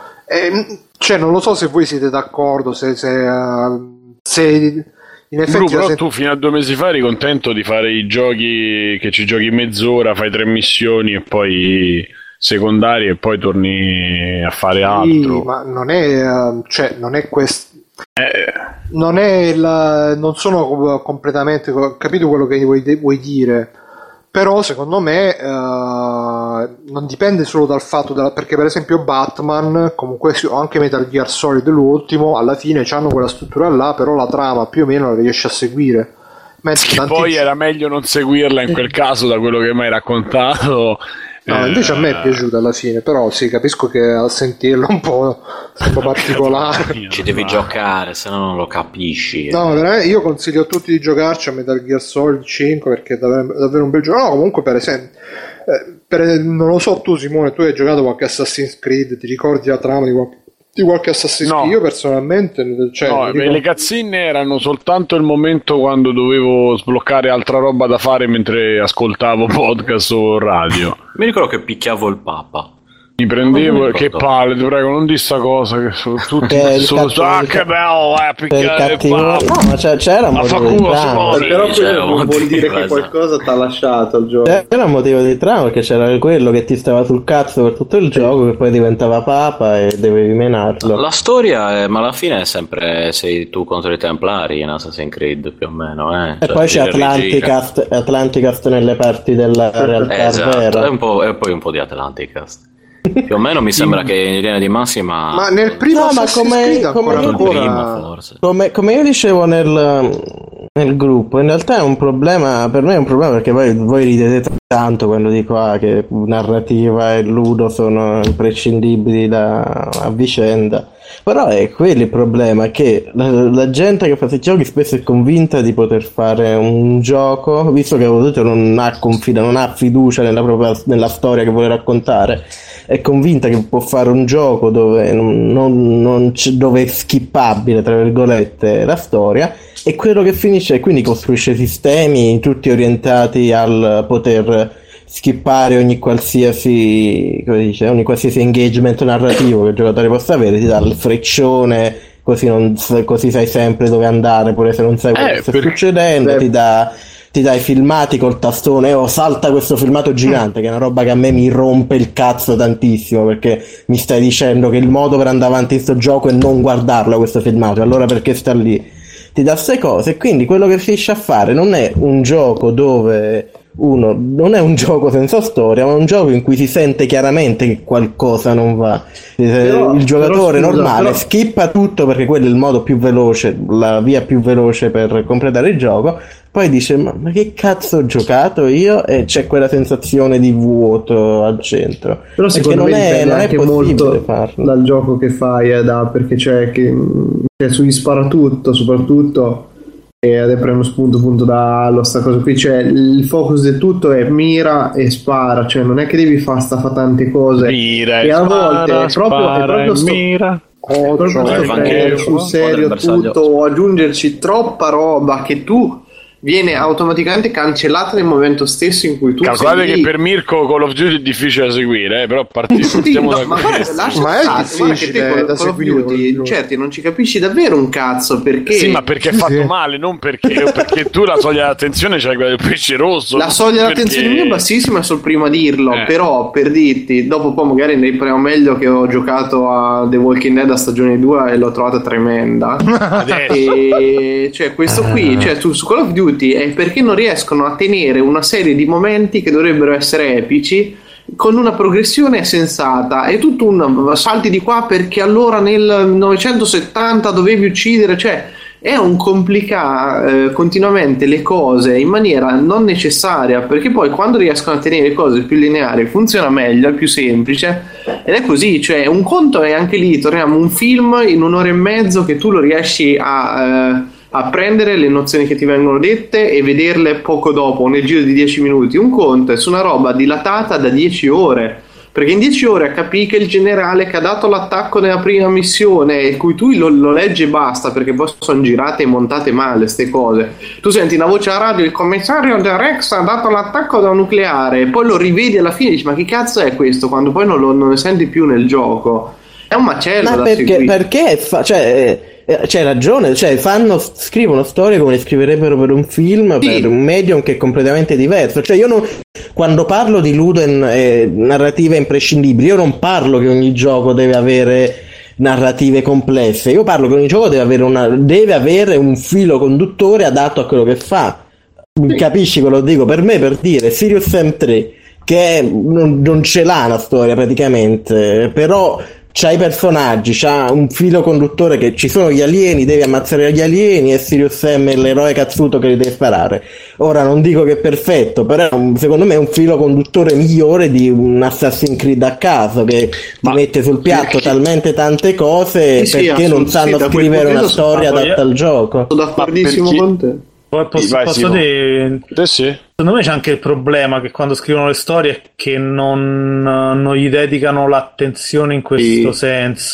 e, cioè non lo so se voi siete d'accordo, se, se, uh, se in effetti Bru, però sent- tu fino a due mesi fa eri contento di fare i giochi che ci giochi mezz'ora, fai tre missioni e poi secondarie e poi torni a fare sì, altro. ma non è uh, cioè non è questo Eh, non è la, non sono completamente capito quello che vuoi, vuoi dire, però secondo me uh, non dipende solo dal fatto della, perché per esempio Batman comunque o anche Metal Gear Solid l'ultimo alla fine hanno quella struttura là, però la trama più o meno la riesci a seguire. Mentre tanti... poi era meglio non seguirla in quel caso da quello che mi hai raccontato. No, invece a me è piaciuta alla fine, però sì, capisco che a sentirlo un po', un po' particolare. Ci devi giocare, se no non lo capisci. No, veramente io consiglio a tutti di giocarci a Metal Gear Solid cinque perché è davvero, davvero un bel gioco. No, comunque per esempio, eh, per, non lo so tu Simone, tu hai giocato qualche Assassin's Creed, ti ricordi la trama di qualche, di qualche Assassin's Creed. No. Io personalmente, cioè, No, dico... le cutscene erano soltanto il momento quando dovevo sbloccare altra roba da fare mentre ascoltavo podcast o radio. Mi ricordo che picchiavo il Papa. Mi prendevo, che palle, ti prego, non di sta cosa che sono tutti Eh, il su, cattivo- su- ah, che bello, eh, Per picchiare il cattivo... Papa. No, ma c'era, c'era un Ma fa motivo di culo, trama. Simone. Però Sì, quello c'è non un vuol dire motivo, che qualcosa ti ha lasciato il gioco. C'era un motivo di trama perché c'era quello che ti stava sul cazzo per tutto il gioco che poi diventava papa e dovevi menarlo. La storia è, ma alla fine è sempre sei tu contro i Templari in Assassin's Creed più o meno, eh. E Cioè, poi c'è gira e rigira. Atlanticast, Atlanticast nelle parti della realtà Esatto, vera. è un po', e poi un po' di Atlanticast. Più o meno mi sembra che in linea di massima. Ma nel primo No, ma Assassin's come- Creed come ancora, io- il primo, ancora... forse. Come, come io dicevo nel, nel gruppo, in realtà è un problema, per me è un problema perché poi voi ridete tanto quando dico ah, che narrativa e ludo sono imprescindibili da, a vicenda. Però è quello il problema, che la, la gente che fa questi giochi spesso è convinta di poter fare un gioco, visto che detto, non ha confida, non ha fiducia nella propria nella storia che vuole raccontare, è convinta che può fare un gioco dove, non, non, non c'è- dove è skippabile, tra virgolette, la storia, e quello che finisce, quindi costruisce sistemi tutti orientati al poter skippare ogni qualsiasi, come dice, ogni qualsiasi engagement narrativo che il giocatore possa avere, ti dà il freccione, così, non, così sai sempre dove andare, pure se non sai quello Eh, che sta per- succedendo, Beh. ti dà ti dai filmati col tastone o salta questo filmato gigante, che è una roba che a me mi rompe il cazzo tantissimo, perché mi stai dicendo che il modo per andare avanti in sto gioco è non guardarlo questo filmato, allora perché sta lì? Ti dà queste cose, e quindi quello che riesce a fare non è un gioco dove uno non è un gioco senza storia, ma un gioco in cui si sente chiaramente che qualcosa non va. Però- il giocatore però scusa, normale però- skippa tutto perché quello è il modo più veloce, la via più veloce per completare il gioco. Poi dice ma, ma che cazzo ho giocato io, e c'è quella sensazione di vuoto al centro, Però perché secondo non me è, dipende non è anche possibile molto farlo. dal gioco che fai, eh, da, perché c'è che cioè, sugli sparatutto soprattutto, e ad esempio uno spunto appunto da Halo, sta cosa qui, cioè il focus del tutto è mira e spara, cioè non è che devi fare sta fa tante cose, Mira e e a spara, volte è proprio, è spara proprio e sto, mira. proprio Cioè, sto il prendere Vangelo, sul un po' serio del bersaglio. tutto o aggiungerci troppa roba che tu viene automaticamente cancellata nel momento stesso in cui tu Calcolate sei che lì. per Mirko Call of Duty è difficile da seguire, eh, però partiamo, Sì, partiamo no, da ma guarda, questo. lascia Ma è stare, guarda che difficile te con da Call of seguire, Duty, Call of Duty. certi non ci capisci davvero un cazzo, perché Sì, ma perché è Sì, fatto sì. male, non perché, perché tu la soglia d'attenzione c'hai quella del pesce rosso. la soglia perché- d'attenzione mia è bassissima, sul primo a dirlo, Eh. però per dirti, dopo poi magari ne riparliamo meglio, che ho giocato a The Walking Dead a stagione due e l'ho trovata tremenda. Adesso. E cioè questo qui, cioè su, su Call of Duty è perché non riescono a tenere una serie di momenti che dovrebbero essere epici con una progressione sensata, e tutto un salti di qua perché allora nel novecentosettanta dovevi uccidere, cioè è un complicare eh, continuamente le cose in maniera non necessaria, perché poi quando riescono a tenere cose più lineari funziona meglio, è più semplice, ed è così, cioè un conto è anche lì, torniamo, un film in un'ora e mezzo che tu lo riesci a, eh, a prendere le nozioni che ti vengono dette e vederle poco dopo, nel giro di dieci minuti. Un conto è su una roba dilatata da dieci ore, perché in dieci ore capì che il generale che ha dato l'attacco nella prima missione, e cui tu lo, lo leggi e basta, perché poi sono girate e montate male ste cose, tu senti una voce a radio, il commissario del Rex ha dato l'attacco da un nucleare, e poi lo rivedi alla fine e dici ma che cazzo è questo, quando poi non lo non ne senti più nel gioco. È un macello Ma da perché, seguire. perché fa, cioè, eh, c'hai ragione, cioè fanno, scrivono storie come le scriverebbero per un film, Sì. per un medium che è completamente diverso. Cioè io non, quando parlo di ludo e eh, narrative imprescindibili, io non parlo che ogni gioco deve avere narrative complesse, io parlo che ogni gioco deve avere, una, deve avere un filo conduttore adatto a quello che fa. Capisci quello che dico? Per me, per dire Serious Sam tre, che è- non, non ce l'ha una storia praticamente, però c'ha i personaggi, c'ha un filo conduttore, che ci sono gli alieni, devi ammazzare gli alieni, e Serious Sam è l'eroe cazzuto che li deve sparare. Ora non dico che è perfetto, però è un- secondo me è un filo conduttore migliore di un Assassin's Creed a caso, che ti Ma- mette sul piatto sì. talmente tante cose Sì, sì, perché non assolut- sanno sì, da quel scrivere punto una di vista storia sono- adatta al gioco. Sono d'accordissimo Ma per chi- con te. Poi posso, Vai, posso Simo. dire, Eh sì. secondo me c'è anche il problema che quando scrivono le storie che non, non gli dedicano l'attenzione in questo Sì. senso.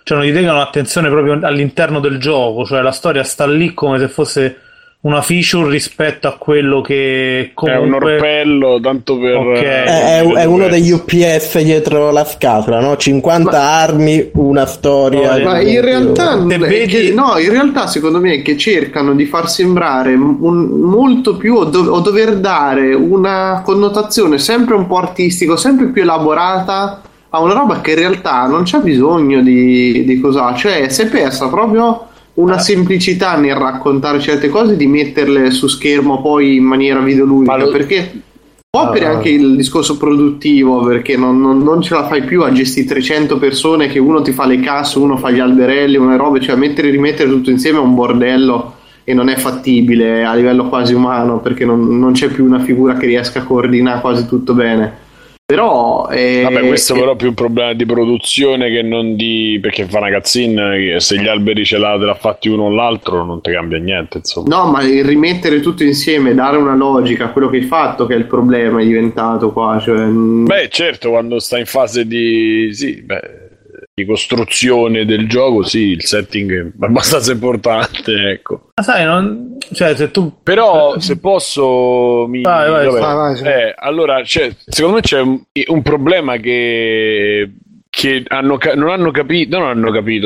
cioè non gli dedicano attenzione proprio all'interno del gioco, cioè la storia sta lì come se fosse una feature rispetto a quello che comunque... È un orpello, tanto per... Okay. È, è, è uno degli U P S dietro la scatola, no? cinquanta ma... armi, una storia... Ma in realtà, vedi... che, no, in realtà secondo me è che cercano di far sembrare un, molto più, o, do, o dover dare una connotazione sempre un po' artistico, sempre più elaborata a una roba che in realtà non c'è bisogno di, di cos'ha, cioè si è persa proprio... una semplicità nel raccontare certe cose, di metterle su schermo poi in maniera videoludica, lo... perché può per anche il discorso produttivo, perché non, non, non ce la fai più a gestire trecento persone, che uno ti fa le casse, uno fa gli alberelli, una roba, cioè mettere e rimettere tutto insieme è un bordello e non è fattibile a livello quasi umano, perché non, non c'è più una figura che riesca a coordinare quasi tutto bene. Però eh, vabbè, questo è però più un problema di produzione che non di, perché fa una cutscene, se gli alberi ce l'ha, te l'ha fatti uno o l'altro, non ti cambia niente, insomma. No, ma il rimettere tutto insieme, dare una logica a quello che hai fatto, che è il problema, è diventato qua, cioè... Beh, certo, quando sta in fase di sì, beh, di costruzione del gioco, sì, il setting è abbastanza importante, ecco. Ma sai, non... cioè, se tu... Però, se posso... Mi... Vai, vai, Vabbè, vai, vai, sì. eh, allora, cioè, secondo me c'è un, un problema che, che hanno, non hanno capito, non hanno capito,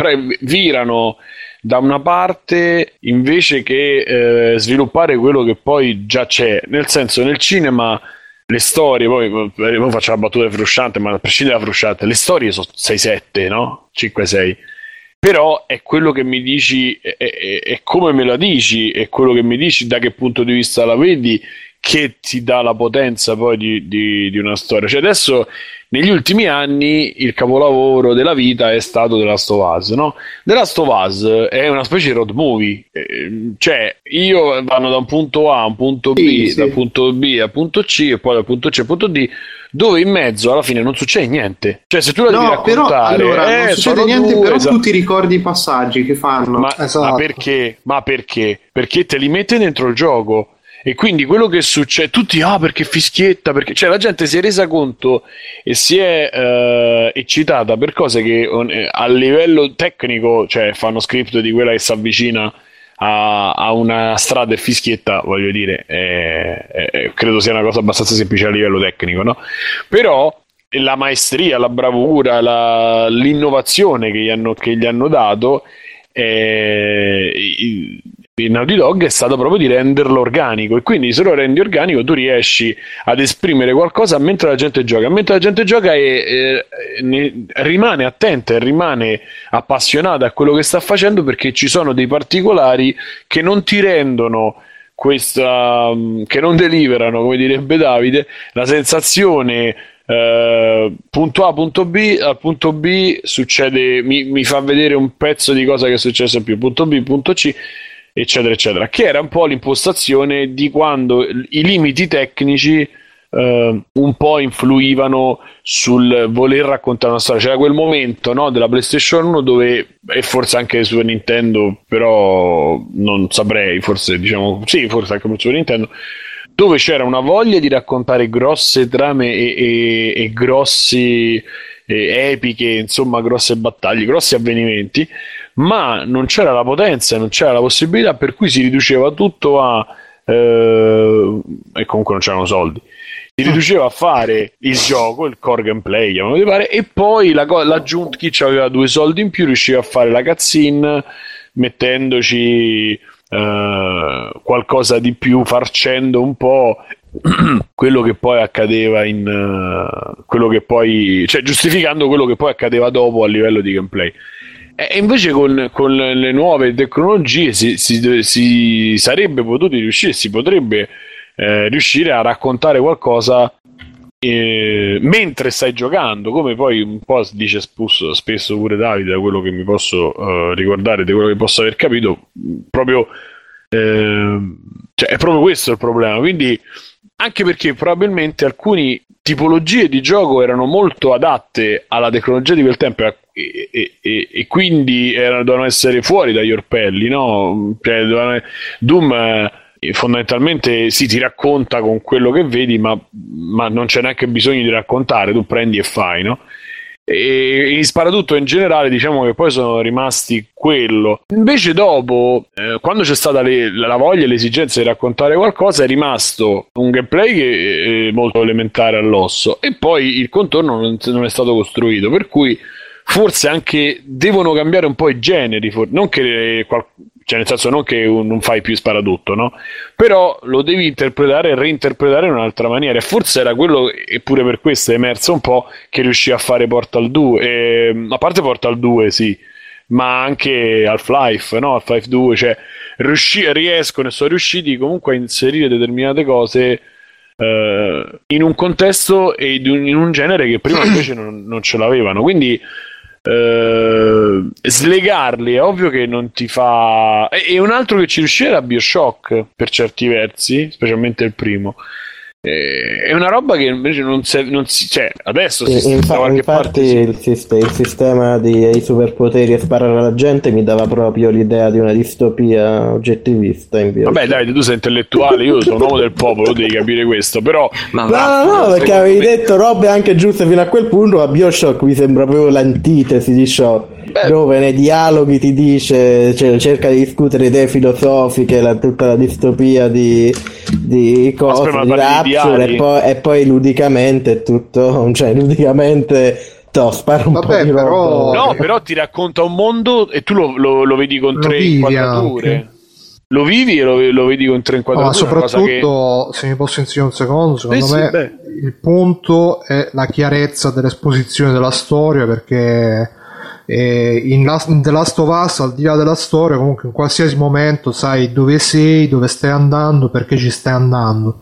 virano da una parte invece che eh, sviluppare quello che poi già c'è, nel senso, nel cinema... Le storie, poi, poi faccio la battuta frusciante, ma a prescindere da frusciante, le storie sono sei sette, no? cinque sei. Però è quello che mi dici, è, è, è come me la dici, è quello che mi dici, da che punto di vista la vedi, che ti dà la potenza poi di, di, di una storia. Cioè adesso, negli ultimi anni, il capolavoro della vita è stato The Last of Us, no? The Last of Us è una specie di road movie, eh, cioè io vanno da un punto A a un punto B, sì, sì. da punto B a punto C e poi dal punto C a punto D, dove in mezzo alla fine non succede niente. Cioè se tu la no, devi raccontare, però, allora, eh, non succede niente, due, però esatto. tu ti ricordi i passaggi che fanno. Ma, esatto. ma perché? Ma perché? Perché te li mette dentro il gioco. E quindi quello che succede, tutti, ah, perché fischietta, perché, cioè la gente si è resa conto e si è eh, eccitata per cose che eh, a livello tecnico, cioè fanno script di quella che si avvicina a, a una strada e fischietta, voglio dire, eh, eh, credo sia una cosa abbastanza semplice a livello tecnico, no? Però la maestria, la bravura, la, l'innovazione che gli hanno, che gli hanno dato, eh, il, il Naughty Dog è stato proprio di renderlo organico, e quindi se lo rendi organico tu riesci ad esprimere qualcosa mentre la gente gioca, mentre la gente gioca e eh, ne, rimane attenta e rimane appassionata a quello che sta facendo, perché ci sono dei particolari che non ti rendono questa, che non deliverano, come direbbe Davide, la sensazione Uh, punto A, punto B, al punto B succede, mi, mi fa vedere un pezzo di cosa che è successo in più, punto B, punto C, eccetera eccetera, che era un po' l'impostazione di quando i limiti tecnici uh, un po' influivano sul voler raccontare una storia. C'era quel momento, no, della PlayStation uno dove, e forse anche su Nintendo, però non saprei, forse diciamo sì, forse anche su Nintendo, dove c'era una voglia di raccontare grosse trame e, e, e grossi e epiche, insomma grosse battaglie, grossi avvenimenti, ma non c'era la potenza, non c'era la possibilità, per cui si riduceva tutto a eh, e comunque non c'erano soldi, si riduceva a fare il gioco, il core gameplay, chiamalo di pare, e poi la, l'aggiunta, chi aveva due soldi in più riusciva a fare la cutscene mettendoci Uh, qualcosa di più, farcendo un po' quello che poi accadeva in uh, quello che poi, cioè giustificando quello che poi accadeva dopo a livello di gameplay. E invece con, con le nuove tecnologie si, si, si sarebbe potuti riuscire, si potrebbe eh, riuscire a raccontare qualcosa eh, mentre stai giocando, come poi un po' dice spesso, spesso pure Davide, da quello che mi posso uh, ricordare, di quello che posso aver capito, proprio eh, cioè è proprio questo il problema. Quindi, anche perché probabilmente alcune tipologie di gioco erano molto adatte alla tecnologia di quel tempo e, e, e, e quindi erano, dovevano essere fuori dagli orpelli, no? Cioè, dovevano, Doom eh, fondamentalmente sì, ti racconta con quello che vedi, ma, ma non c'è neanche bisogno di raccontare, tu prendi e fai, no? e in Sparatutto in generale diciamo che poi sono rimasti quello. Invece dopo eh, quando c'è stata le, la voglia e l'esigenza di raccontare qualcosa è rimasto un gameplay che è molto elementare all'osso e poi il contorno non, non è stato costruito, per cui forse anche devono cambiare un po' i generi, non che qual- cioè nel senso non che un, non fai più Sparatutto, no? Però lo devi interpretare e reinterpretare in un'altra maniera e forse era quello, e pure per questo è emerso un po' che riuscì a fare Portal due, e, a parte Portal due sì, ma anche Half-Life, no? Half-Life due, cioè riusci- riescono e sono riusciti comunque a inserire determinate cose eh, in un contesto e in un genere che prima invece non, non ce l'avevano, quindi Uh, slegarli è ovvio che non ti fa. E, e un altro che ci riuscì era BioShock per certi versi, specialmente il primo. E, è una roba che invece non si, non si cioè adesso si Infa- da qualche infatti parte si... il, sist- il sistema di i superpoteri e sparare alla gente mi dava proprio l'idea di una distopia oggettivista in BioShock. Vabbè dai, tu sei intellettuale, io sono un uomo del popolo, devi capire questo, però Ma no no, no perché avevi me... detto robe anche giuste fino a quel punto, ma BioShock mi sembra proprio l'antitesi di ciò. Beh, dove nei dialoghi ti dice, cioè, cerca di discutere idee filosofiche, la, tutta la distopia di, di cose, Aspetta, di Rapture, e poi, e poi ludicamente è tutto, cioè ludicamente to, spara un Vabbè, po' di però... roba. No, però ti racconta un mondo e tu lo, lo, lo vedi con lo tre inquadrature. Anche. Lo vivi e lo, lo vedi con tre inquadrature. No, ma soprattutto, che... se mi posso inserire un secondo, secondo sì, me sì, il punto è la chiarezza dell'esposizione della storia, perché... E in, Last, in The Last of Us, al di là della storia, comunque in qualsiasi momento sai dove sei, dove stai andando, perché ci stai andando.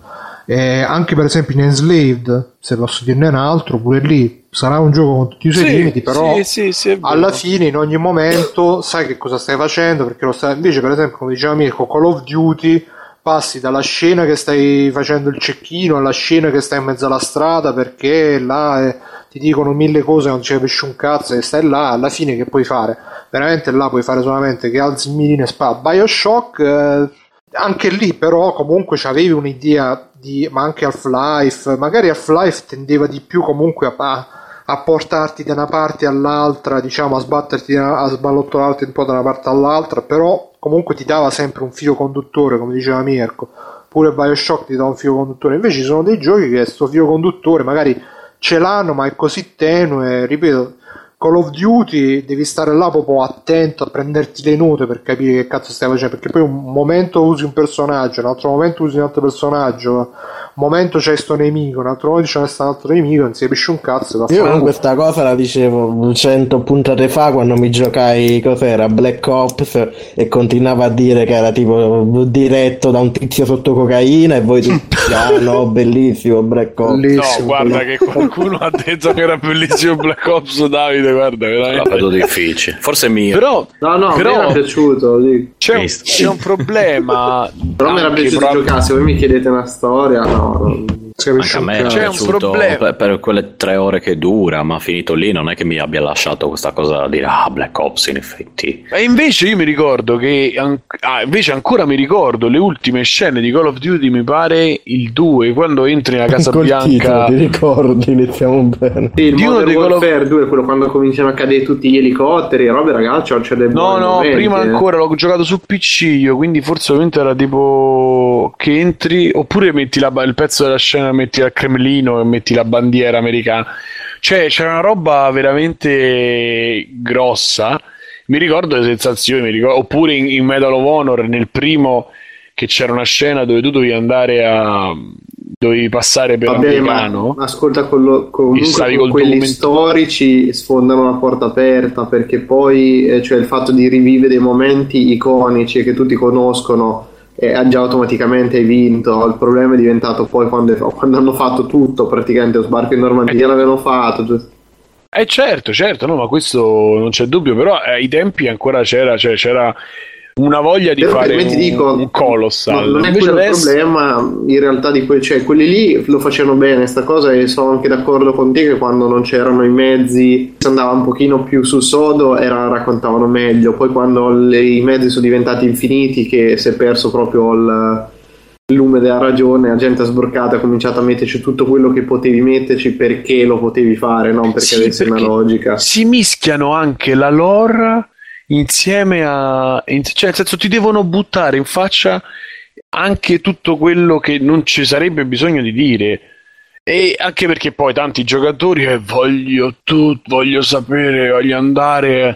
E anche per esempio in Enslaved, se posso dirne un altro, pure lì sarà un gioco con tutti i suoi sì, limiti, però sì, sì, sì, alla fine in ogni momento sai che cosa stai facendo, perché lo stai... invece per esempio come diceva Mirko, Call of Duty passi dalla scena che stai facendo il cecchino alla scena che stai in mezzo alla strada, perché là è... ti dicono mille cose, non ci capisci un cazzo e stai là, alla fine che puoi fare? Veramente là puoi fare solamente che alzi il mirino e spara. BioShock eh, anche lì però comunque c'avevi un'idea di, ma anche Half-Life, magari Half-Life tendeva di più comunque a, a portarti da una parte all'altra, diciamo a sbatterti, a sballottolarti un po' da una parte all'altra, però comunque ti dava sempre un filo conduttore, come diceva Mirko. Pure BioShock ti dà un filo conduttore, invece ci sono dei giochi che sto filo conduttore magari ce l'hanno, ma è così tenue. Ripeto, Call of Duty devi stare là proprio attento a prenderti le note per capire che cazzo stai facendo, perché poi un momento usi un personaggio, un altro momento usi un altro personaggio, un momento c'è sto nemico, un altro momento c'è sto altro nemico, non si capisce un cazzo. Io con questa cosa la dicevo cento puntate fa quando mi giocai, cos'era, Black Ops, e continuava a dire che era tipo diretto da un tizio sotto cocaina, e voi tutti ah no, bellissimo Black Ops. Bellissimo, no, guarda che qualcuno ha detto che era bellissimo Black Ops, Davide, guarda, veramente. La vedo difficile, forse è mio. Però, no, no, però mi era piaciuto. C'è un, c'è un problema. Però mi era piaciuto prob- giocare. Se voi mi chiedete una storia, no, non... Anche a me c'è un problema per, per quelle tre ore che dura, ma finito lì non è che mi abbia lasciato questa cosa di dire ah Black Ops in effetti. E invece io mi ricordo che ah, invece ancora mi ricordo le ultime scene di Call of Duty, mi pare il due, quando entri nella Casa Col Bianca titolo, ti ricordi, iniziamo bene. Sì, il di Modern uno Warfare due, quello quando cominciano a cadere tutti gli elicotteri, robe ragazzi, c'è dei no no momenti, prima eh. ancora l'ho giocato su P C io, quindi forse ovviamente era tipo che entri, oppure metti la, il pezzo della scena, metti al Cremlino e metti la bandiera americana, cioè c'era una roba veramente grossa. Mi ricordo le sensazioni, mi ricordo, oppure in, in Medal of Honor nel primo, che c'era una scena dove tu dovevi andare a dovevi passare per Vabbè, americano, ma ascolta, quello, comunque con quelli documento... storici sfondano una porta aperta, perché poi eh, cioè il fatto di rivivere dei momenti iconici che tutti conoscono, e già automaticamente hai vinto. Il problema è diventato poi quando, quando hanno fatto tutto praticamente, lo sbarco in Normandia eh. l'avevano fatto giusto? Eh certo, certo, no, ma questo non c'è dubbio, però ai tempi ancora c'era, cioè c'era una voglia di però fare un, dico, un colossal. Non è invece quello adesso... il problema in realtà di que- cioè quelli lì lo facevano bene sta cosa, e sono anche d'accordo con te che quando non c'erano i mezzi, si andava un pochino più sul sodo, era, raccontavano meglio. Poi quando le, i mezzi sono diventati infiniti, che si è perso proprio il, il lume della ragione, la gente ha sbroccato, ha cominciato a metterci tutto quello che potevi metterci perché lo potevi fare, non perché Sì, avesse una perché logica. si mischiano anche la lore insieme a... in- cioè nel senso ti devono buttare in faccia anche tutto quello che non ci sarebbe bisogno di dire. E anche perché poi tanti giocatori eh, voglio tutto, voglio sapere, voglio andare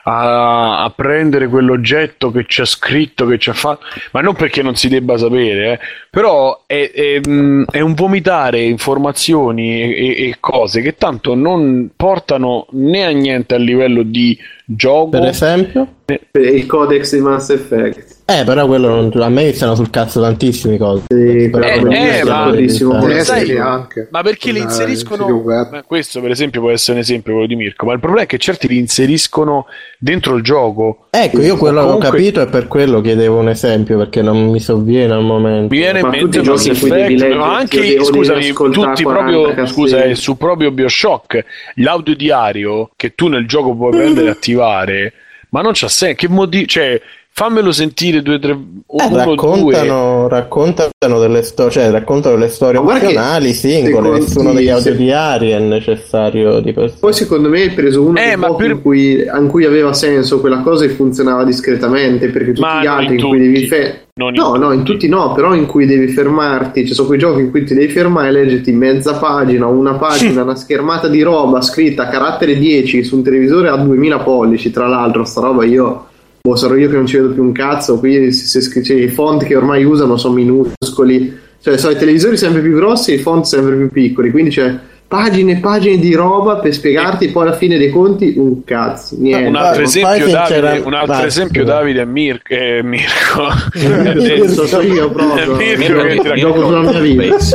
a, a prendere quell'oggetto che c'è scritto, che c'è fatto, ma non perché non si debba sapere, eh, però è, è, mh, è un vomitare informazioni e, e- e cose che tanto non portano né a niente a livello di gioco. Per esempio? Il codex di Mass Effect. Eh, però quello non, a me iniziano sul cazzo tantissime cose. Sì, Però Eh, quello eh, lì ma- è bellissimo. bellissimo. Eh, sai- sì, anche. Ma perché li Eh, inseriscono? sito web. Ma questo, per esempio, può essere un esempio quello di Mirko. Ma il problema è che certi li inseriscono dentro il gioco. Ecco, io quello Comunque- l'ho capito e per quello chiedevo un esempio, perché non mi sovviene al momento. Mi viene in Ma mente tutti i Mass giochi in cui devi Effect, leggerti ma o anche, devi scusami, ascoltare tutti quaranta proprio, cassette. scusa, eh, su proprio BioShock, l'audiodiario che tu nel gioco puoi prendere e attivare, ma non c'ha senso, che motivo, cioè, fammelo sentire due, tre, Eh, uno, due. raccontano, raccontano delle storie, cioè raccontano le storie Ma guarda che opzionali, singole, secondo- nessuno degli sì, audiodiari è necessario di questo. Poi secondo me hai preso uno Eh, dei ma pochi per- in, cui, in cui aveva senso quella cosa e funzionava discretamente, perché tutti Ma gli non altri in in cui devi tutti. fe- Non in no, no, in tutti. tutti no, però in cui devi fermarti, ci sono quei giochi in cui ti devi fermare e leggerti mezza pagina, una pagina, una schermata di roba scritta a carattere dieci su un televisore a duemila pollici, tra l'altro sta roba io boh, sarò io che non ci vedo più un cazzo, qui se, se, se, cioè, i font che ormai usano sono minuscoli, cioè sono i televisori sempre più grossi e i font sempre più piccoli, quindi c'è pagine e pagine di roba per spiegarti poi alla fine dei conti un cazzo, niente. Un altro Fai esempio, sincera- Davide, un altro Vai, esempio scusa. Davide è Mirko, eh, Mirko. Questo so io proprio, Mirko che ti racconta- gioco sulla mia vita.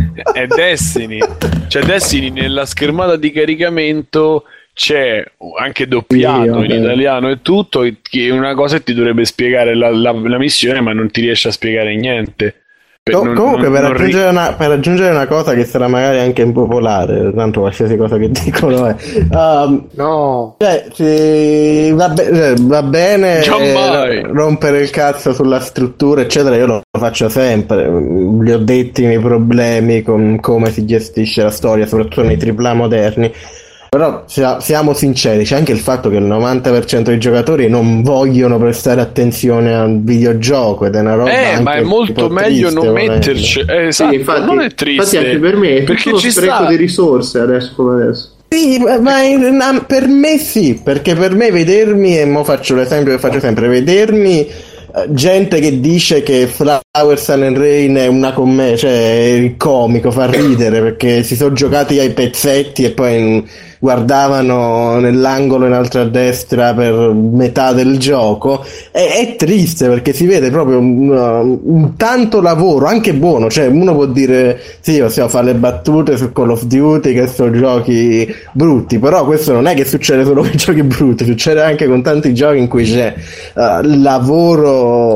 è Destiny. C'è Destiny nella schermata di caricamento, c'è anche doppiato Sì, in vabbè. italiano e tutto, che è una cosa che ti dovrebbe spiegare la, la- la missione, ma non ti riesce a spiegare niente. Per- Com- non- comunque non- per, non ri- aggiungere una, per aggiungere una cosa che sarà magari anche impopolare, tanto qualsiasi cosa che dicono è um, No, cioè, sì, va, be- eh, va bene Giammai. eh, rompere il cazzo sulla struttura eccetera, io lo faccio sempre, li ho detti i miei problemi con come si gestisce la storia soprattutto nei tripla moderni. Però sia- siamo sinceri, c'è anche il fatto che il novanta per cento dei giocatori non vogliono prestare attenzione al videogioco ed è una roba Eh, anche ma è un molto po' meglio triste, non volendo. metterci. eh, esatto, Sì, infatti, non è triste. infatti anche per me è perché tutto ci spreco sta. di risorse adesso come adesso. Sì, ma- ma in- na- per me sì, perché per me vedermi, e mo faccio l'esempio che faccio sempre, vedermi eh, gente che dice che Flower Sun and Rain è una commedia, cioè è il comico, fa ridere perché si sono giocati ai pezzetti e poi mm, guardavano nell'angolo in alto a destra per metà del gioco, è, è triste perché si vede proprio un, un tanto lavoro, anche buono, cioè uno può dire sì, possiamo fare le battute su Call of Duty che sono giochi brutti, però questo non è che succede solo con i giochi brutti, succede anche con tanti giochi in cui c'è uh, lavoro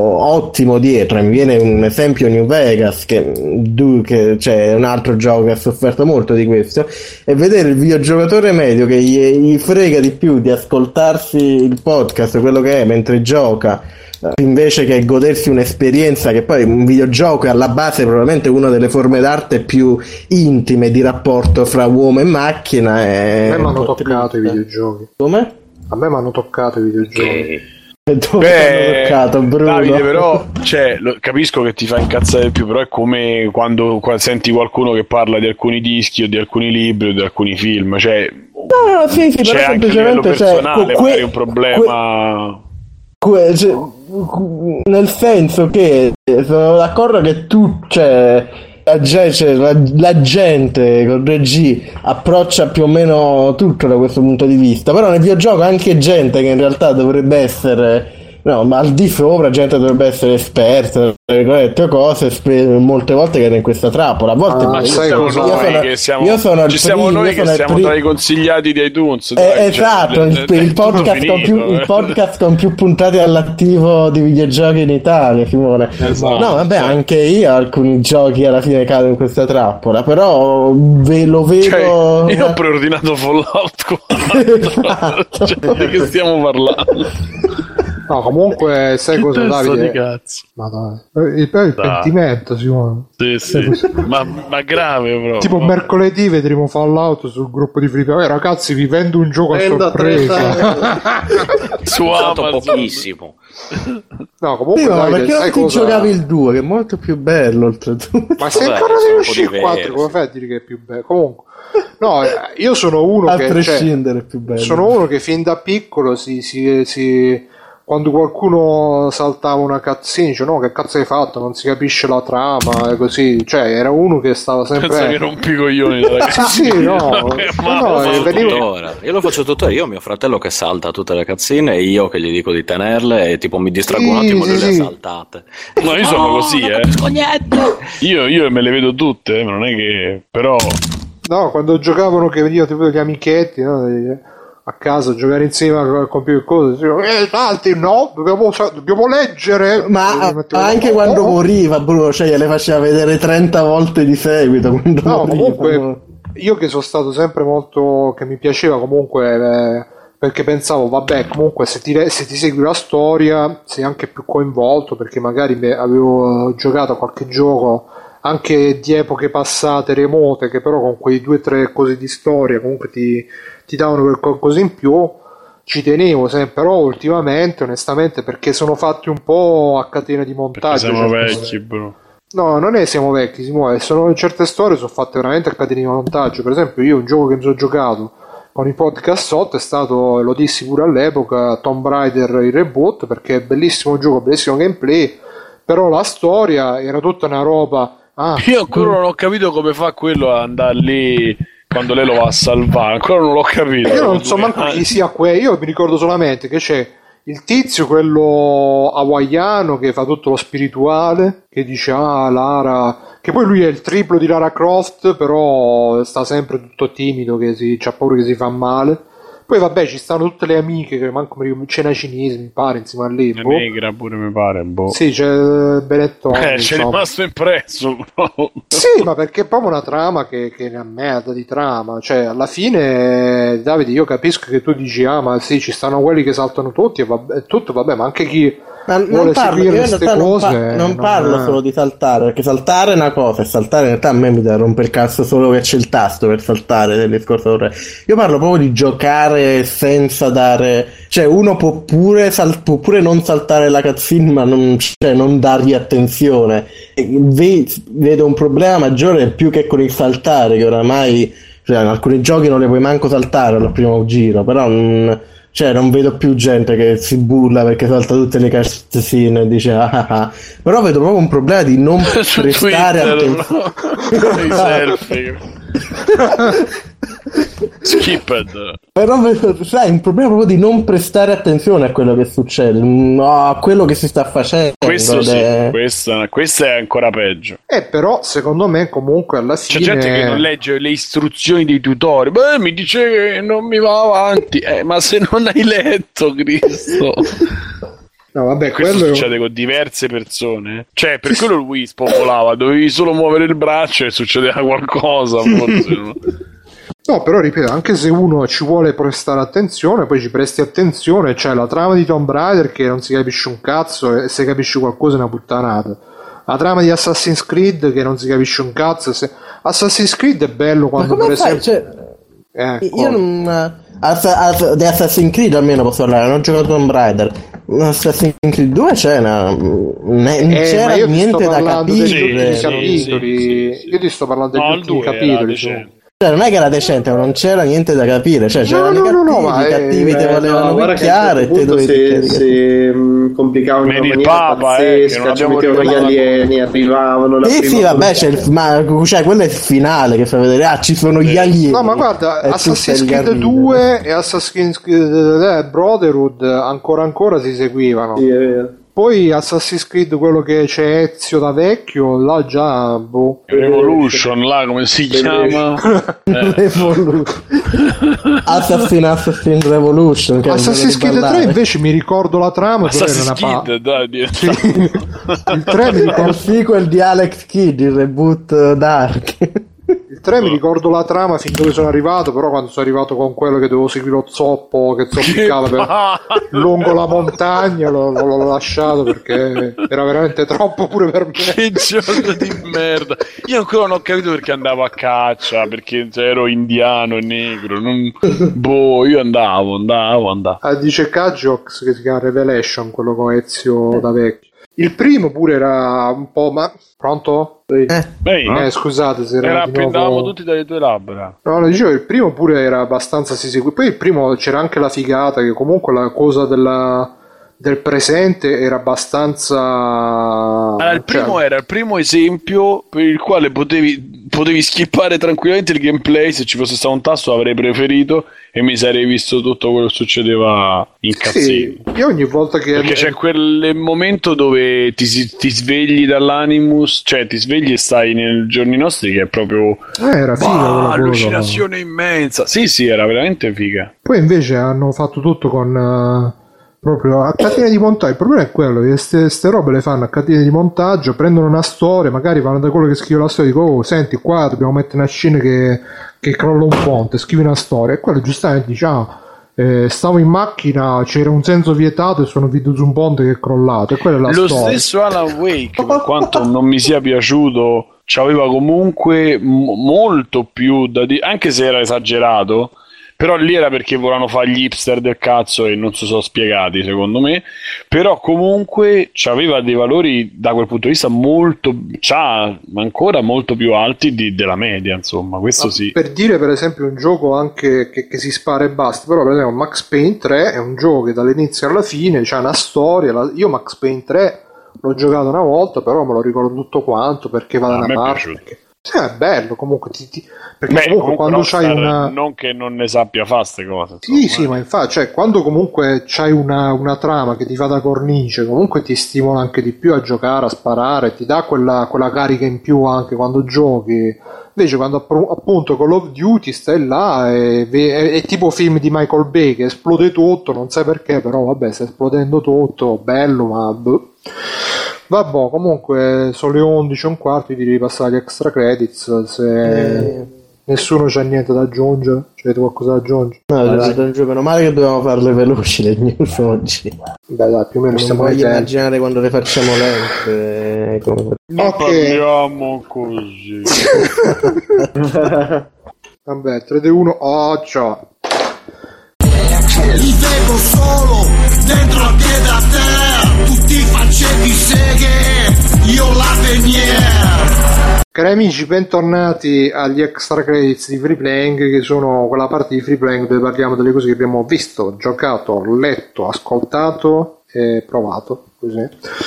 ottimo dietro. Mi viene un esempio New Vegas che, che c'è un altro gioco che ha sofferto molto di questo, e vedere il videogiocatore medio che gli, gli frega di più di ascoltarsi il podcast, quello che è, mentre gioca, invece che godersi un'esperienza che poi un videogioco è alla base probabilmente una delle forme d'arte più intime di rapporto fra uomo e macchina. E a me mi hanno toccato i videogiochi. Come? A me mi hanno toccato i videogiochi. Dove Beh, hanno toccato, Bruno? Davide, però, cioè, lo- capisco che ti fa incazzare di più, però è come quando, qua- senti qualcuno che parla di alcuni dischi o di alcuni libri o di alcuni film, cioè No, no, sì, sì, c'è però anche a livello semplicemente cioè, personale que- magari un problema. Que- cioè, nel senso che sono d'accordo che tu, cioè, la, ge- cioè, la, la gente con G approccia più o meno tutto da questo punto di vista, però nel videogioco anche gente che in realtà dovrebbe essere, no, ma al di sopra gente dovrebbe essere esperta o cose, spe- molte volte cade in questa trappola, a volte Ah, Ma io ci sai siamo cosa- noi sono- che siamo, io sono il ci siamo primo, noi io che sono il siamo primo- tra i consigliati di iTunes. Eh, dai, cioè, esatto, il, è- il è podcast con più, finito, il eh. podcast con più puntate all'attivo di videogiochi in Italia, Simone. Esatto. No, vabbè, anche io alcuni giochi alla fine cado in questa trappola, però ve lo vedo. Cioè, io ho preordinato Fallout quattro. Esatto. Cioè, di che stiamo parlando? No, comunque sai cosa, Davide? Di cazzo. Madonna. Il, il pentimento, Simone. Sì, sì. ma, ma grave proprio. Tipo mercoledì vedremo Fallout sul gruppo di Free Play. Eh, ragazzi, vi vendo un gioco a sorpresa. Su Amazon. Pochissimo. No, comunque sì, Davide, perché non ti cosa... giocavi il due, che è molto più bello oltretutto. Ma se Vabbè, ancora devi sono uscire il quattro, come fai a dire che è più bello? Comunque, no, io sono uno a che prescindere cioè, è più bello. sono uno che fin da piccolo si, si, si quando qualcuno saltava una cutscene dice no, che cazzo hai fatto, non si capisce la trama e così, cioè era uno che stava sempre pensa che rompi i coglioni ragazzi. sì, sì, no, no, no io, venivo... tuttora. Io lo faccio tuttora, io ho mio fratello che salta tutte le cazzine e io che gli dico di tenerle e tipo mi distraggo sì, un attimo e sì, lui le sì. ha saltate. No, io sono no, così, non eh. capisco niente. Io, io me le vedo tutte, ma non è che però no, quando giocavano che venivano tipo gli amichetti, no? A casa giocare insieme al computer cose, dicevo, eh, salti, no, dobbiamo, dobbiamo leggere. Ma mettevo, anche oh, quando oh. moriva, Bruno, cioè gliele faceva vedere trenta volte di seguito. Quando No, moriva, comunque no. io che sono stato sempre molto, che mi piaceva comunque, eh, perché pensavo, vabbè, comunque se ti, se ti segui la storia sei anche più coinvolto, perché magari me, avevo giocato a qualche gioco anche di epoche passate remote, che però con quei due o tre cose di storia comunque ti, ti davano quel qualcosa in più, ci tenevo sempre, però ultimamente onestamente perché sono fatti un po' a catena di montaggio. perché siamo certe vecchi, storie. bro. No, non è siamo vecchi, si muove, sono, certe storie sono fatte veramente a catena di montaggio. Per esempio io un gioco che mi sono giocato con i podcast sotto è stato, lo dissi pure all'epoca, Tomb Raider il reboot, perché è bellissimo gioco, bellissimo gameplay, però la storia era tutta una roba. Ah, Io ancora non ho capito come fa quello a andare lì quando lei lo va a salvare, ancora non l'ho capito. io non so manco chi sia quello, io mi ricordo solamente che c'è il tizio, quello hawaiano che fa tutto lo spirituale, che dice ah Lara, che poi lui è il triplo di Lara Croft, però sta sempre tutto timido, che si, c'ha paura che si fa male. Poi vabbè ci stanno tutte le amiche che manco mi ricordo, c'è una cinese mi pare insieme a lì, È boh. negra pure mi pare, boh. Sì, c'è Benetton, Eh, c'è insomma. rimasto impresso. Bro. Sì, ma perché è proprio una trama che, che è una merda di trama. Cioè, alla fine, Davide, io capisco che tu dici, ah, ma sì, ci stanno quelli che saltano tutti e vabbè, tutto, vabbè, ma anche chi Ma non vuole parlo, io seguire in queste realtà non, cose. pa- non non- parlo solo di saltare, perché saltare è una cosa, e saltare in realtà a me mi dà romper il cazzo solo che c'è il tasto per saltare del discorso vorrei. Io parlo proprio di giocare senza dare, cioè uno può pure, sal- può pure non saltare la cutscene ma non, cioè, non dargli attenzione. E ve- vedo un problema maggiore più che con il saltare, che oramai, cioè, in alcuni giochi non le puoi manco saltare al primo giro, però non, cioè non vedo più gente che si burla perché salta tutte le cutscene e dice ah ah ah, però vedo proprio un problema di non Su prestare Twitter, attenzione. I selfie. Skipped. Però vedo, sai, un problema proprio di non prestare attenzione a quello che succede, no, a quello che si sta facendo. Questo ed sì, è- questa, questa è ancora peggio. Eh, però, secondo me, comunque, alla C'è fine... gente che non legge le istruzioni dei tutori. Beh, mi dice che non mi va avanti. Eh, ma se non hai letto, Cristo. No, vabbè, Questo quello... succede con diverse persone. Cioè, per quello il Wii spopolava. Dovevi solo muovere il braccio e succedeva qualcosa, forse. No? No, però ripeto, anche se uno ci vuole prestare attenzione, poi ci presti attenzione, c'è la trama di Tomb Raider che non si capisce un cazzo e se capisci qualcosa è una puttanata. La trama di Assassin's Creed che non si capisce un cazzo. Se... Assassin's Creed è bello Ma quando come per fai? esempio... Cioè, Eh, io cosa? non... Assa- Ass- di Assassin's Creed almeno posso parlare, non ho giocato Tomb Raider. Assassin's Creed due c'era, ne- non Eh, ma c'era io ti niente sto da parlando degli capire. ultimi Sì, capitoli. sì, sì, sì. Io ti sto parlando degli No, il ultimi due era capitoli. su- decente. Cioè, non è che era decente, ma non c'era niente da capire. Cioè, c'erano no, i no, cattivi, no, ma i cattivi è- te Eh, volevano no, guarda che a un picchiare e certo te punto dovevi se, picchiare. se mh, complicavano in Vedi una il maniera Papa, eh, che pazzesca, non ci abbiamo mettevano gli ricordato. alieni, arrivavano la Sì, prima sì, vabbè, volta. c'è il, ma cioè, quello è il finale che fa vedere, ah, ci sono gli alieni. No, ma guarda, E tu Assassin's stai lì a Creed ridere. due e Assassin's Creed eh, Brotherhood ancora ancora si seguivano. Sì, è vero. Poi Assassin's Creed, quello che c'è Ezio da vecchio, là già, boh. Revolution, là come si chiama? Eh. Revolution. Assassin Assassin Revolution. Che Assassin's non Creed ne tre parlare. invece mi ricordo la trama, però era Assassin's una pa- Creed, dai, di- Sì. Il tre mi È il ricordo sequel di Alex Kidd, il reboot Dark. il il tre mi ricordo la trama fin dove sono arrivato, però quando sono arrivato con quello che dovevo seguire lo zoppo che zoppicava per... lungo la montagna l'ho, l'ho lasciato perché era veramente troppo pure per me. Che gioco di merda. Io ancora non ho capito perché andavo a caccia, perché ero indiano e negro, non... boh, io andavo, andavo, andavo. Ah, dice Kajox che si chiama Revelation, quello con Ezio da vecchio. Il primo pure era un po', ma pronto? Eh, eh scusate se era, era di nuovo... appendavamo tutti dalle tue labbra. No, no, dicevo, il primo pure era abbastanza si segui. Poi il primo c'era anche la figata che comunque la cosa della del presente era abbastanza. Allora, il primo cioè... era il primo esempio per il quale potevi potevi skippare tranquillamente il gameplay. Se ci fosse stato un tasto avrei preferito e mi sarei visto tutto quello che succedeva in cazzini. Sì, io ogni volta che perché c'è quel momento dove ti, ti svegli dall'animus, cioè ti svegli e stai nei giorni nostri, che è proprio eh, era figa bah, allucinazione immensa. Sì, sì, era veramente figa. Poi invece hanno fatto tutto con uh... proprio a catena di montaggio. Il problema è quello che queste robe le fanno a catena di montaggio, prendono una storia, magari vanno da quello che scrive la storia, dico oh senti qua dobbiamo mettere una scena che, che crolla un ponte, scrivi una storia e quello giustamente dice ah, eh, stavo in macchina, c'era un senso vietato e sono venuto su un ponte che è crollato e quella è la lo storia. Stesso Alan Wake, per quanto non mi sia piaciuto, c'aveva comunque m- molto più da dire, anche se era esagerato. Però lì era perché volevano fare gli hipster del cazzo e non si sono spiegati, secondo me. Però comunque c'aveva dei valori da quel punto di vista molto, c'ha ancora molto più alti di, della media, insomma, questo Ma sì. Per dire per esempio un gioco anche che, che si spara e basta, però per esempio Max Payne tre è un gioco che dall'inizio alla fine c'ha una storia. La, io Max Payne tre l'ho giocato una volta, però me lo ricordo tutto quanto perché va da una parte. Perché... Sì, è bello comunque, ti, ti... perché Beh, comunque, comunque quando c'hai una non che non ne sappia fare ste cose insomma, sì sì eh. Ma infatti cioè, quando comunque c'hai una, una trama che ti fa da cornice comunque ti stimola anche di più a giocare, a sparare, ti dà quella, quella carica in più anche quando giochi. Invece quando appunto Call of Duty stai là e, è, è tipo film di Michael Bay che esplode tutto, non sai perché, però vabbè sta esplodendo tutto, bello ma boh. Vabbè, comunque sono le undici e un quarto, io direi passare agli extra credits se eh. nessuno c'ha niente da aggiungere. C'è qualcosa da aggiungere? No, da aggiungere, meno male che dobbiamo farle veloci le news oggi. Beh dai, più o meno non stiamo voglio immaginare quando le facciamo lente come... non parliamo così. Vabbè, tre due uno, oh ciao. Li vedo solo dentro a piede a terra, tutti facetti seghe, io la venier. Cari amici, bentornati agli extra credits di Free Playing, che sono quella parte di Free Playing dove parliamo delle cose che abbiamo visto, giocato, letto, ascoltato e provato. Così.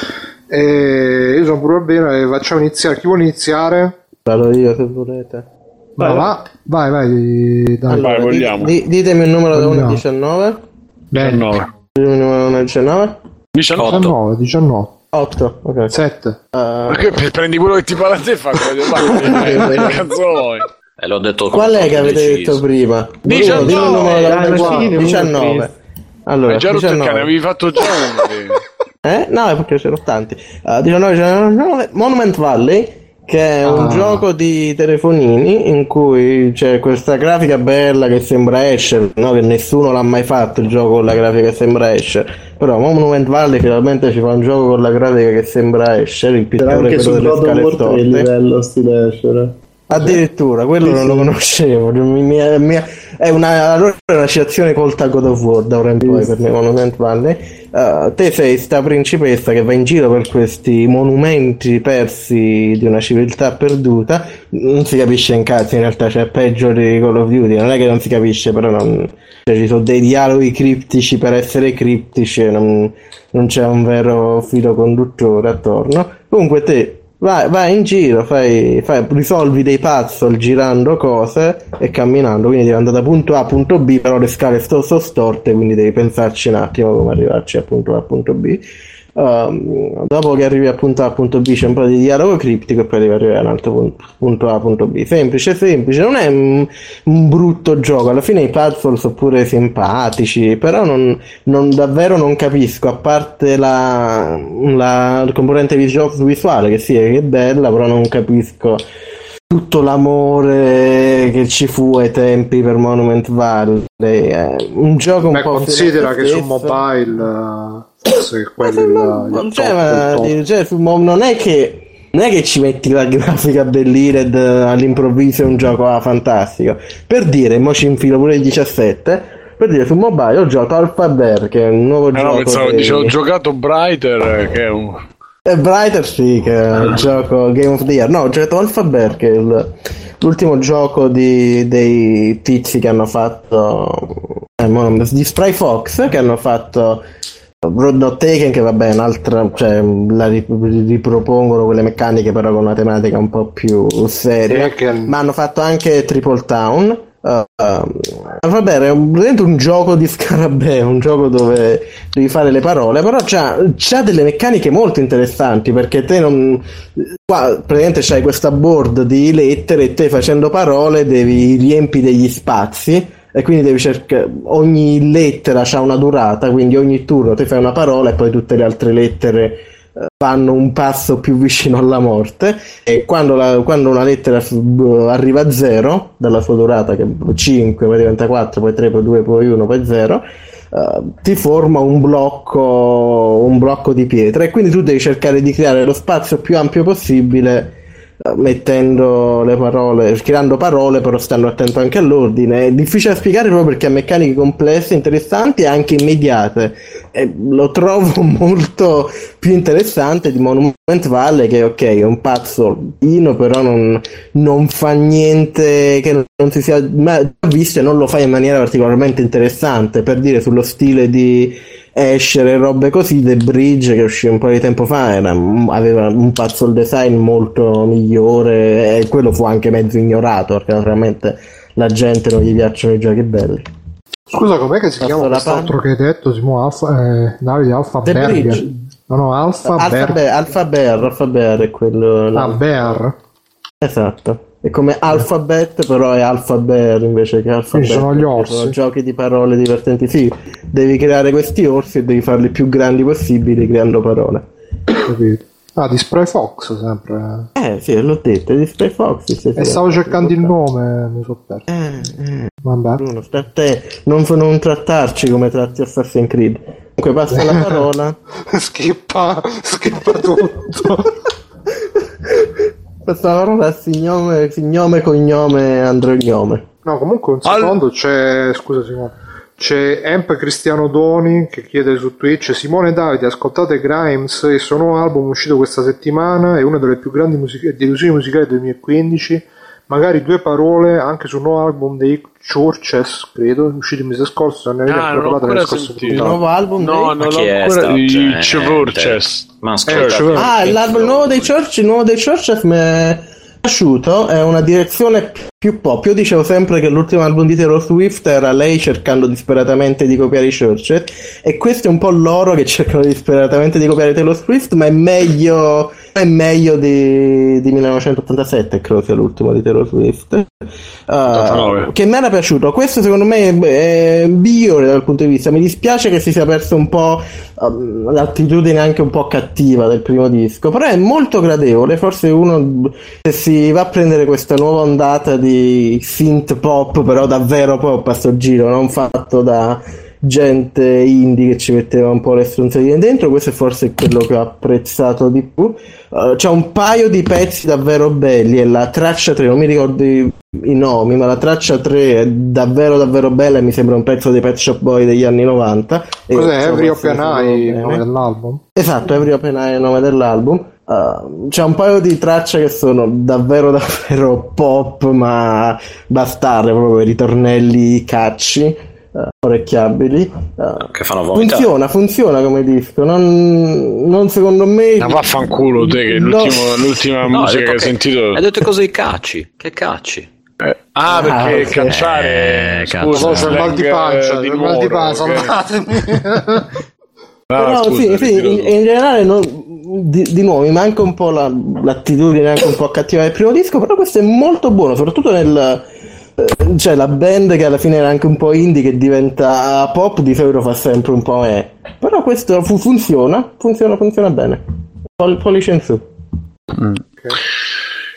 E io sono pure bene, facciamo iniziare. Chi vuole iniziare? Parlo io se volete. Vai, va, vai, vai, dai. Allora, vai, vogliamo. Di, ditemi il numero da uno a diciannove. diciannove. Ditemi il numero da uno a diciannove. diciannove, diciannove. otto, ok. sette. Uh... Perché prendi quello che ti pare a te e fai quello che cazzo vuoi? E l'ho detto. Qual è che avete deciso. Detto prima? diciannove. Ditemi il numero da uno a diciannove. Allora, già rotto il cane, avevi fatto già uno. Eh? No, è perché c'erano tanti. Uh, diciannove, diciannove, Monument Valley, che è un ah. gioco di telefonini in cui c'è questa grafica bella che sembra Escher, no? Che nessuno l'ha mai fatto il gioco con la grafica che sembra Escher, però Monument Valley finalmente ci fa un gioco con la grafica che sembra Escher, il pittore quello delle scale storte. Il livello stile Escher. Addirittura, quello sì, non sì. Lo conoscevo. Mi, mi, mi, è una, allora è una citazione colta God of War da ora in poi per me, Monument Valley. Uh, te sei sta principessa che va in giro per questi monumenti persi di una civiltà perduta. Non si capisce in cazzo, in realtà, cioè peggio di Call of Duty. Non è che non si capisce, però non, cioè, ci sono dei dialoghi criptici per essere criptici, non, non c'è un vero filo conduttore attorno. Comunque te Vai, vai in giro, fai, fai, risolvi dei puzzle girando cose e camminando, quindi devi andare da punto A a punto B, però le scale sono so storte, quindi devi pensarci un attimo come arrivarci a punto A a punto B. Um, dopo che arrivi a punto A a punto B c'è un po' di dialogo criptico e poi devi arrivare a un altro punto, punto A a punto B. Semplice, semplice, non è un, un brutto gioco, alla fine i puzzle sono pure simpatici, però non, non davvero non capisco, a parte la, la componente visuale che sì, è bella, però non capisco tutto l'amore che ci fu ai tempi per Monument Valley. È un gioco un Beh, po' considera che stesso. su mobile uh, se quello Ma, il, ma, il cioè, top ma, del top. cioè, su Mo- non è che non è che ci metti la grafica bellina ed all'improvviso è un gioco ah, fantastico. Per dire, mo ci infilo pure il diciassette. Per dire, su mobile ho giocato Alpha Bear, che è un nuovo Eh gioco. no, pensavo, dei... dicevo, ho giocato Brighter, che è un... E Brighter sì, che è il gioco Game of the Year. No, ho giocato Alpha Bear, che è il, l'ultimo gioco di, dei tizi che hanno fatto eh, mo- di Spry Fox, che hanno fatto Road Not Taken, che vabbè è un'altra, cioè la rip- ripropongono quelle meccaniche però con una tematica un po' più seria, Sì, che- ma hanno fatto anche Triple Town. Uh, uh, vabbè, è un, praticamente un gioco di scarabeo, un gioco dove devi fare le parole, però c'ha, c'ha delle meccaniche molto interessanti, perché te non qua praticamente c'hai questa board di lettere e te facendo parole devi riempi degli spazi e quindi devi cercare, ogni lettera c'ha una durata, quindi ogni turno te fai una parola e poi tutte le altre lettere fanno un passo più vicino alla morte, e quando, la, quando una lettera f- arriva a zero dalla sua durata, che è cinque, poi diventa quattro, poi tre, poi due, poi uno, poi zero, uh, ti forma un blocco un blocco di pietra, e quindi tu devi cercare di creare lo spazio più ampio possibile mettendo le parole, creando parole, però stando attento anche all'ordine. È difficile da spiegare proprio perché ha meccaniche complesse, interessanti e anche immediate, e lo trovo molto più interessante di Monument Valley, che ok è un pazzolino, però non, non fa niente che non si sia mai visto e non lo fa in maniera particolarmente interessante. Per dire, sullo stile di Escher e robe così, The Bridge, che uscì un po' di tempo fa, era, aveva un puzzle design molto migliore, e quello fu anche mezzo ignorato perché naturalmente la gente non gli piacciono i giochi belli. Scusa, com'è che si Passo chiama la quest'altro che hai detto? Simo Alfa, eh, Davide Alfa The Berg. Bridge. No, no, Alfa Alpha Berg. Bear, Alpha Bear, Alpha Bear è quello. Ah, Bear. Esatto. È come Alphabet, però è Alpha Bear invece che Alphabet. Quindi sono gli perché orsi. sono giochi di parole divertenti. Sì, devi creare questi orsi e devi farli più grandi possibili creando parole. Capito. Ah, di Spray Fox sempre. Eh sì, l'ho detto, è di Spray Fox. Sì, sì, E stavo cercando il nome, mi sono perso. Eh, eh. Vabbè. Bruno, sta a te, non, non trattarci come tratti Assassin's Creed. Comunque passa la parola. schippa, schippa tutto. Passa la parola a signome, signome, cognome, andrognome. No, comunque un Al- secondo c'è, scusa Simone, c'è Emp Cristiano Doni che chiede su Twitch: Simone Davide, ascoltate Grimes, il suo nuovo album uscito questa settimana è una delle più grandi music- delusioni musicali del duemilaquindici, magari due parole anche sul nuovo album dei Churches, credo, uscito il mese scorso, ne avete Ah, ancora non ho parlato nelle ancora scorse sentito. Il puntate. nuovo album No, dei... non Ma l'ho chi è ancora... sta I gente? Churches. Ma Eh, ascolta, cioè- Ah, l'album nuovo dei Church, il nuovo dei Church mi è piaciuto, è una direzione più pop. Io dicevo sempre che l'ultimo album di Taylor Swift era lei cercando disperatamente di copiare i Church, e questo è un po' loro che cercano disperatamente di copiare Taylor Swift, ma è meglio è meglio di, di millenovecentottantasette, credo sia l'ultimo di Taylor Swift, uh, che mi era piaciuto. Questo secondo me è, è migliore dal punto di vista. Mi dispiace che si sia perso un po' um, l'attitudine anche un po' cattiva del primo disco, però è molto gradevole. Forse uno, se si va a prendere questa nuova ondata di synth pop, però davvero pop a sto giro, non fatto da gente indie che ci metteva un po' le stronzatine dentro, questo è forse quello che ho apprezzato di più. Uh, c'è un paio di pezzi davvero belli, e la traccia tre, non mi ricordo i, i nomi, ma la traccia tre è davvero davvero bella e mi sembra un pezzo dei Pet Shop Boy degli anni novanta. Cos'è? E, Every insomma, Open Eye, il bene. nome dell'album? Esatto, Every Open Eye è il nome dell'album. Uh, c'è un paio di tracce che sono davvero davvero pop, ma bastarde, proprio i ritornelli catchy, uh, orecchiabili. Uh, che fanno vomitare. funziona, funziona come disco. Non, non secondo me. Ma vaffanculo te, che No. l'ultimo- l'ultima No, musica hai che detto hai sentito. Hai detto così cacci. Che cacci? Eh, ah, perché Ah, ok. cacciare. Eh, scusa, cazzo. No, c'è il mal di slang, pancia, eh, c'è di il mal di Moro, pancia, ok. salvatemi. Ah, Però scusa, sì, sì, ritiro in, tutto. in generale non- di, di nuovo mi manca un po' la, l'attitudine anche un po' cattiva del primo disco, però questo è molto buono, soprattutto nel eh, cioè la band che alla fine era anche un po' indie che diventa pop di solito fa sempre un po' eh. Però questo fu- funziona, funziona, funziona bene. Pol- pollice in su.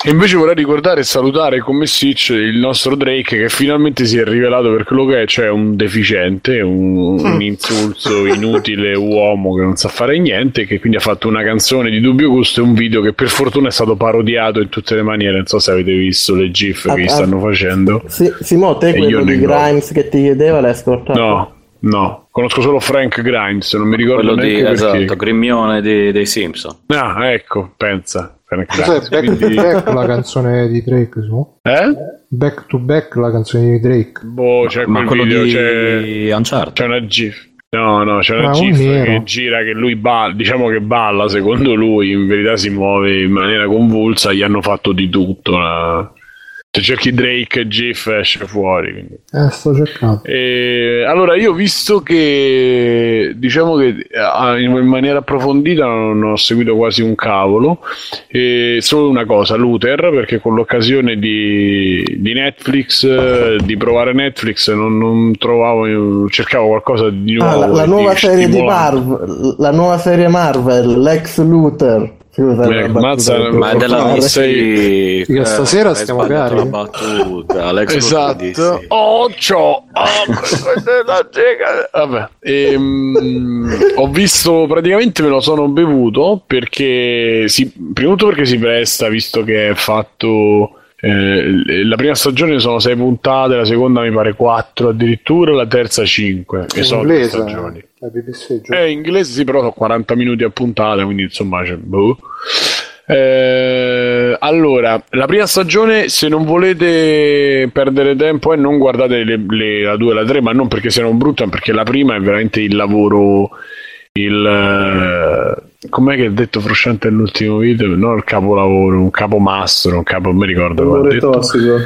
E invece vorrei ricordare e salutare come Sitch il nostro Drake, che finalmente si è rivelato per quello che è, cioè un deficiente, un, un insulso inutile uomo che non sa fare niente, che quindi ha fatto una canzone di dubbio gusto e un video che per fortuna è stato parodiato in tutte le maniere. Non so se avete visto le gif ah, che gli ah, stanno facendo. Sì, Simo, te quello di Grimes che ti chiedeva l'hai ascoltato? No, no, conosco solo Frank Grimes, non mi ricordo quello neanche di, perché. Esatto, Grimmione di, dei Simpson. Ah, ecco, pensa. Cos'è Back to Back la canzone di Drake su? Eh? Back to Back la canzone di Drake. Boh, c'è Ma quel quello video, di c'è... Uncharted. c'è una gif. No, no, c'è una Ah, gif un nero. che gira che lui balla, diciamo che balla, secondo lui, in verità si muove in maniera convulsa, gli hanno fatto di tutto. La... Se cerchi Drake GIF esce fuori. Quindi. Eh, sto cercando. E, allora, io ho visto che, diciamo che in maniera approfondita non ho seguito quasi un cavolo, e solo una cosa, Luther, perché con l'occasione di, di Netflix, di provare Netflix, non, non trovavo, cercavo qualcosa di nuovo. Ah, la, la nuova di serie di stimolante. Marvel, la nuova serie Marvel, Lex Luthor. Scusa, Beh, mazza, Ma è della D C. sei... Sì, stasera stiamo cari. La battuta, Alex Esatto. Oh, ciò. Vabbè. Ehm, ho visto, praticamente me lo sono bevuto perché si, prima di tutto perché si presta, visto che è fatto. Eh, la prima stagione sono sei puntate, la seconda mi pare quattro addirittura, la terza cinque. Che sono tre stagioni. La B B C, È eh, inglese, sì, però sono quaranta minuti a puntata, quindi insomma c'è. Boh. Eh, allora, la prima stagione, se non volete perdere tempo, e eh, non guardate le, le, la due e la tre, ma non perché siano brutte, ma perché la prima è veramente il lavoro. Il com'è che ha detto Frusciante nell'ultimo video? Non il capolavoro, un capomastro, un capo, non mi ricordo come ha detto. Tossico.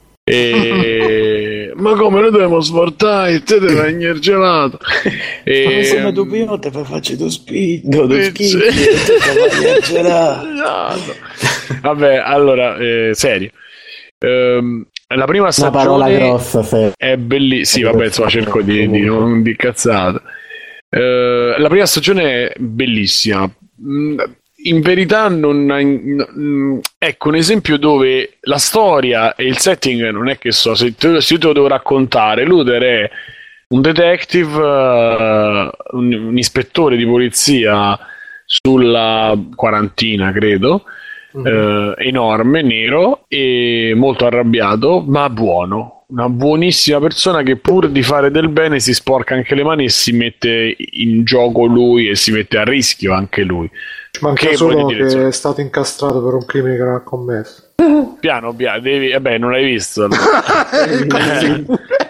E... ma come noi dobbiamo svoltare? Te devi venire gelato. E... Ma siamo dobbiamo te per farci tu spinto, tu Eh, schifo, sì. te per gelato. Vabbè, allora, eh, serio. Ehm, la prima Una stagione parola grossa, se. è bellissima. Sì, vabbè, insomma, cerco di, di non di cazzata. Uh, la prima stagione è bellissima. Mm, in verità non mm, ecco un esempio dove la storia e il setting non è che so se, te, se io te lo devo raccontare. Luther è un detective, uh, un, un ispettore di polizia sulla quarantina, credo, mm-hmm. uh, enorme, nero e molto arrabbiato, ma buono. Una buonissima persona che pur di fare del bene si sporca anche le mani e si mette in gioco lui e si mette a rischio anche lui. Manca che solo dire, che è stato incastrato per un crimine che non ha commesso. Piano piano, devi, eh beh, non l'hai visto allora.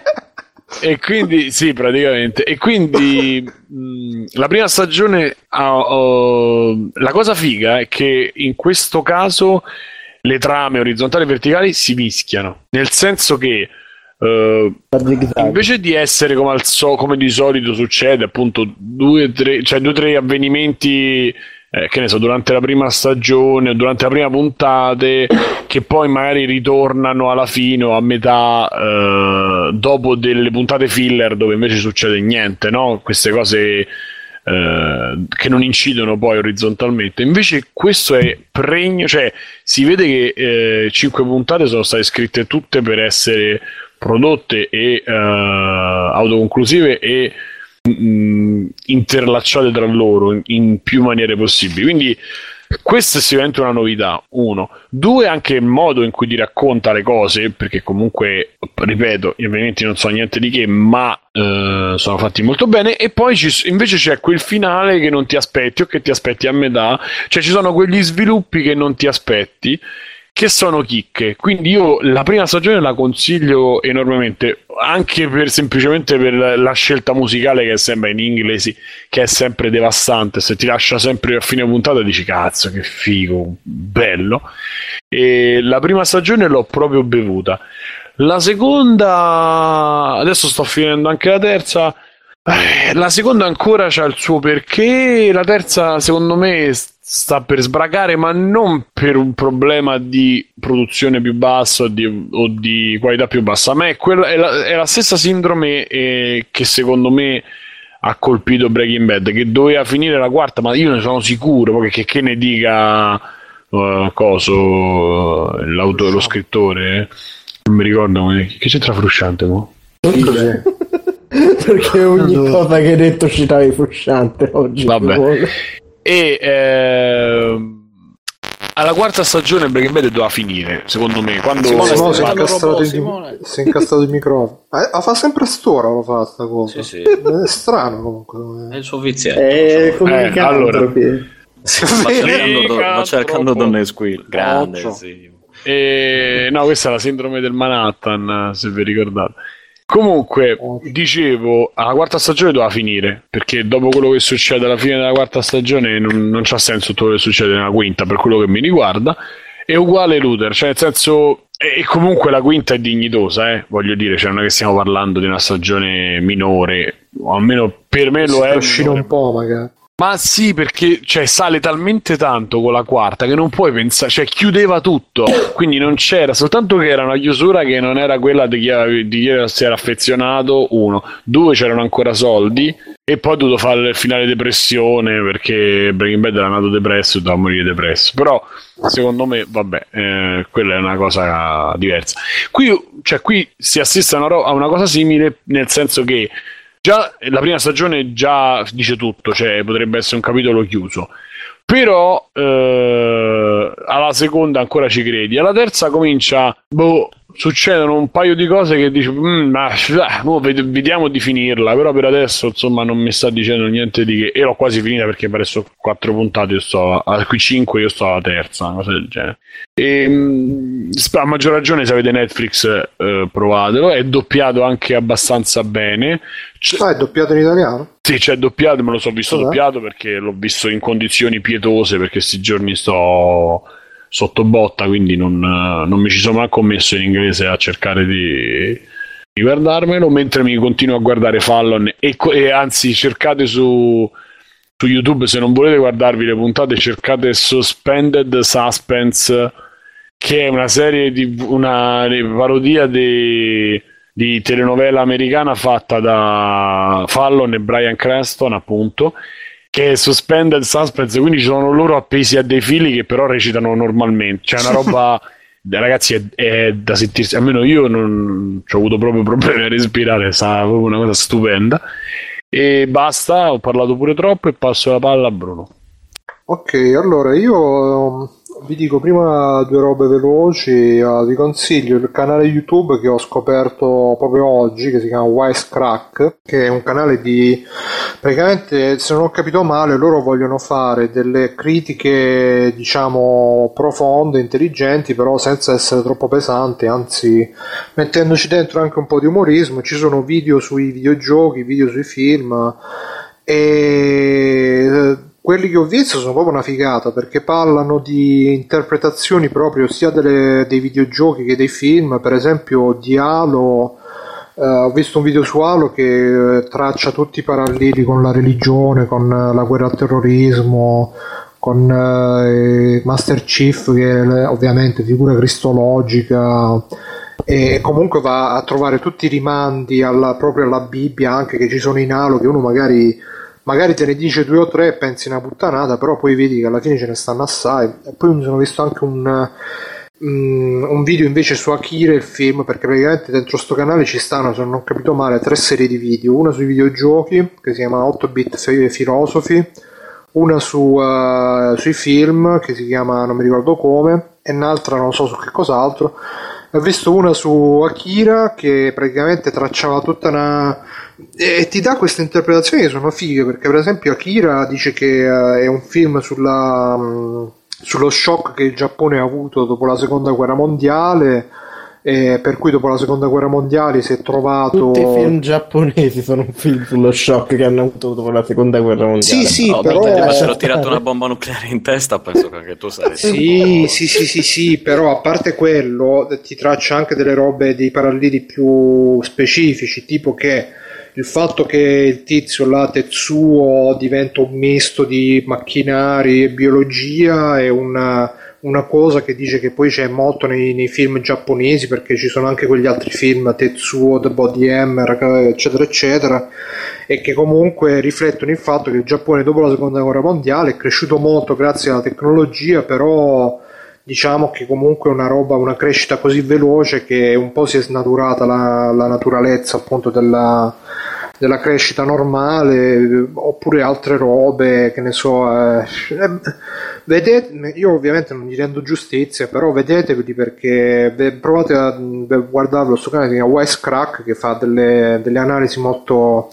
E quindi sì, praticamente. E quindi mh, la prima stagione uh, uh, la cosa figa è che in questo caso le trame orizzontali e verticali si mischiano, nel senso che Uh, invece di essere come, al so, come di solito succede, appunto due tre, cioè due tre avvenimenti eh, che ne so, durante la prima stagione o durante la prima puntate che poi magari ritornano alla fine o a metà uh, dopo delle puntate filler dove invece succede niente, no? Queste cose Uh, che non incidono poi orizzontalmente. Invece questo è pregno, cioè si vede che eh, cinque puntate sono state scritte tutte per essere prodotte e uh, autoconclusive e mh, interlacciate tra loro in, in più maniere possibili. Quindi questa è sicuramente una novità, uno. Due, anche il modo in cui ti racconta le cose, perché comunque, ripeto, gli avvenimenti non sono niente di che, ma eh, sono fatti molto bene. E poi ci, invece c'è quel finale che non ti aspetti o che ti aspetti a metà, cioè ci sono quegli sviluppi che non ti aspetti, che sono chicche. Quindi io la prima stagione la consiglio enormemente, anche per semplicemente per la scelta musicale che è sempre in inglese, che è sempre devastante. Se ti lascia sempre a fine puntata dici cazzo che figo, bello. E la prima stagione l'ho proprio bevuta. La seconda, adesso sto finendo anche la terza. Eh, la seconda ancora c'ha il suo perché, la terza secondo me sta per sbracare, ma non per un problema di produzione più bassa o di, o di qualità più bassa. A me è, quella, è, la, è la stessa sindrome eh, che secondo me ha colpito Breaking Bad, che doveva finire la quarta, ma io ne sono sicuro, perché che ne dica uh, coso l'autore, lo scrittore, non mi ricordo che c'entra Frusciante mo? Perché ogni no. cosa che hai detto citavi Frusciante oggi. Vabbè. E eh, alla quarta stagione Breaking Bad doveva finire, secondo me. Quando Simone, Simone, si, è incastrato il, si è incastrato il microfono. Eh, fa sempre st'ora lo fa sta cosa. Sì, sì. È strano comunque. È il suo vizio. È eh, allora sì, va cercando, va cercando donne squill. Grande, sì. E, no, questa è la sindrome del Manhattan, se vi ricordate. Comunque, dicevo, alla quarta stagione doveva finire, perché dopo quello che succede alla fine della quarta stagione non, non c'ha senso tutto quello che succede nella quinta, per quello che mi riguarda. È uguale Luther, cioè nel senso, e comunque la quinta è dignitosa, eh, voglio dire, cioè non è che stiamo parlando di una stagione minore, o almeno per me lo si è. trascina un po' magari. Ma sì, perché cioè, sale talmente tanto con la quarta che non puoi pensare, cioè chiudeva tutto, quindi non c'era, soltanto che era una chiusura che non era quella di chi, di chi si era affezionato, uno, due, c'erano ancora soldi, e poi ho dovuto fare il finale depressione perché Breaking Bad era nato depresso e doveva morire depresso, però secondo me vabbè, eh, quella è una cosa diversa. Qui, cioè, qui si assiste a una, ro- a una cosa simile, nel senso che già la prima stagione già dice tutto, cioè potrebbe essere un capitolo chiuso, però eh, alla seconda ancora ci credi, alla terza comincia, boh, succedono un paio di cose che dici mm, ma boh, vediamo di finirla, però per adesso insomma non mi sta dicendo niente di che, e l'ho quasi finita perché per adesso quattro puntate, io sto a qui cinque, io sto alla terza, una cosa del genere. E, mh, a maggior ragione se avete Netflix eh, provatelo, è doppiato anche abbastanza bene. C- ah, è doppiato in italiano? Sì, c'è doppiato, me lo so visto Cos'è? doppiato perché l'ho visto in condizioni pietose, perché sti giorni sto sotto botta, quindi non, non mi ci sono manco messo in inglese a cercare di, di guardarmelo, mentre mi continuo a guardare Fallon e, e anzi cercate su su YouTube, se non volete guardarvi le puntate, cercate Suspended Suspense, che è una serie di una parodia di, di telenovela americana fatta da Fallon e Bryan Cranston, appunto, che è Suspended Suspense, quindi ci sono loro appesi a dei fili che però recitano normalmente, cioè una roba ragazzi è, è da sentirsi, almeno io non ho avuto proprio problemi a respirare, è stata proprio una cosa stupenda. E basta, ho parlato pure troppo e passo la palla a Bruno. Ok, allora io vi dico prima due robe veloci. Uh, vi consiglio il canale YouTube che ho scoperto proprio oggi, che si chiama Wisecrack, che è un canale di, praticamente, se non ho capito male, loro vogliono fare delle critiche, diciamo, profonde, intelligenti, però senza essere troppo pesanti, anzi mettendoci dentro anche un po' di umorismo. Ci sono video sui videogiochi, video sui film, e quelli che ho visto sono proprio una figata, perché parlano di interpretazioni proprio sia delle, dei videogiochi che dei film. Per esempio di Halo, eh, ho visto un video su Halo che eh, traccia tutti i paralleli con la religione, con eh, la guerra al terrorismo, con eh, Master Chief, che è ovviamente figura cristologica, e comunque va a trovare tutti i rimandi alla, proprio alla Bibbia anche che ci sono in Halo, che uno magari magari te ne dice due o tre e pensi una puttanata, però poi vedi che alla fine ce ne stanno assai. E poi mi sono visto anche un, um, un video invece su Akira, il film, perché praticamente dentro sto canale ci stanno, se non ho capito male, tre serie di video: una sui videogiochi che si chiama otto bit Philosophy, una su, uh, sui film che si chiama non mi ricordo come, e un'altra non so su che cos'altro. Ho visto una su Akira che praticamente tracciava tutta una, e ti dà queste interpretazioni che sono fighe, perché per esempio Akira dice che uh, è un film sulla, um, sullo shock che il Giappone ha avuto dopo la seconda guerra mondiale, e per cui dopo la seconda guerra mondiale si è trovato, tutti i film giapponesi sono un film sullo shock che hanno avuto dopo la seconda guerra mondiale. Sì, sì, no, però ti avessero tirato una bomba nucleare in testa, penso che anche tu saresti sì, sì, sì, sì, sì, però a parte quello ti traccia anche delle robe, dei paralleli più specifici, tipo che il fatto che il tizio là Tetsuo diventa un misto di macchinari e biologia è una, una cosa che dice che poi c'è molto nei, nei film giapponesi, perché ci sono anche quegli altri film Tetsuo, The Body Hammer, eccetera eccetera, e che comunque riflettono il fatto che il Giappone dopo la seconda guerra mondiale è cresciuto molto grazie alla tecnologia, però diciamo che comunque è una roba, una crescita così veloce che un po' si è snaturata la, la naturalezza appunto della, della crescita normale, oppure altre robe, che ne so, eh, vedete, io ovviamente non gli rendo giustizia, però vedetevi, perché provate a guardarlo, sto canale si chiama Wisecrack, che fa delle, delle analisi molto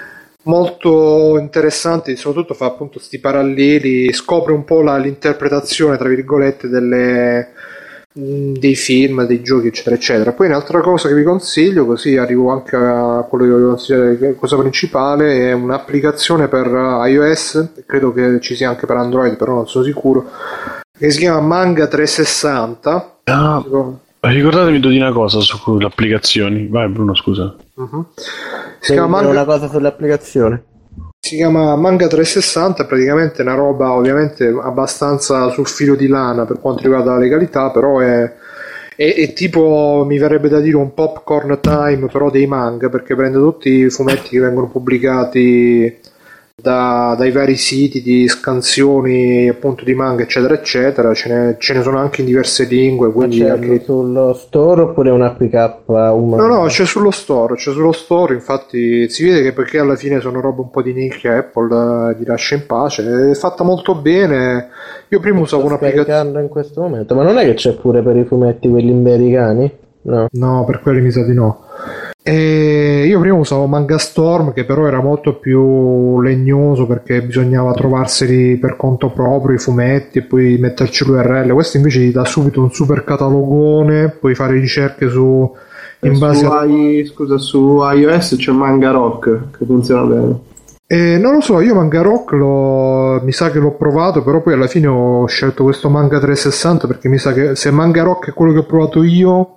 molto interessanti, soprattutto fa appunto sti paralleli, scopre un po' la, l'interpretazione tra virgolette delle, mh, dei film, dei giochi eccetera eccetera. Poi un'altra cosa che vi consiglio, così arrivo anche a quello che vi consiglio, la cosa principale, è un'applicazione per iOS, credo che ci sia anche per Android però non sono sicuro, che si chiama Manga trecentosessanta. Ah, ricordatemi di una cosa su le applicazioni. Vai Bruno, scusa. Uh-huh. Si chiama Manga... una cosa sull'applicazione. Si chiama Manga trecentosessanta, è praticamente una roba ovviamente abbastanza sul filo di lana per quanto riguarda la legalità, però è, è, è tipo, mi verrebbe da dire un popcorn time però dei manga, perché prende tutti i fumetti che vengono pubblicati da, dai vari siti di scansioni appunto di manga eccetera eccetera, ce ne, ce ne sono anche in diverse lingue, quindi c'è anche... sullo store oppure un A P K umano? No no, c'è sullo store, c'è sullo store, infatti si vede che perché alla fine sono roba un po' di nicchia, Apple gli lascia in pace, è fatta molto bene. Io prima usavo un'applicazione in questo momento, ma non è che c'è pure per i fumetti quelli americani? No, no, per quelli mi sa di no. E io prima usavo Mangastorm, che però era molto più legnoso perché bisognava trovarseli per conto proprio i fumetti e poi metterci l'U R L. Questo invece ti dà subito un super catalogone, puoi fare ricerche su in base su a... I, scusa, su iOS c'è Manga Rock che funziona bene. Eh, non lo so, io Manga Rock l'ho, mi sa che l'ho provato, però poi alla fine ho scelto questo Manga trecentosessanta perché mi sa che se Manga Rock è quello che ho provato io,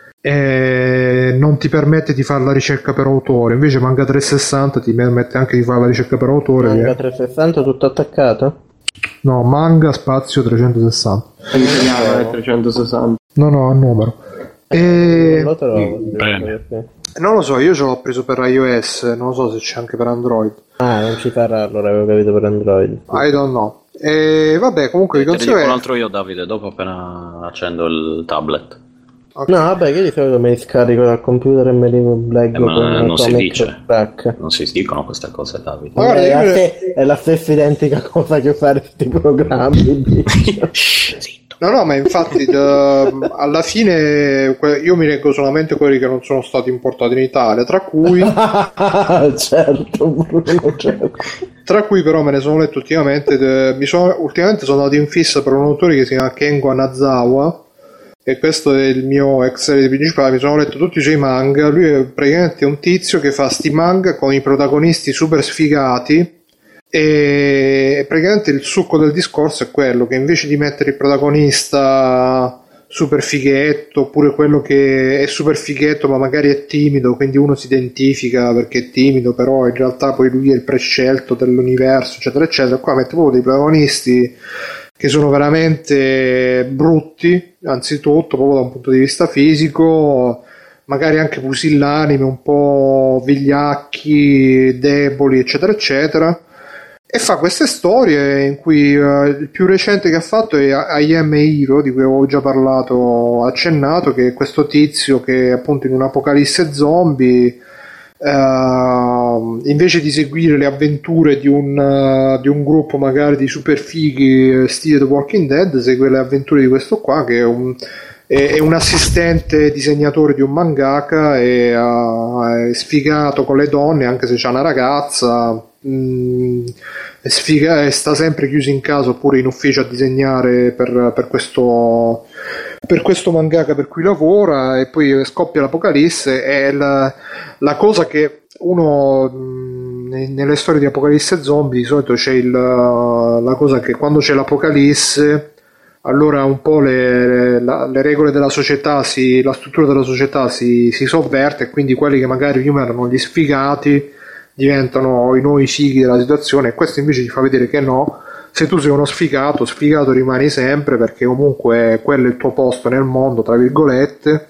eh, non ti permette di fare la ricerca per autore, invece Manga trecentosessanta ti permette anche di fare la ricerca per autore. Manga che... trecentosessanta tutto attaccato? No, Manga spazio trecentosessanta. In italiano è trecentosessanta. No, no, a numero. E... Non lo trovo. Bene. Non lo so, io ce l'ho preso per iOS, non lo so se c'è anche per Android. Ah, non ci farà, allora avevo capito per Android. I don't know. E vabbè, comunque vi Te ne dico consiglio... un altro io, Davide, dopo appena accendo il tablet. Okay. No, vabbè, che di solito me li scarico dal computer e me li leggo Eh, ma con non si Atomic dice. Track. Non si dicono queste cose, Davide. Ma guarda, è, io- la ste- è la stessa identica cosa che fare questi programmi. Shh, zitto. No, no, ma infatti da- alla fine que- io mi leggo solamente quelli che non sono stati importati in Italia, tra cui, Certo, Bruno, certo. tra cui però me ne sono letto ultimamente, de- mi sono, ultimamente sono andato in fissa per un autore che si chiama Kengo Anazawa, e questo è il mio ex serie principale, mi sono letto tutti i suoi manga. Lui è praticamente un tizio che fa sti manga con i protagonisti super sfigati, e praticamente il succo del discorso è quello che invece di mettere il protagonista super fighetto, oppure quello che è super fighetto ma magari è timido, quindi uno si identifica perché è timido però in realtà poi lui è il prescelto dell'universo eccetera eccetera, qua mette proprio dei protagonisti che sono veramente brutti, anzitutto proprio da un punto di vista fisico, magari anche pusillanimi, un po' vigliacchi, deboli eccetera eccetera, e fa queste storie in cui uh, il più recente che ha fatto è I Am Hero, di cui avevo già parlato, accennato, che è questo tizio che appunto in un'apocalisse zombie, uh, invece di seguire le avventure di un, uh, di un gruppo magari di super fighi stile The Walking Dead, segue le avventure di questo qua che è un, è, è un assistente disegnatore di un mangaka, e uh, è sfigato con le donne anche se c'ha una ragazza. Mm, è sfiga, è, sta sempre chiuso in casa oppure in ufficio a disegnare per, per questo per questo mangaka per cui lavora, e poi scoppia l'apocalisse. È la, la cosa che uno mh, nelle storie di apocalisse zombie di solito c'è il, la cosa che quando c'è l'apocalisse allora un po' le, le, le regole della società si, la struttura della società si, si sovverte, e quindi quelli che magari prima erano gli sfigati diventano i nuovi fighi della situazione, e questo invece ti fa vedere che no, se tu sei uno sfigato, sfigato rimani sempre, perché comunque quello è il tuo posto nel mondo, tra virgolette.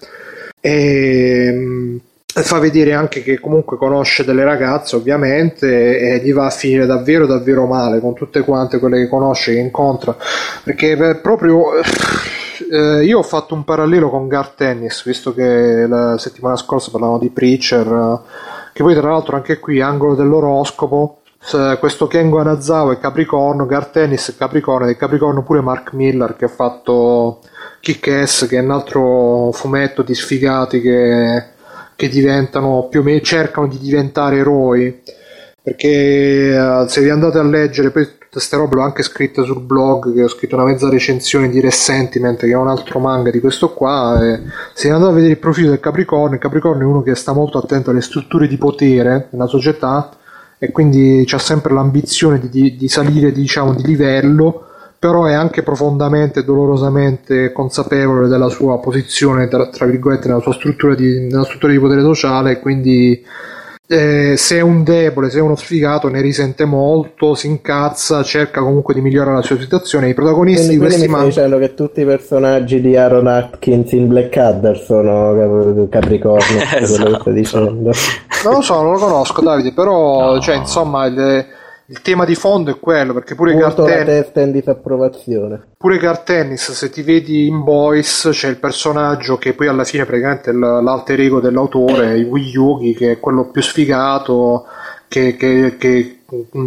E fa vedere anche che comunque conosce delle ragazze, ovviamente, e gli va a finire davvero davvero male con tutte quante quelle che conosce, che incontra, perché proprio eh, io ho fatto un parallelo con Garth Ennis, visto che la settimana scorsa parlavamo di Preacher, che poi tra l'altro anche qui angolo dell'oroscopo, questo Kengo Hanazawa è Capricorno, Garth Ennis è Capricorno, ed è Capricorno pure Mark Millar, che ha fatto Kick-Ass, che è un altro fumetto di sfigati che, che diventano più o meno, cercano di diventare eroi, perché uh, se vi andate a leggere poi tutte queste robe l'ho anche scritte sul blog, che ho scritto una mezza recensione di Resentiment, che è un altro manga di questo qua, e se andate a vedere il profilo del Capricorno, il Capricorno è uno che sta molto attento alle strutture di potere nella società, e quindi c'ha sempre l'ambizione di, di, di salire, diciamo, di livello, però è anche profondamente e dolorosamente consapevole della sua posizione, tra, tra virgolette, nella sua struttura di, nella struttura di potere sociale, e quindi eh, se è un debole, se è uno sfigato, ne risente molto, si incazza, cerca comunque di migliorare la sua situazione. I protagonisti quindi, di questi quindi mi stai dicendo che tutti i personaggi di Aaron Atkins in Blackadder sono Capricorno? Esatto. Quello che stai dicendo. Non lo so, non lo conosco, Davide, però No. cioè, insomma il, il tema di fondo è quello, perché pure Punto la Garth testa in disapprovazione. Pure Garth Ennis, se ti vedi in Boys, c'è il personaggio che poi alla fine praticamente è l- l'alter ego dell'autore, Wee Yugi, che è quello più sfigato, che, che, che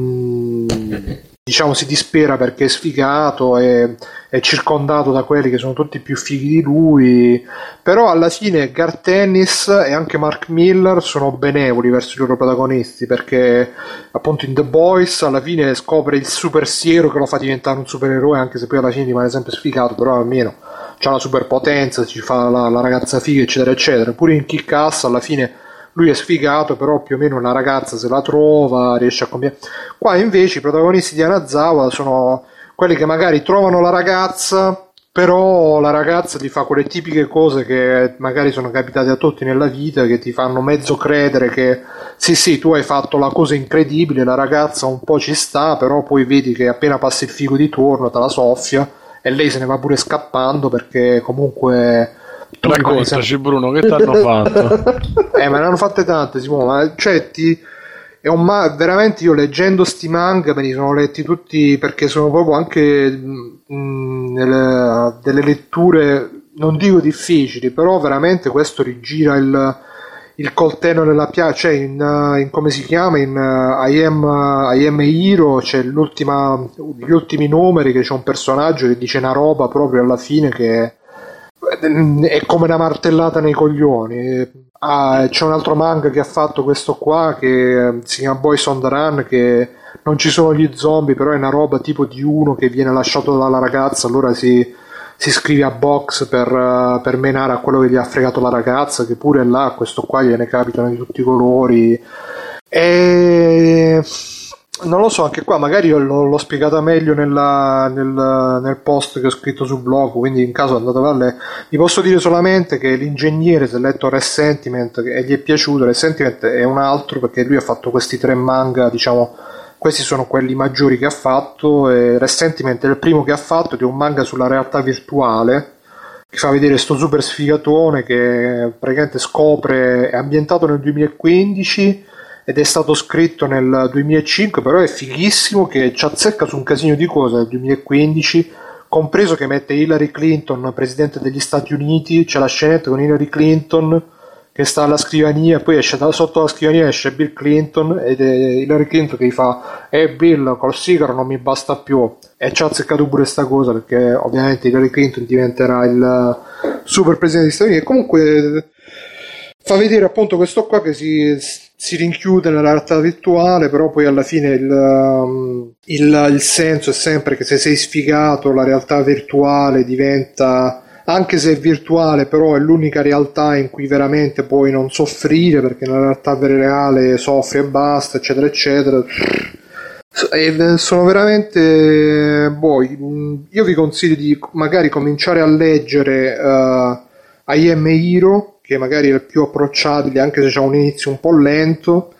mm, diciamo si dispera perché è sfigato, e è circondato da quelli che sono tutti più fighi di lui, però alla fine Garth Ennis e anche Mark Millar sono benevoli verso i loro protagonisti, perché appunto in The Boys alla fine scopre il super siero che lo fa diventare un supereroe, anche se poi alla fine rimane sempre sfigato, però almeno c'ha la superpotenza, ci fa la, la ragazza figa, eccetera eccetera. Pure in Kick-Ass alla fine lui è sfigato, però più o meno una ragazza se la trova, riesce a compiere. Qua invece i protagonisti di Hanazawa sono quelli che magari trovano la ragazza, però la ragazza ti fa quelle tipiche cose che magari sono capitate a tutti nella vita, che ti fanno mezzo credere che sì sì, tu hai fatto la cosa incredibile, la ragazza un po' ci sta, però poi vedi che appena passi il figo di turno te la soffia, e lei se ne va pure scappando, perché comunque tu rimani Raccontaci, sempre... Bruno, che ti hanno fatto? Eh, ma ne hanno fatte tante, Simone, ma cioè ti... è un ma... veramente io leggendo sti manga me li sono letti tutti, perché sono proprio anche mh, nelle... delle letture, non dico difficili, però veramente questo rigira il, il coltello nella piaga, cioè in, in come si chiama, in uh, I am, uh, I am a Hero c'è l'ultima, gli ultimi numeri, che c'è un personaggio che dice una roba proprio alla fine che è come una martellata nei coglioni. Ah, c'è un altro manga che ha fatto questo qua, che si chiama Boys on the Run, che non ci sono gli zombie, però è una roba tipo di uno che viene lasciato dalla ragazza, allora si, si iscrive a box per, per menare a quello che gli ha fregato la ragazza, che pure là questo qua gliene capitano di tutti i colori. E non lo so, anche qua magari l'ho, l'ho spiegata meglio nella, nel, nel post che ho scritto sul blog, quindi in caso andate a leggere. Vi posso dire solamente che l'ingegnere, se ha letto Resentiment e gli è piaciuto, Resentiment è un altro, perché lui ha fatto questi tre manga, diciamo, questi sono quelli maggiori che ha fatto, e Resentiment è il primo che ha fatto, ed è un manga sulla realtà virtuale, che fa vedere sto super sfigatone che praticamente scopre, è ambientato nel duemilaquindici ed è stato scritto nel duemilacinque, però è fighissimo, che ci azzecca su un casino di cose nel duemilaquindici, compreso che mette Hillary Clinton presidente degli Stati Uniti, c'è la scenetta con Hillary Clinton che sta alla scrivania, poi esce da sotto la scrivania, esce Bill Clinton, ed è Hillary Clinton che gli fa eh Bill, col sigaro non mi basta più, e ci ha azzeccato pure sta cosa, perché ovviamente Hillary Clinton diventerà il super presidente degli Stati Uniti. E comunque fa vedere appunto questo qua che si, si rinchiude nella realtà virtuale, però poi alla fine il, il, il senso è sempre che se sei sfigato la realtà virtuale diventa, anche se è virtuale, però è l'unica realtà in cui veramente puoi non soffrire, perché nella realtà reale soffri e basta, eccetera eccetera. E sono veramente boh, io vi consiglio di magari cominciare a leggere uh, I Am a Hero, che magari è il più approcciabile, anche se c'è un inizio un po' lento,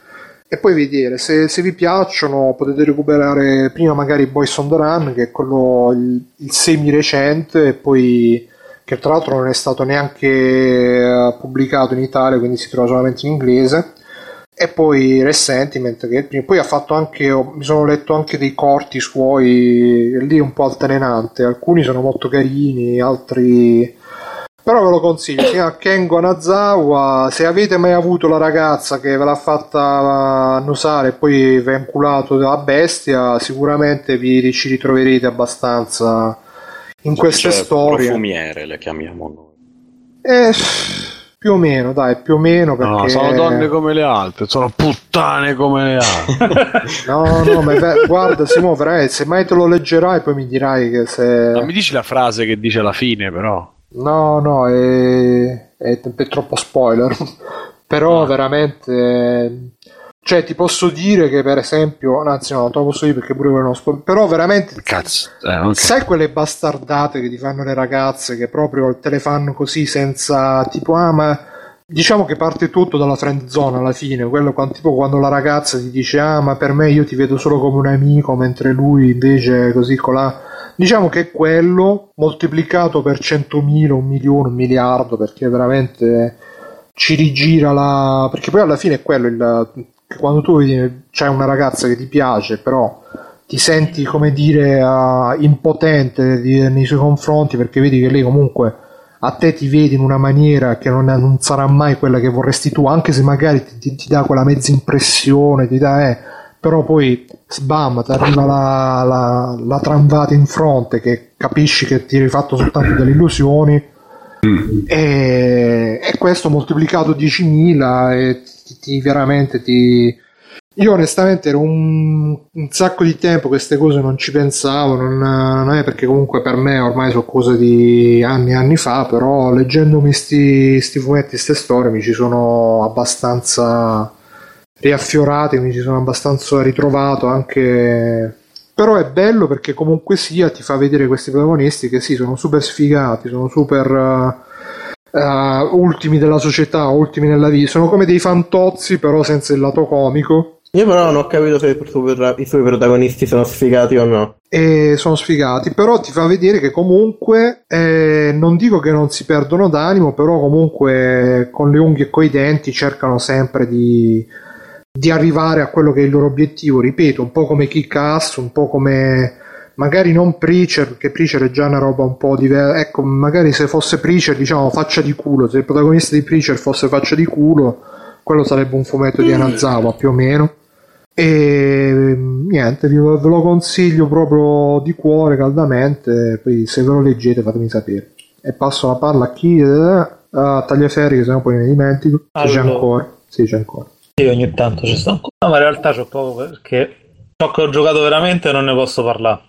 e poi vedere se, se vi piacciono. Potete recuperare prima magari Boys on the Run, che è quello il, il semi recente, e poi che tra l'altro non è stato neanche pubblicato in Italia, quindi si trova solamente in inglese, e poi Resentiment, che poi ha fatto anche, mi sono letto anche dei corti suoi, lì un po' altalenante, alcuni sono molto carini, altri però ve lo consiglio. Si chiama Kengo Anazawa. Se avete mai avuto la ragazza che ve l'ha fatta annusare e poi vi ha inculato della bestia, sicuramente vi ci ritroverete abbastanza in queste cioè, storie. Profumiere le chiamiamo noi. Eh, più o meno, dai, più o meno, perché... No, sono donne come le altre, sono puttane come le altre. no, no, ma beh, guarda Simone, veramente, se mai te lo leggerai poi mi dirai che se... Non mi dici la frase che dice alla fine, però. No, no, è, è, è troppo spoiler. Però ah. veramente... Cioè, ti posso dire che per esempio... Anzi no, non te lo posso dire perché pure quello non spoiler. Però veramente... Cazzo. Eh, okay. Sai quelle bastardate che ti fanno le ragazze, che proprio te le fanno così senza... Tipo, ah ma... Diciamo che parte tutto dalla friend zone alla fine. Quello quando, tipo quando la ragazza ti dice ah ma per me io ti vedo solo come un amico, mentre lui invece così colà. Diciamo che è quello moltiplicato per centomila, un milione, un miliardo, perché veramente ci rigira la... Perché poi alla fine è quello il... Quando tu vedi, c'hai una ragazza che ti piace, però ti senti, come dire, uh, impotente di, nei suoi confronti, perché vedi che lei comunque a te ti vede in una maniera che non, non sarà mai quella che vorresti tu, anche se magari ti, ti, ti dà quella mezza impressione, ti dà... Eh, però poi sbam, ti arriva la, la, la tramvata in fronte che capisci che ti hai fatto soltanto delle illusioni mm. e, e questo moltiplicato diecimila e ti, ti veramente ti... Io onestamente ero un, un sacco di tempo queste cose non ci pensavo, non, non è perché comunque per me ormai sono cose di anni e anni fa, però leggendomi sti, sti fumetti, ste storie mi ci sono abbastanza riaffiorati, mi ci sono abbastanza ritrovato anche. Però è bello perché comunque sia ti fa vedere questi protagonisti che sì, sono super sfigati, sono super uh, uh, ultimi della società, ultimi nella vita, sono come dei fantozzi però senza il lato comico. Io però non ho capito se i suoi protagonisti sono sfigati o no. E sono sfigati, però ti fa vedere che comunque eh, non dico che non si perdono d'animo, però comunque con le unghie e coi denti cercano sempre di di arrivare a quello che è il loro obiettivo, ripeto, un po' come Kick-Ass, un po' come magari non Preacher, perché Preacher è già una roba un po' diversa, ecco, magari se fosse Preacher, diciamo faccia di culo, se il protagonista di Preacher fosse faccia di culo, quello sarebbe un fumetto di Anazawa più o meno. E niente, ve lo consiglio proprio di cuore, caldamente, poi se ve lo leggete fatemi sapere. E passo la palla a chi? A Tagliaferri, che sennò poi mi dimentico. Allora. C'è ancora, sì c'è ancora. Sì, ogni tanto ci sto ancora, no, ma in realtà c'ho poco perché ciò che ho giocato veramente non ne posso parlare.